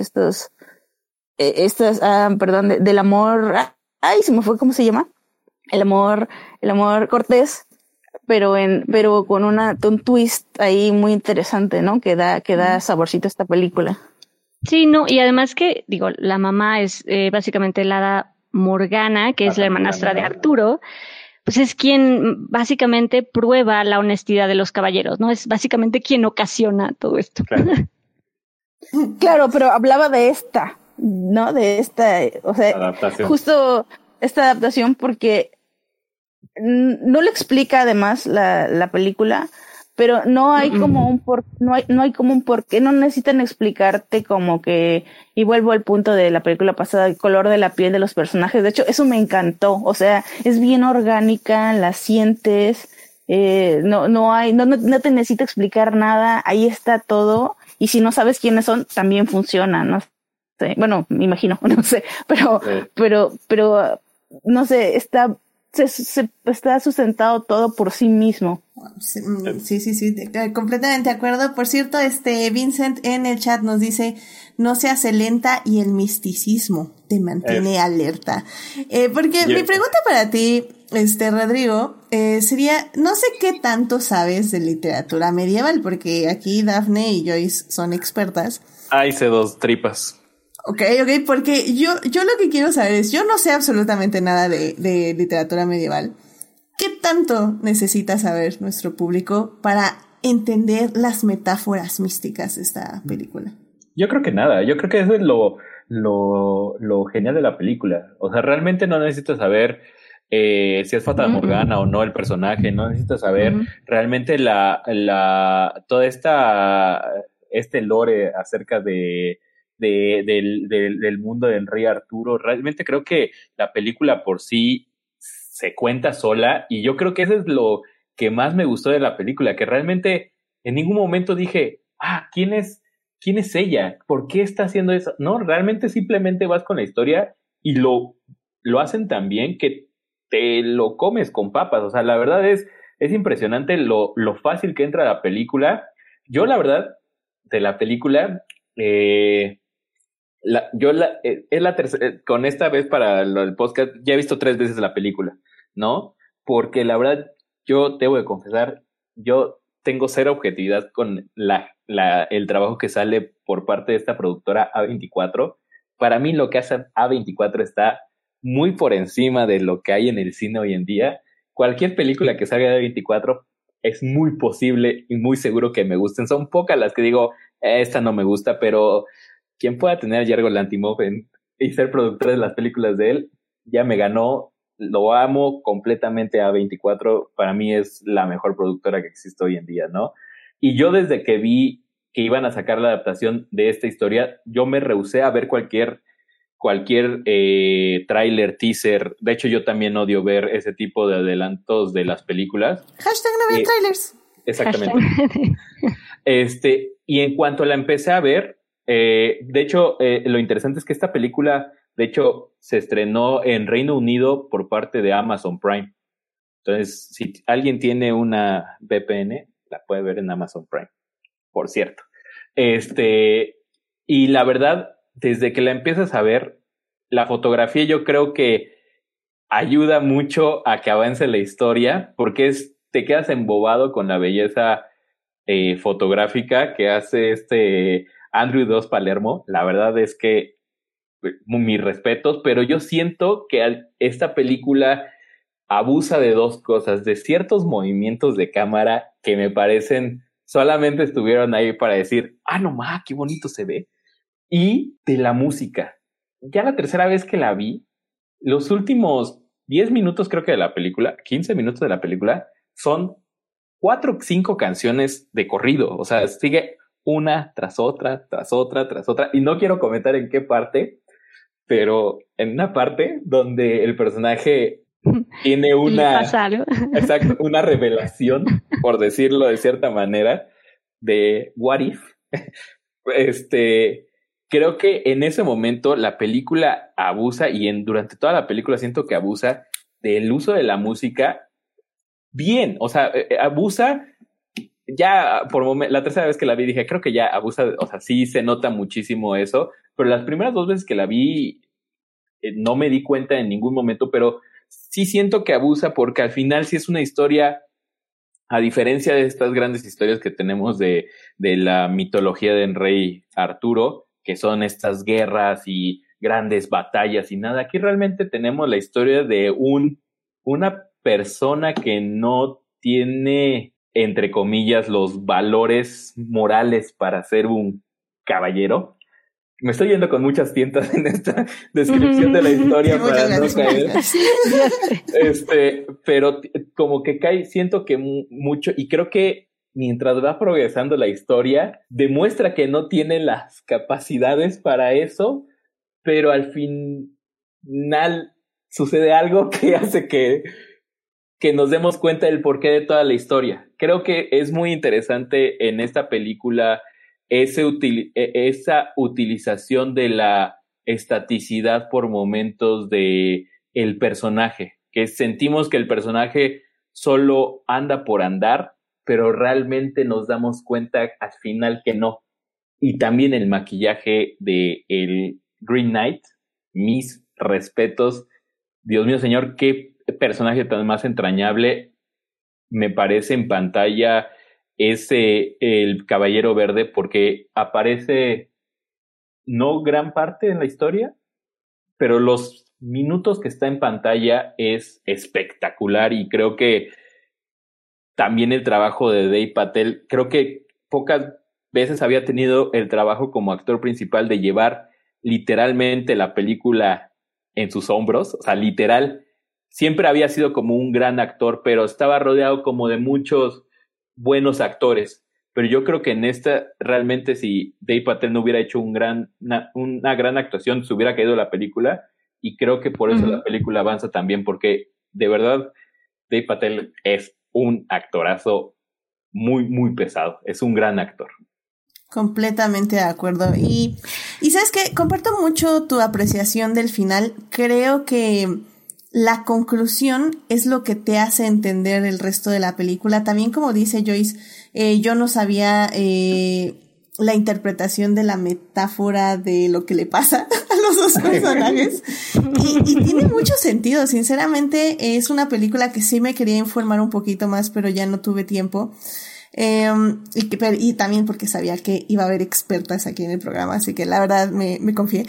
del amor. Ay, se me fue, ¿cómo se llama? El amor cortés, pero con un twist ahí muy interesante, ¿no? Que da saborcito a esta película. Sí, no, y además que, digo, la mamá es básicamente la hada Morgana, que es la hermanastra de Arturo, pues es quien básicamente prueba la honestidad de los caballeros, ¿no? Es básicamente quien ocasiona todo esto. Claro, pero hablaba de esta, ¿no? De esta, o sea, adaptación. Justo esta adaptación, porque no lo explica además la película, pero no hay como no hay como un porqué, no necesitan explicarte como que, y vuelvo al punto de la película pasada, el color de la piel de los personajes. De hecho, eso me encantó, o sea, es bien orgánica, la sientes, no te necesita explicar nada, ahí está todo, y si no sabes quiénes son, también funciona, ¿no? Bueno, me imagino, no sé, pero no sé, está se está sustentado todo por sí mismo. Sí, completamente de acuerdo. Por cierto, Vincent en el chat nos dice, no se hace lenta y el misticismo te mantiene alerta. Porque mi pregunta para ti, Rodrigo, sería, no sé qué tanto sabes de literatura medieval, porque aquí Dafne y Joyce son expertas. Hice 2 tripas. Ok, porque yo lo que quiero saber es, yo no sé absolutamente nada de literatura medieval. ¿Qué tanto necesita saber nuestro público para entender las metáforas místicas de esta película? Yo creo que nada, yo creo que eso es lo genial de la película. O sea, realmente no necesitas saber si es Fata Morgana o no el personaje, no necesitas saber realmente toda este lore acerca del mundo del rey Arturo. Realmente creo que la película por sí se cuenta sola, y yo creo que eso es lo que más me gustó de la película, que realmente en ningún momento dije, ¿quién es ella? ¿Por qué está haciendo eso? No, realmente simplemente vas con la historia y lo hacen tan bien que te lo comes con papas. O sea, la verdad es impresionante lo fácil que entra la película. Yo, la verdad, de la película, es la tercera, con esta vez para el podcast, ya he visto 3 veces la película, ¿no? Porque la verdad, yo debo de confesar, yo tengo cero objetividad con el trabajo que sale por parte de esta productora A24. Para mí lo que hace A24 está muy por encima de lo que hay en el cine hoy en día. Cualquier película que salga de A24 es muy posible y muy seguro que me gusten. Son pocas las que digo, esta no me gusta, pero quien pueda tener a Yargo Lantimov y ser productor de las películas de él, ya me ganó. Lo amo completamente a A24. Para mí es la mejor productora que existe hoy en día, ¿no? Y yo desde que vi que iban a sacar la adaptación de esta historia, yo me rehusé a ver cualquier tráiler, teaser. De hecho, yo también odio ver ese tipo de adelantos de las películas. #no veo trailers. Exactamente. Y en cuanto la empecé a ver, de hecho, lo interesante es que esta película, de hecho, se estrenó en Reino Unido por parte de Amazon Prime. Entonces, si alguien tiene una VPN, la puede ver en Amazon Prime, por cierto. Y la verdad, desde que la empiezas a ver, la fotografía yo creo que ayuda mucho a que avance la historia, porque te quedas embobado con la belleza fotográfica que hace Andrew Dos Palermo. La verdad es que mis respetos, pero yo siento que esta película abusa de 2 cosas, de ciertos movimientos de cámara que me parecen solamente estuvieron ahí para decir, no ma, qué bonito se ve, y de la música. Ya la tercera vez que la vi, los últimos 10 minutos creo que de la película, 15 minutos de la película, son 4 o 5 canciones de corrido. O sea, sigue una tras otra, tras otra, tras otra. Y no quiero comentar en qué parte, pero en una parte donde el personaje tiene exacto, una revelación, por decirlo de cierta manera, de what if. Creo que en ese momento la película abusa, y durante toda la película siento que abusa del uso de la música bien. O sea, abusa ya la tercera vez que la vi dije, creo que ya abusa, o sea, sí se nota muchísimo eso, pero las primeras 2 veces que la vi no me di cuenta en ningún momento, pero sí siento que abusa, porque al final sí es una historia, a diferencia de estas grandes historias que tenemos de la mitología del rey Arturo, que son estas guerras y grandes batallas y nada. Aquí realmente tenemos la historia de una persona que no tiene, entre comillas, los valores morales para ser un caballero. Me estoy yendo con muchas tintas en esta descripción de la historia para no caer. Pero como que siento que mucho, y creo que mientras va progresando la historia, demuestra que no tiene las capacidades para eso, pero al final sucede algo que hace que nos demos cuenta del porqué de toda la historia. Creo que es muy interesante en esta película esa utilización de la estaticidad por momentos de el personaje. que sentimos que el personaje solo anda por andar, pero realmente nos damos cuenta al final que no. Y también el maquillaje de el Green Knight, mis respetos. Dios mío, señor, qué personaje tan más entrañable me parece en pantalla el Caballero Verde, porque aparece no gran parte en la historia, pero los minutos que está en pantalla es espectacular, y creo que también el trabajo de Dev Patel, creo que pocas veces había tenido el trabajo como actor principal de llevar literalmente la película en sus hombros, o sea, literal, siempre había sido como un gran actor, pero estaba rodeado como de muchos buenos actores, pero yo creo que en esta, realmente si Dev Patel no hubiera hecho una gran actuación, se hubiera caído la película, y creo que por eso la película avanza también, porque de verdad Dev Patel es un actorazo muy, muy pesado, es un gran actor. Completamente de acuerdo. Y ¿sabes qué? Comparto mucho tu apreciación del final. Creo que la conclusión es lo que te hace entender el resto de la película. También, como dice Joyce, yo no sabía la interpretación de la metáfora de lo que le pasa a los dos personajes. Y tiene mucho sentido. Sinceramente, es una película que sí me quería informar un poquito más, pero ya no tuve tiempo. Y también porque sabía que iba a haber expertas aquí en el programa, así que la verdad me confié.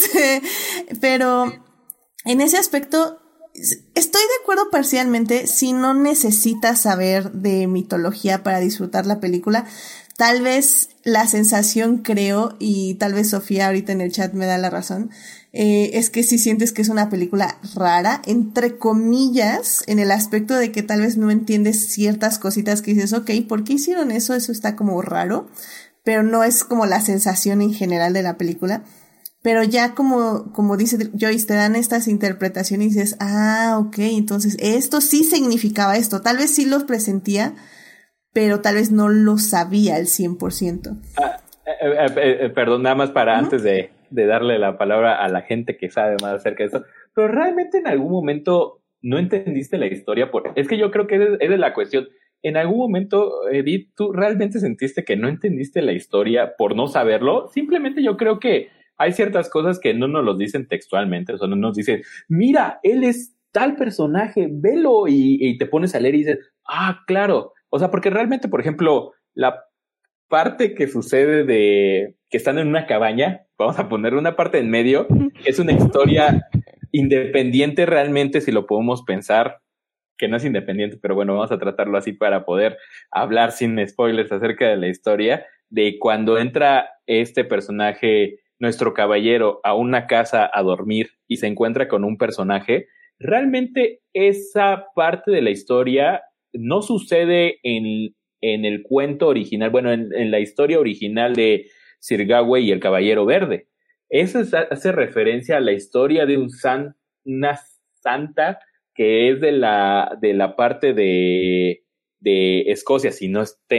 Pero en ese aspecto estoy de acuerdo parcialmente. Si no necesitas saber de mitología para disfrutar la película, tal vez la sensación, creo, y tal vez Sofía ahorita en el chat me da la razón, es que si sientes que es una película rara, entre comillas, en el aspecto de que tal vez no entiendes ciertas cositas que dices, ok, ¿por qué hicieron eso? Eso está como raro, pero no es como la sensación en general de la película. Pero ya como dice Joyce, te dan estas interpretaciones y dices, ok, entonces esto sí significaba esto. Tal vez sí lo presentía, pero tal vez no lo sabía al 100%. Perdón, nada más para antes de darle la palabra a la gente que sabe más acerca de esto, pero realmente en algún momento no entendiste la historia. Es que yo creo que es de la cuestión. En algún momento, Edith, ¿tú realmente sentiste que no entendiste la historia por no saberlo? Simplemente yo creo que hay ciertas cosas que no nos los dicen textualmente, o sea, no nos dicen, mira, él es tal personaje, velo, y te pones a leer y dices, claro. O sea, porque realmente, por ejemplo, la parte que sucede de que están en una cabaña, vamos a poner una parte en medio, es una historia independiente realmente, si lo podemos pensar, que no es independiente, pero bueno, vamos a tratarlo así para poder hablar sin spoilers acerca de la historia, de cuando entra este personaje, nuestro caballero, a una casa a dormir y se encuentra con un personaje. Realmente esa parte de la historia no sucede en el cuento original, bueno, en la historia original de Sir Gawain y el Caballero Verde. Eso hace referencia a la historia de una santa que es de la parte de Escocia, si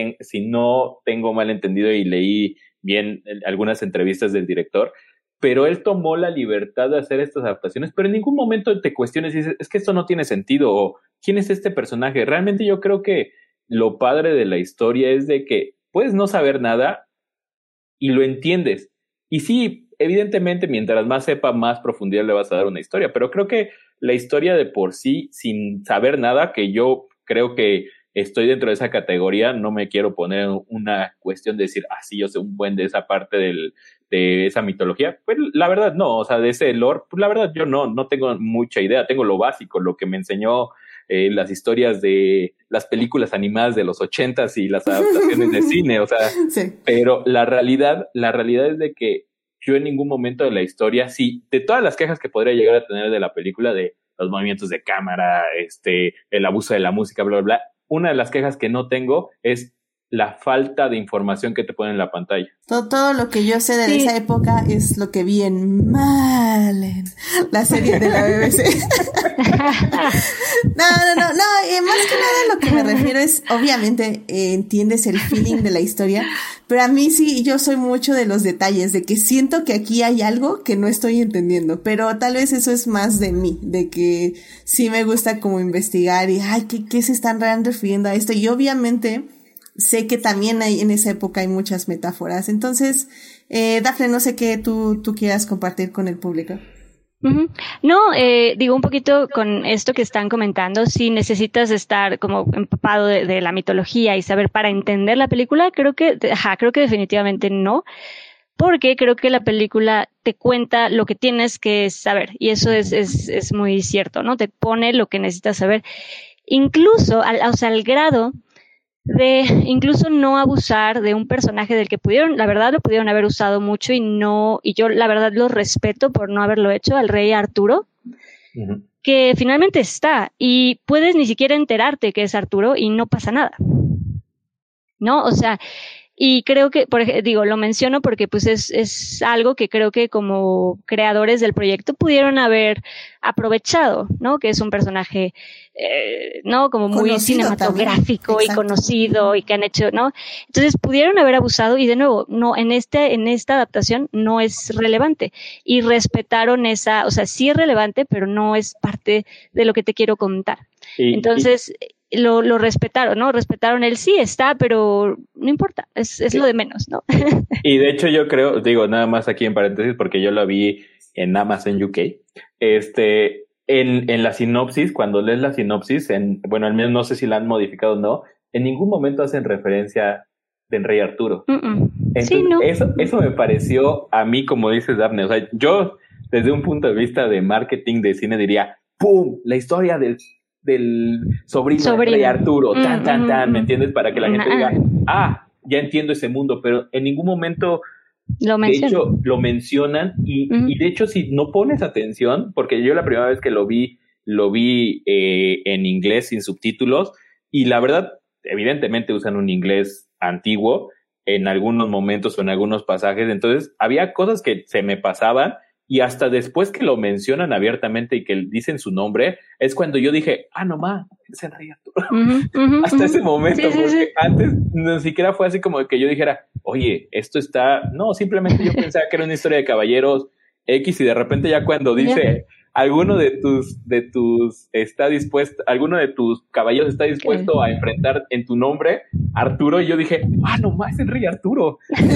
no tengo mal entendido y leí bien algunas entrevistas del director, pero él tomó la libertad de hacer estas adaptaciones, pero en ningún momento te cuestiones y dices, es que esto no tiene sentido, o ¿quién es este personaje? Realmente yo creo que lo padre de la historia es de que puedes no saber nada y lo entiendes. Y sí, evidentemente, mientras más sepa, más profundidad le vas a dar una historia, pero creo que la historia de por sí, sin saber nada, que yo creo que estoy dentro de esa categoría, no me quiero poner en una cuestión de decir, sí, yo sé un buen de esa parte de esa mitología. Pues la verdad no, o sea, de ese lore, pues la verdad yo no tengo mucha idea, tengo lo básico, lo que me enseñó las historias de las películas animadas de los 80s y las adaptaciones de cine, o sea, sí. Pero la realidad es de que yo en ningún momento de la historia, sí, de todas las quejas que podría llegar a tener de la película, de los movimientos de cámara, el abuso de la música, bla, bla, bla, una de las quejas que no tengo es la falta de información que te ponen en la pantalla. Todo lo que yo sé de esa época es lo que vi en Malen, la serie de la BBC. Más que nada lo que me refiero es, obviamente, entiendes el feeling de la historia, pero a mí sí, yo soy mucho de los detalles, de que siento que aquí hay algo que no estoy entendiendo, pero tal vez eso es más de mí, de que sí me gusta como investigar y, ¿qué se están refiriendo a esto? Y obviamente sé que también en esa época hay muchas metáforas. Entonces, Dafne, no sé qué tú quieras compartir con el público. Uh-huh. No, digo un poquito con esto que están comentando, si necesitas estar como empapado de la mitología y saber para entender la película, creo que definitivamente no, porque creo que la película te cuenta lo que tienes que saber y eso es muy cierto, ¿no? Te pone lo que necesitas saber, incluso al grado de incluso no abusar de un personaje del que la verdad lo pudieron haber usado mucho y yo la verdad lo respeto por no haberlo hecho, al rey Arturo, uh-huh, que finalmente está y puedes ni siquiera enterarte que es Arturo y no pasa nada, ¿no? O sea, y creo que, lo menciono porque pues es algo que creo que como creadores del proyecto pudieron haber aprovechado, ¿no? Que es un personaje, ¿no? Como muy cinematográfico y conocido y que han hecho, ¿no? Entonces pudieron haber abusado y de nuevo, no, en esta adaptación no es relevante y respetaron o sea, sí es relevante, pero no es parte de lo que te quiero contar. Entonces, lo respetaron, ¿no? Respetaron el sí está, pero no importa, es lo de menos, ¿no? Y de hecho yo creo, nada más aquí en paréntesis, porque yo lo vi en Amazon UK, en la sinopsis, cuando lees la sinopsis, bueno, al menos no sé si la han modificado o no, en ningún momento hacen referencia del rey Arturo. Entonces, sí, ¿no? Eso me pareció a mí, como dices, Dafne, o sea, yo desde un punto de vista de marketing de cine diría, ¡pum!, la historia del sobrino del rey Arturo, tan, ¿me entiendes? Para que la gente diga, ya entiendo ese mundo, pero en ningún momento de hecho lo mencionan y de hecho si no pones atención, porque yo la primera vez que lo vi en inglés sin subtítulos y la verdad, evidentemente usan un inglés antiguo en algunos momentos o en algunos pasajes, entonces había cosas que se me pasaban. Y hasta después que lo mencionan abiertamente y que dicen su nombre, es cuando yo dije, no ma, es el rey Arturo. Hasta ese momento, porque antes ni siquiera fue así como que yo dijera, oye, esto está... No, simplemente yo pensaba que era una historia de caballeros X y de repente ya cuando dice, alguno de tus caballeros está dispuesto a enfrentar en tu nombre Arturo, y yo dije, no más, es el rey Arturo.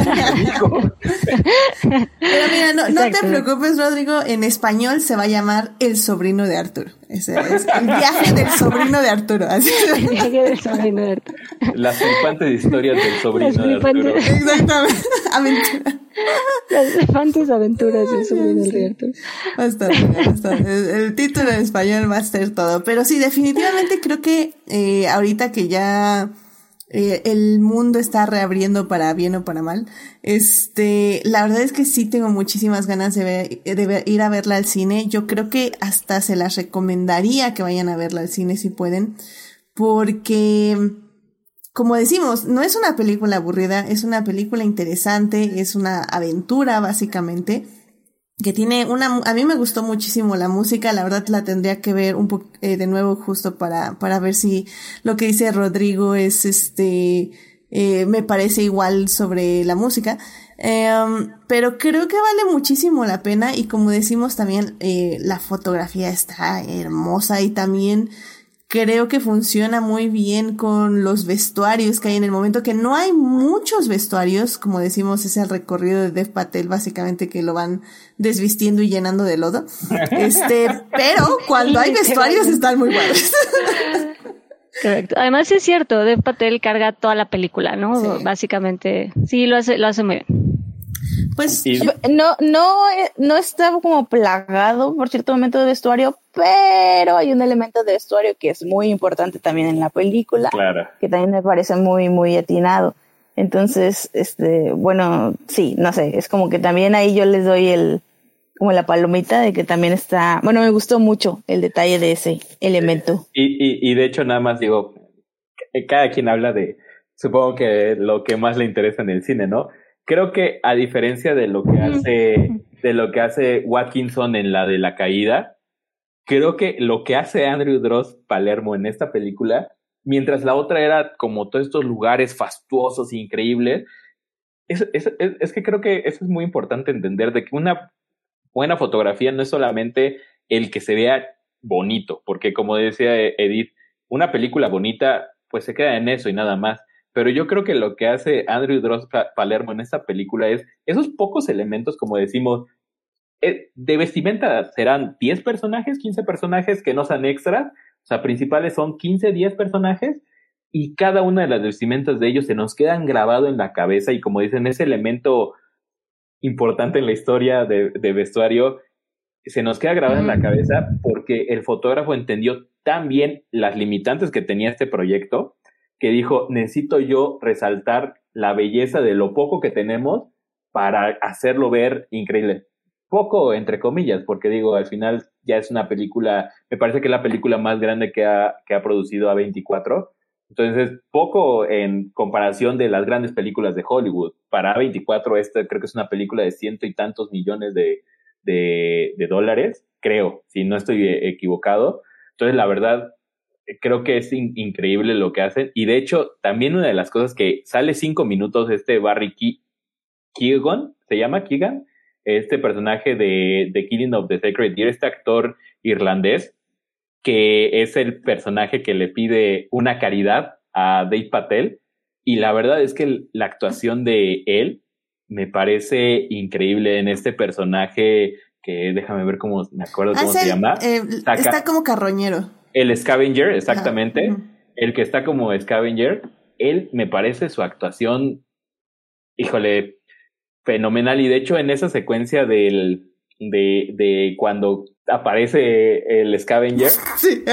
Pero mira, no te preocupes, Rodrigo, en español se va a llamar El sobrino de Arturo. Ese es el viaje del sobrino de Arturo. Así. El viaje del sobrino de Arturo. Las flipantes historias del sobrino de Arturo. Exactamente. Aventura. Las elefantes aventuras del sobrino del rey Arturo. Bastante. El título en español va a ser todo. Pero sí, definitivamente creo que ahorita que ya el mundo está reabriendo para bien o para mal, la verdad es que sí tengo muchísimas ganas de ir a verla al cine. Yo creo que hasta se las recomendaría que vayan a verla al cine si pueden, porque... Como decimos, no es una película aburrida, es una película interesante, es una aventura básicamente, que tiene a mí me gustó muchísimo la música, la verdad la tendría que ver un poco de nuevo justo para ver si lo que dice Rodrigo es me parece igual sobre la música, pero creo que vale muchísimo la pena y como decimos también, la fotografía está hermosa y también creo que funciona muy bien con los vestuarios que hay en el momento, que no hay muchos vestuarios, como decimos, es el recorrido de Dev Patel, básicamente que lo van desvistiendo y llenando de lodo. Pero cuando hay vestuarios están muy buenos. Correcto. Además es cierto, Dev Patel carga toda la película, ¿no? Sí. Básicamente, sí, lo hace muy bien. Pues no está como plagado por cierto momento de vestuario, pero hay un elemento de vestuario que es muy importante también en la película, claro, que también me parece muy, muy atinado. Entonces, bueno, sí, no sé, es como que también ahí yo les doy como la palomita de que también está, bueno, me gustó mucho el detalle de ese elemento. Y de hecho nada más digo, cada quien habla de, supongo que lo que más le interesa en el cine, ¿no? Creo que a diferencia de lo que hace Watkinson en la de la caída, creo que lo que hace Andrew Dross Palermo en esta película, mientras la otra era como todos estos lugares fastuosos e increíbles, es que creo que eso es muy importante entender, de que una buena fotografía no es solamente el que se vea bonito, porque como decía Edith, una película bonita pues se queda en eso y nada más, pero yo creo que lo que hace Andrew Dross Palermo en esta película es esos pocos elementos, como decimos, de vestimenta serán 10 personajes, 15 personajes que no sean extras, o sea, principales son 15, 10 personajes, y cada una de las vestimentas de ellos se nos quedan grabado en la cabeza, y como dicen, ese elemento importante en la historia de vestuario se nos queda grabado en la cabeza porque el fotógrafo entendió tan bien las limitantes que tenía este proyecto que dijo, necesito yo resaltar la belleza de lo poco que tenemos para hacerlo ver increíble. Poco, entre comillas, porque digo, al final ya es una película, me parece que es la película más grande que ha producido A24. Entonces, poco en comparación de las grandes películas de Hollywood. Para A24, esta creo que es una película de 100 y tantos millones de dólares, creo, si no estoy equivocado. Entonces, la verdad, creo que es increíble lo que hacen. Y de hecho, también una de las cosas que sale 5 minutos Barry Keoghan, ¿se llama Keoghan? Este personaje de Killing of the Sacred Deer, este actor irlandés, que es el personaje que le pide una caridad a Dev Patel, y la verdad es que la actuación de él me parece increíble en este personaje que, déjame ver cómo, me acuerdo cómo se llama. Está como carroñero. El Scavenger, exactamente. Uh-huh. El que está como Scavenger, él me parece su actuación, híjole, fenomenal. Y de hecho en esa secuencia de cuando aparece el Scavenger, sí.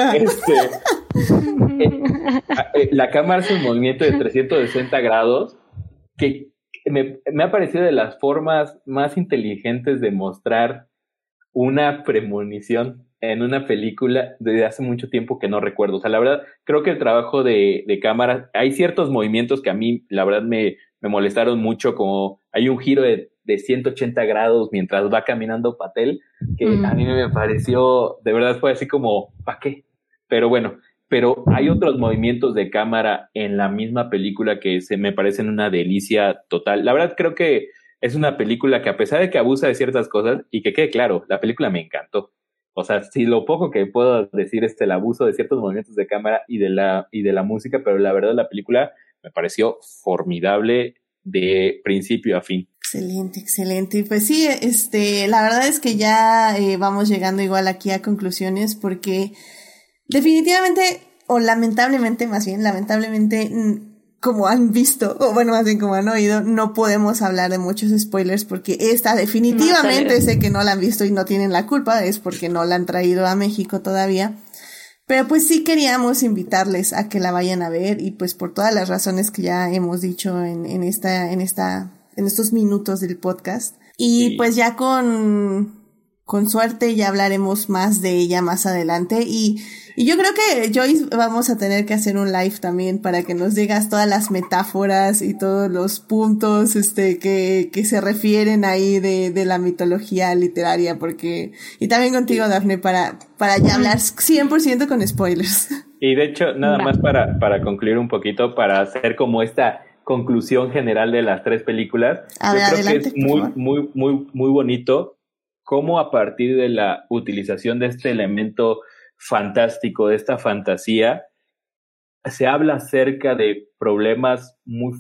La cámara hace un movimiento de 360 grados que me ha parecido de las formas más inteligentes de mostrar una premonición en una película desde hace mucho tiempo que no recuerdo. O sea, la verdad, creo que el trabajo de cámara, hay ciertos movimientos que a mí, la verdad, me molestaron mucho, como hay un giro de 180 grados mientras va caminando Patel, que a mí me pareció, de verdad fue así como, ¿para qué? Pero bueno, pero hay otros movimientos de cámara en la misma película que me parecen una delicia total. La verdad creo que es una película que, a pesar de que abusa de ciertas cosas, y que quede claro, la película me encantó. O sea, sí, lo poco que puedo decir es el abuso de ciertos movimientos de cámara y de la música, pero la verdad la película me pareció formidable de principio a fin. Excelente, excelente. Y pues sí, la verdad es que ya vamos llegando igual aquí a conclusiones, porque definitivamente, o lamentablemente, más bien, lamentablemente, como han visto, o bueno, más bien como han oído, no podemos hablar de muchos spoilers, porque esta definitivamente sé que no la han visto y no tienen la culpa, es porque no la han traído a México todavía. Pero pues sí queríamos invitarles a que la vayan a ver, y pues por todas las razones que ya hemos dicho en estos minutos del podcast. Y sí, pues ya con suerte ya hablaremos más de ella más adelante, y yo creo que, Joyce, vamos a tener que hacer un live también para que nos digas todas las metáforas y todos los puntos que se refieren ahí de la mitología literaria, porque, y también contigo, Dafne, para ya hablar 100% con spoilers. Y de hecho, nada más para concluir un poquito, para hacer como esta conclusión general de las 3 películas, yo creo adelante, que es muy bonito cómo, a partir de la utilización de este elemento fantástico, de esta fantasía, se habla acerca de problemas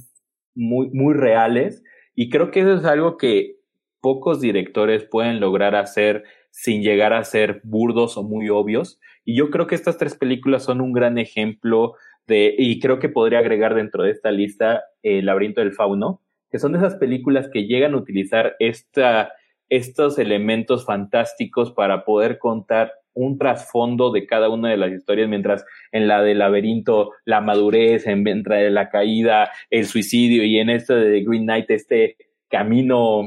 muy reales, y creo que eso es algo que pocos directores pueden lograr hacer sin llegar a ser burdos o muy obvios, y yo creo que estas 3 películas son un gran ejemplo y creo que podría agregar dentro de esta lista El laberinto del fauno, que son de esas películas que llegan a utilizar estos elementos fantásticos para poder contar un trasfondo de cada una de las historias, mientras en la del laberinto, la madurez, en de la caída, el suicidio, y en esta de Green Knight, este camino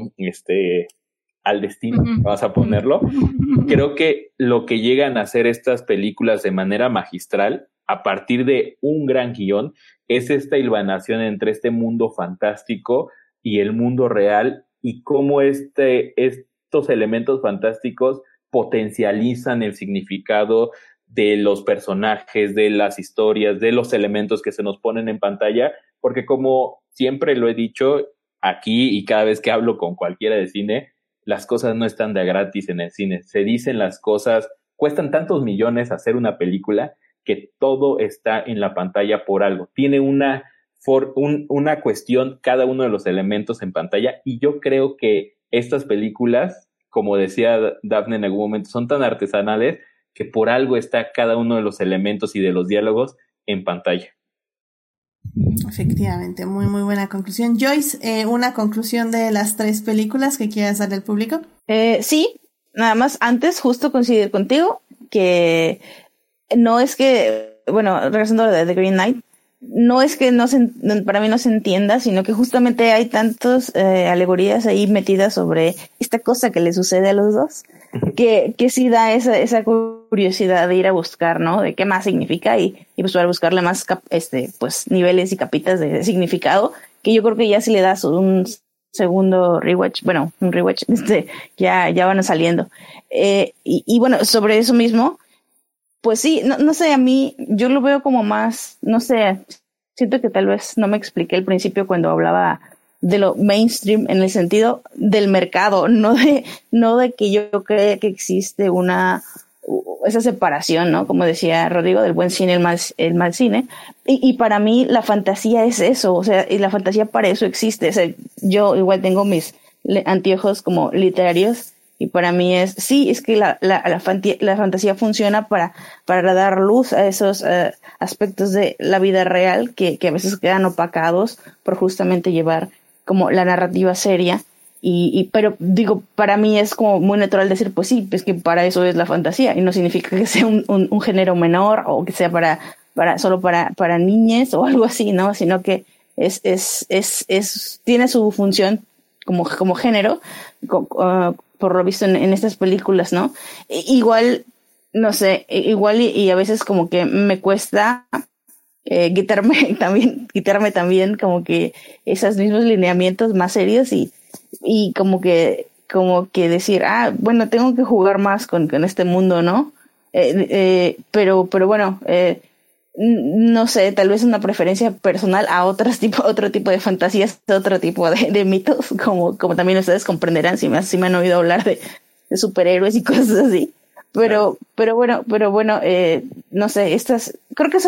al destino, vamos a ponerlo. Creo que lo que llegan a hacer estas películas de manera magistral, a partir de un gran guión, es esta hilvanación entre este mundo fantástico y el mundo real, y cómo estos elementos fantásticos potencializan el significado de los personajes, de las historias, de los elementos que se nos ponen en pantalla, porque como siempre lo he dicho aquí y cada vez que hablo con cualquiera de cine, las cosas no están de gratis en el cine. Se dicen las cosas, cuestan tantos millones hacer una película que todo está en la pantalla por algo. Tiene una cuestión cada uno de los elementos en pantalla, y yo creo que estas películas, como decía Daphne en algún momento, son tan artesanales que por algo está cada uno de los elementos y de los diálogos en pantalla. Efectivamente, muy muy buena conclusión. Joyce, ¿una conclusión de las 3 películas que quieras darle al público? Sí, nada más antes justo coincidir contigo que no es que, bueno, regresando a The Green Knight, no es que para mí no se entienda, sino que justamente hay tantas alegorías ahí metidas sobre esta cosa que le sucede a los dos, que sí da esa curiosidad de ir a buscar, ¿no? De qué más significa y pues para buscarle más pues niveles y capitas de significado, que yo creo que ya si le das un segundo rewatch, bueno, un rewatch, ya van saliendo. Y bueno, sobre eso mismo, pues sí, no sé, a mí, yo lo veo como más, no sé, siento que tal vez no me expliqué al principio cuando hablaba de lo mainstream en el sentido del mercado, no de que yo creo que existe esa separación, ¿no? Como decía Rodrigo, del buen cine, el mal cine. Y para mí la fantasía es eso, o sea, y la fantasía para eso existe. O sea, yo igual tengo mis anteojos como literarios, y para mí es que la fantasía funciona para dar luz a esos aspectos de la vida real que a veces quedan opacados por justamente llevar como la narrativa seria. Pero digo, para mí es como muy natural decir, pues sí, es que para eso es la fantasía, y no significa que sea un género menor o que sea solo para niñes o algo así, ¿no? Sino que tiene su función como género, por lo visto en estas películas, ¿no? Igual, no sé, y a veces como que me cuesta quitarme también como que esos mismos lineamientos más serios y como que decir, bueno, tengo que jugar más con este mundo, ¿no? Pero bueno, no sé, tal vez una preferencia personal a otro tipo de fantasías, otro tipo de mitos, como también ustedes comprenderán si me han oído hablar de superhéroes y cosas así. Pero bueno, no sé, estas creo que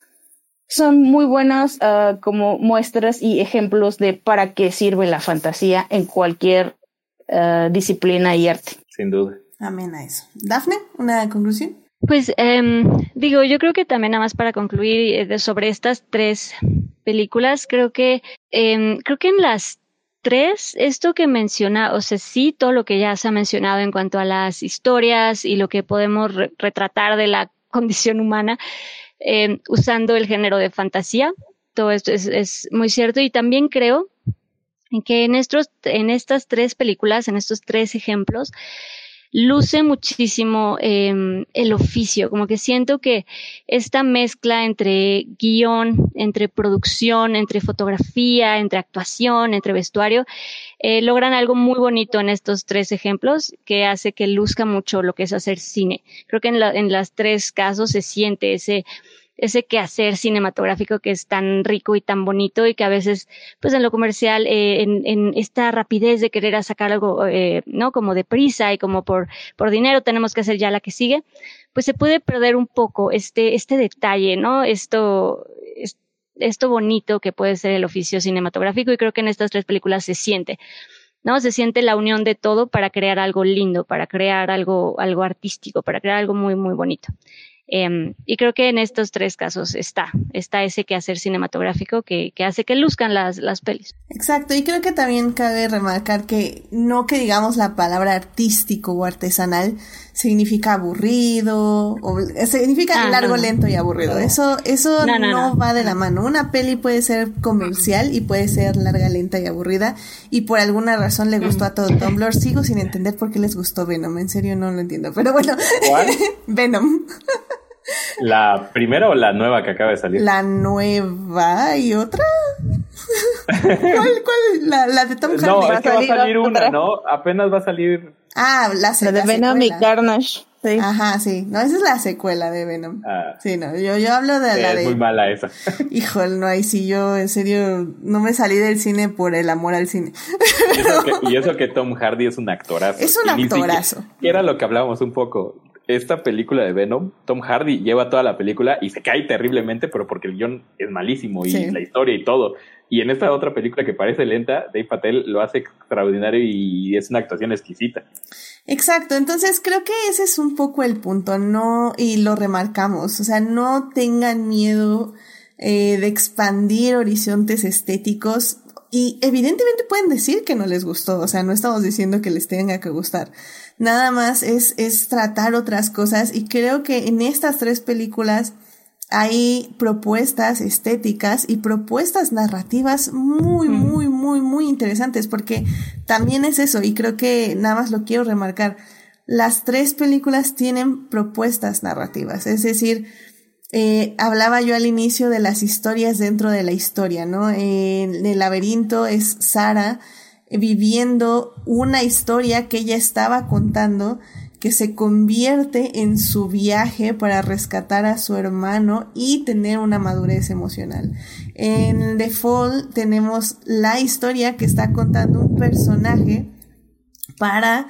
son muy buenas como muestras y ejemplos de para qué sirve la fantasía en cualquier disciplina y arte. Sin duda. Amén a eso. Daphne, ¿una conclusión? Pues yo creo que también nada más para concluir sobre estas 3 películas, creo que en las 3, esto que menciona, o sea, sí, todo lo que ya se ha mencionado en cuanto a las historias y lo que podemos retratar de la condición humana, usando el género de fantasía, todo esto es muy cierto, y también creo que en estas 3 películas, en estos 3 ejemplos, luce muchísimo el oficio, como que siento que esta mezcla entre guión, entre producción, entre fotografía, entre actuación, entre vestuario, logran algo muy bonito en estos 3 ejemplos que hace que luzca mucho lo que es hacer cine. Creo que en las 3 casos se siente ese quehacer cinematográfico que es tan rico y tan bonito, y que a veces, pues en lo comercial, en esta rapidez de querer sacar algo, ¿no? Como deprisa y como por dinero tenemos que hacer ya la que sigue, pues se puede perder un poco este detalle, ¿no? Esto bonito que puede ser el oficio cinematográfico, y creo que en estas 3 películas se siente, ¿no? Se siente la unión de todo para crear algo lindo, para crear algo artístico, para crear algo muy, muy bonito. Y creo que en estos 3 casos está ese quehacer cinematográfico que hace que luzcan las pelis. Exacto, y creo que también cabe remarcar que no que digamos la palabra artístico o artesanal significa aburrido, o significa largo, lento y aburrido. Eso no va de la mano. Una peli puede ser comercial y puede ser larga, lenta y aburrida, y por alguna razón le gustó a todo Tumblr. Sigo sin entender por qué les gustó Venom, en serio no lo entiendo, pero bueno. ¿Cuál? Venom. ¿La primera o la nueva que acaba de salir? La nueva y otra. ¿Cuál? La de Tom Hardy. No, es que va a salir una, ¿no? Apenas va a salir. Ah, la de Venom y Carnage. Sí. Ajá, sí. No, esa es la secuela de Venom. Sí, no, yo hablo de la de... Es muy mala esa. Híjole, no, ahí sí yo, en serio, no me salí del cine por el amor al cine. Y eso que Tom Hardy es un actorazo. Es un actorazo. Y era lo que hablábamos un poco. Esta película de Venom, Tom Hardy lleva toda la película y se cae terriblemente, pero porque el guión es malísimo y la historia y todo. Y en esta otra película que parece lenta, Dave Patel lo hace extraordinario y es una actuación exquisita. Exacto, entonces creo que ese es un poco el punto, ¿no? Y lo remarcamos, o sea, no tengan miedo de expandir horizontes estéticos y evidentemente pueden decir que no les gustó, o sea, no estamos diciendo que les tenga que gustar, nada más es tratar otras cosas y creo que en estas 3 películas hay propuestas estéticas y propuestas narrativas muy interesantes, porque también es eso, y creo que nada más lo quiero remarcar, las 3 películas tienen propuestas narrativas, es decir, hablaba yo al inicio de las historias dentro de la historia, ¿no? En el laberinto es Sarah viviendo una historia que ella estaba contando, que se convierte en su viaje para rescatar a su hermano y tener una madurez emocional. En The Fall tenemos la historia que está contando un personaje para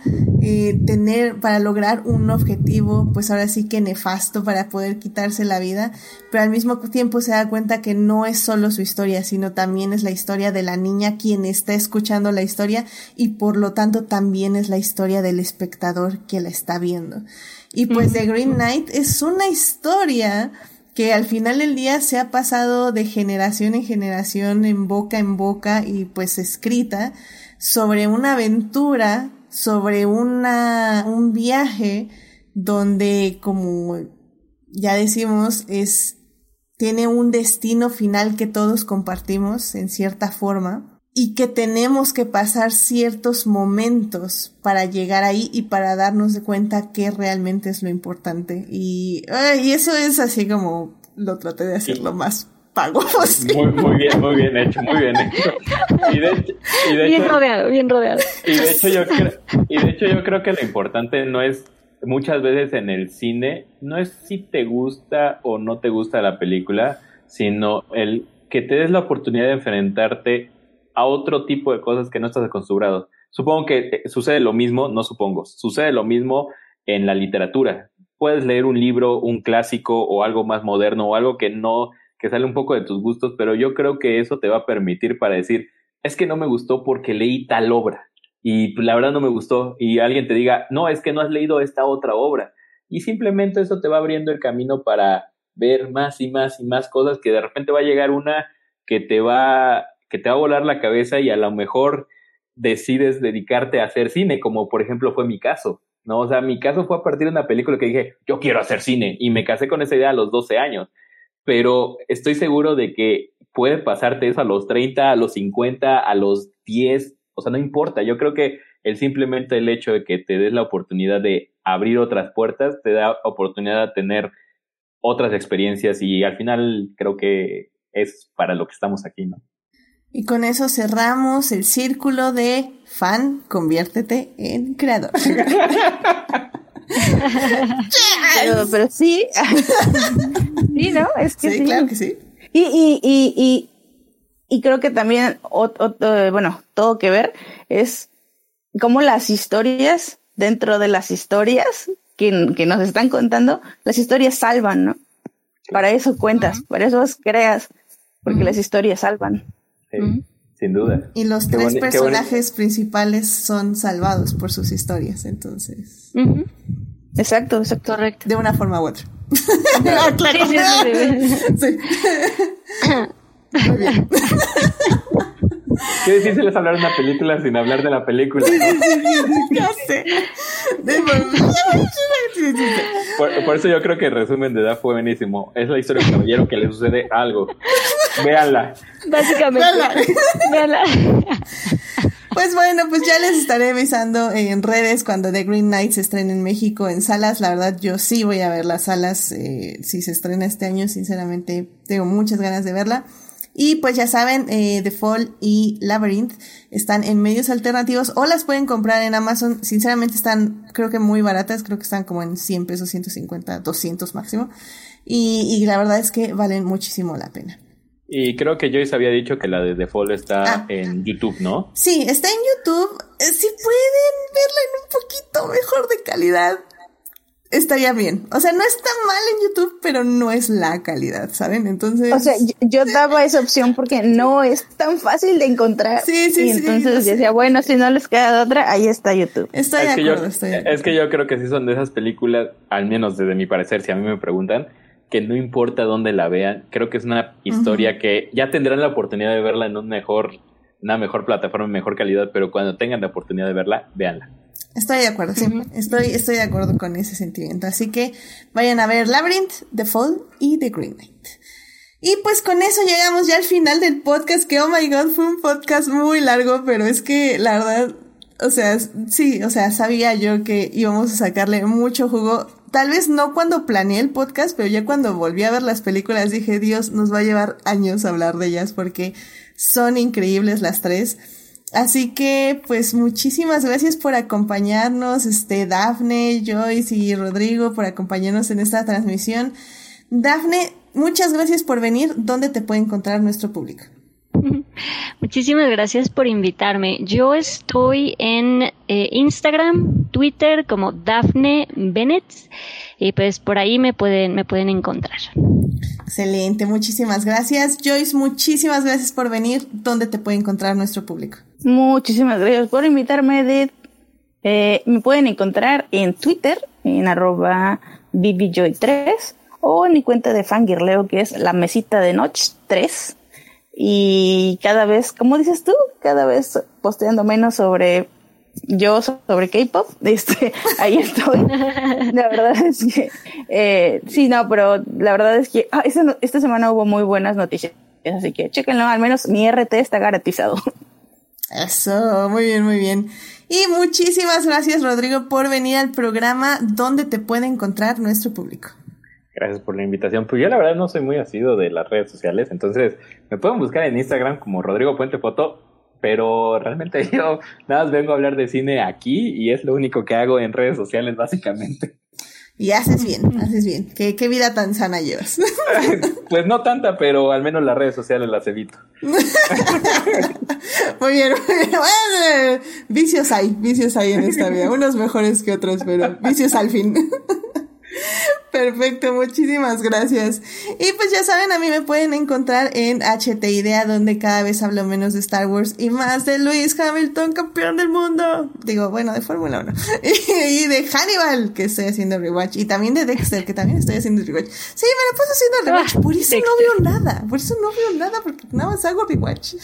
lograr un objetivo, pues ahora sí que nefasto, para poder quitarse la vida, pero al mismo tiempo se da cuenta que no es solo su historia, sino también es la historia de la niña quien está escuchando la historia y por lo tanto también es la historia del espectador que la está viendo. Y pues The Green Knight es una historia que al final del día se ha pasado de generación en generación, en boca y pues escrita, sobre una aventura, sobre un viaje donde, como ya decimos, tiene un destino final que todos compartimos en cierta forma y que tenemos que pasar ciertos momentos para llegar ahí y para darnos de cuenta qué realmente es lo importante. Y eso es así como lo traté de hacer lo más pago posible. Muy bien hecho. Y de hecho, bien rodeado. Y de hecho yo creo que lo importante no es, muchas veces en el cine, no es si te gusta o no te gusta la película, sino el que te des la oportunidad de enfrentarte a otro tipo de cosas que no estás acostumbrado. Supongo que sucede lo mismo en la literatura. Puedes leer un libro, un clásico o algo más moderno o algo que sale un poco de tus gustos, pero yo creo que eso te va a permitir para decir, es que no me gustó porque leí tal obra y la verdad no me gustó, y alguien te diga, no, es que no has leído esta otra obra, y simplemente eso te va abriendo el camino para ver más y más y más cosas, que de repente va a llegar una que te va a volar la cabeza y a lo mejor decides dedicarte a hacer cine, como por ejemplo fue mi caso, ¿no? O sea, mi caso fue a partir de una película que dije, yo quiero hacer cine, y me casé con esa idea a los 12 años. Pero estoy seguro de que puede pasarte eso a los 30, a los 50, a los 10, o sea, no importa. Yo creo que simplemente el hecho de que te des la oportunidad de abrir otras puertas, te da oportunidad de tener otras experiencias, y al final creo que es para lo que estamos aquí, ¿no? Y con eso cerramos el círculo de fan, conviértete en creador. pero sí. Sí, ¿no? Es que sí. Claro que sí. Y creo que también, todo que ver es cómo las historias, dentro de las historias que nos están contando, las historias salvan, ¿no? Para eso cuentas, para eso creas, porque las historias salvan. Sí, sin duda. Y los 3 personajes principales son salvados por sus historias, entonces. Exacto. Correcto. De una forma u otra. Claro. Sí. Muy bien. Qué difícil es hablar de una película sin hablar de la película, ¿no? Ya sé. Por eso yo creo que el resumen de Duff fue buenísimo. Es la historia de un caballero que le sucede algo. Véanla. Básicamente. Véanla. Pues bueno, pues ya les estaré avisando en redes cuando The Green Knight se estrene en México en salas. La verdad, yo sí voy a ver las salas si se estrena este año. Sinceramente, tengo muchas ganas de verla. Y pues ya saben, The Fall y Labyrinth están en medios alternativos o las pueden comprar en Amazon. Sinceramente están, creo que muy baratas, creo que están como en 100 pesos, 150, 200 máximo. Y la verdad es que valen muchísimo la pena. Y creo que Joyce había dicho que la de The Fall está en YouTube, ¿no? Sí, está en YouTube. Si pueden verla en un poquito mejor de calidad, estaría bien. O sea, no está mal en YouTube, pero no es la calidad, ¿saben? Entonces... O sea, yo daba esa opción porque no es tan fácil de encontrar. Sí, y entonces yo decía, bueno, si no les queda otra, ahí está YouTube. Estoy de acuerdo. Es que yo creo que sí son de esas películas, al menos desde mi parecer, si a mí me preguntan, que no importa dónde la vean, creo que es una historia que ya tendrán la oportunidad de verla en una mejor plataforma, mejor calidad, pero cuando tengan la oportunidad de verla, véanla. Estoy de acuerdo, sí. Estoy de acuerdo con ese sentimiento. Así que vayan a ver Labyrinth, The Fall y The Green Knight. Y pues con eso llegamos ya al final del podcast, que oh my god, fue un podcast muy largo, pero es que la verdad, o sea, sí, o sea, sabía yo que íbamos a sacarle mucho jugo. Tal vez no cuando planeé el podcast, pero ya cuando volví a ver las películas dije, Dios, nos va a llevar años hablar de ellas porque son increíbles las tres. Así que, pues, muchísimas gracias por acompañarnos, Dafne, Joyce y Rodrigo, por acompañarnos en esta transmisión. Dafne, muchas gracias por venir. ¿Dónde te puede encontrar nuestro público? Muchísimas gracias por invitarme. Yo estoy en Instagram, Twitter como Dafne Bennett y pues por ahí me pueden encontrar. Excelente, muchísimas gracias. Joyce, muchísimas gracias por venir. ¿Dónde te puede encontrar nuestro público? Muchísimas gracias por invitarme, Edith. Me pueden encontrar en Twitter, en @BBJoy3 o en mi cuenta de fangirleo que es La Mesita de Noche 3. Y cada vez, como dices tú, cada vez posteando menos sobre K-pop, ahí estoy. La verdad es que, sí, no, pero la verdad es que esta semana hubo muy buenas noticias, así que chéquenlo, al menos mi RT está garantizado. Eso, muy bien, muy bien. Y muchísimas gracias, Rodrigo, por venir al programa. ¿Dónde te puede encontrar nuestro público? Gracias por la invitación. Pues yo la verdad no soy muy asiduo de las redes sociales, entonces me pueden buscar en Instagram como Rodrigo Puente Foto, pero realmente yo nada más vengo a hablar de cine aquí y es lo único que hago en redes sociales básicamente. Y haces bien. ¿Qué vida tan sana llevas? Pues no tanta, pero al menos las redes sociales las evito. Muy bien. Bueno, vicios hay en esta vida, unos mejores que otros, pero vicios al fin. Perfecto, muchísimas gracias. Y pues ya saben, a mí me pueden encontrar en HT Idea, donde cada vez hablo menos de Star Wars y más de Lewis Hamilton, campeón del mundo. Digo, bueno, de Fórmula 1. Y de Hannibal, que estoy haciendo rewatch. Y también de Dexter, que también estoy haciendo rewatch. Sí, me la paso haciendo rewatch. Por eso no veo nada. Porque nada más hago rewatch.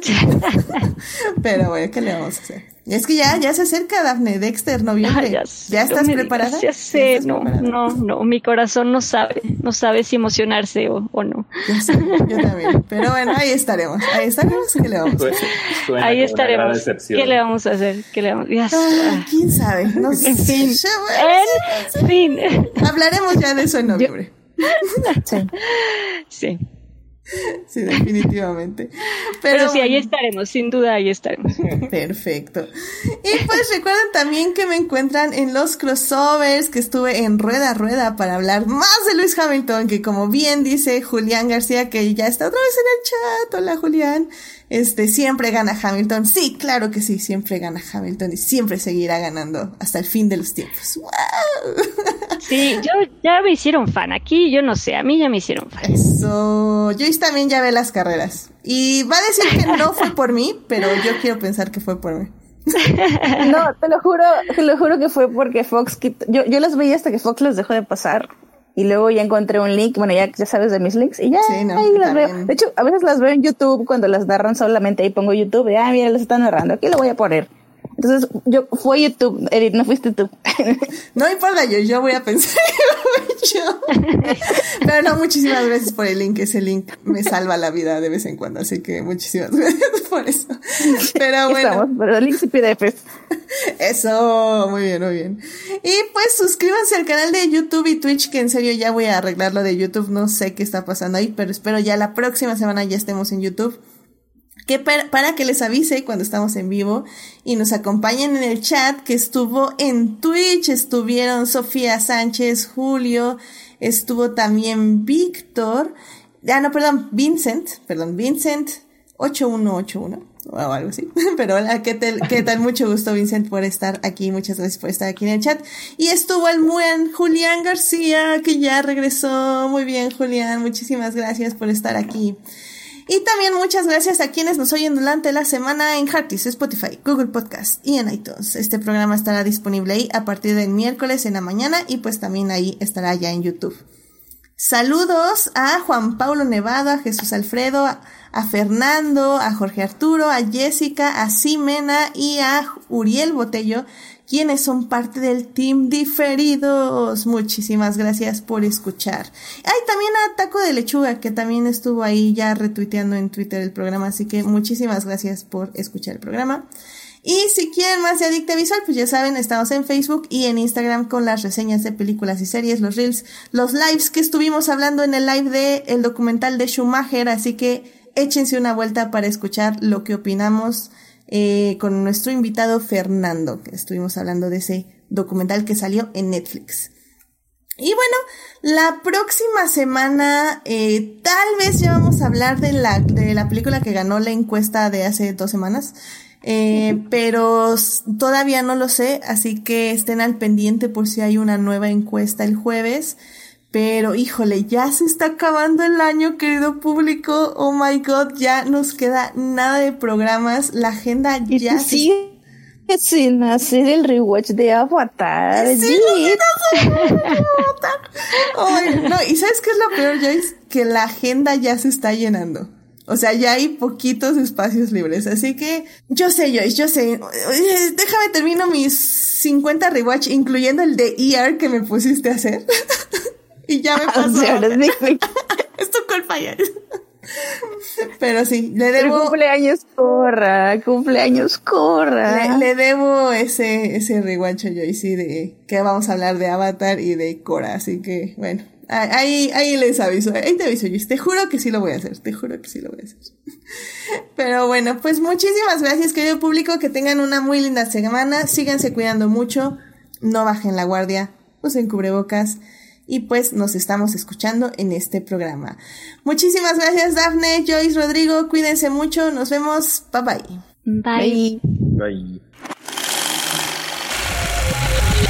Pero bueno, ¿qué le vamos a hacer? Es que ya se acerca, Dafne, Dexter, noviembre. ¿Ya estás preparada? Ya sé, no, mi corazón no sabe si emocionarse o no. Ya sé, yo también. Pero bueno, ahí estaremos, ¿qué le vamos a hacer? Ahí estaremos, ¿qué le vamos a hacer? ¿Quién sabe? No sé. En fin. Hablaremos ya de eso en noviembre. Sí. Sí, definitivamente. Pero sí, ahí estaremos, sin duda ahí estaremos. Perfecto. Y pues recuerden también que me encuentran en los crossovers, que estuve en Rueda Rueda para hablar más de Lewis Hamilton, que como bien dice Julián García, que ya está otra vez en el chat. Hola, Julián. Siempre gana Hamilton. Sí, claro que sí, siempre gana Hamilton y siempre seguirá ganando hasta el fin de los tiempos. ¡Wow! Sí, ya me hicieron fan. Aquí yo no sé, a mí ya me hicieron fan. Eso. Joyce también ya ve las carreras. Y va a decir que no fue por mí, pero yo quiero pensar que fue por mí. No, te lo juro que fue porque Fox quitó. Yo las veía hasta que Fox los dejó de pasar. Y luego ya encontré un link, bueno, ya sabes de mis links, y ya sí, no, ahí las veo. De hecho, a veces las veo en YouTube cuando las narran solamente, ahí pongo YouTube, y mira, las están narrando, aquí lo voy a poner. Entonces, fue YouTube, Edith, no fuiste tú. No importa, yo voy a pensar yo. Pero no, muchísimas gracias por el link. Ese link me salva la vida de vez en cuando, así que muchísimas gracias por eso. Pero bueno. Estamos, pero links y PDFs. Eso, muy bien, muy bien. Y pues suscríbanse al canal de YouTube y Twitch, que en serio ya voy a arreglar lo de YouTube. No sé qué está pasando ahí, pero espero ya la próxima semana ya estemos en YouTube. Que para que les avise cuando estamos en vivo y nos acompañen en el chat, que estuvo en Twitch, estuvieron Sofía Sánchez, Julio, estuvo también Víctor, Vincent 8181 o algo así, pero hola, ¿qué tal? Mucho gusto, Vincent, por estar aquí, muchas gracias por estar aquí en el chat. Y estuvo el buen Julián García, que ya regresó. Muy bien, Julián, muchísimas gracias por estar aquí. Y también muchas gracias a quienes nos oyen durante la semana en Heartis, Spotify, Google Podcast y en iTunes. Este programa estará disponible ahí a partir del miércoles en la mañana y pues también ahí estará ya en YouTube. Saludos a Juan Paulo Nevado, a Jesús Alfredo, a Fernando, a Jorge Arturo, a Jessica, a Ximena y a Uriel Botello, quienes son parte del Team Diferidos. Muchísimas gracias por escuchar. También a Taco de Lechuga, que también estuvo ahí ya retuiteando en Twitter el programa, así que muchísimas gracias por escuchar el programa. Y si quieren más de Adicta Visual, pues ya saben, estamos en Facebook y en Instagram con las reseñas de películas y series, los reels, los lives que estuvimos hablando en el live de el documental de Schumacher, así que échense una vuelta para escuchar lo que opinamos con nuestro invitado Fernando, que estuvimos hablando de ese documental que salió en Netflix. Y bueno, la próxima semana tal vez ya vamos a hablar de la película que ganó la encuesta de hace 2 semanas, pero todavía no lo sé, así que estén al pendiente por si hay una nueva encuesta el jueves. Pero, híjole, ya se está acabando el año, querido público. Oh my God, ya nos queda nada de programas. La agenda ya sí, sin hacer el rewatch de Avatar. Sí, no, ¿y sabes qué es lo peor, Joyce? Que la agenda ya se está llenando. O sea, ya hay poquitos espacios libres. Así que, yo sé, Joyce, yo sé. Déjame termino mis 50 rewatch, incluyendo el de ER que me pusiste a hacer. Y ya me pasó. Es tu culpa ya. Pero sí, le debo. Cumpleaños corra. Le debo ese rewatch a Joyce de que vamos a hablar de Avatar y de Korra. Así que, bueno, ahí les aviso. Ahí te aviso, Joyce. Te juro que sí lo voy a hacer. Pero bueno, pues muchísimas gracias, querido público. Que tengan una muy linda semana. Síganse cuidando mucho. No bajen la guardia. Usen cubrebocas. Y pues nos estamos escuchando en este programa. Muchísimas gracias, Dafne, Joyce, Rodrigo. Cuídense mucho. Nos vemos. Bye bye. Bye. Bye.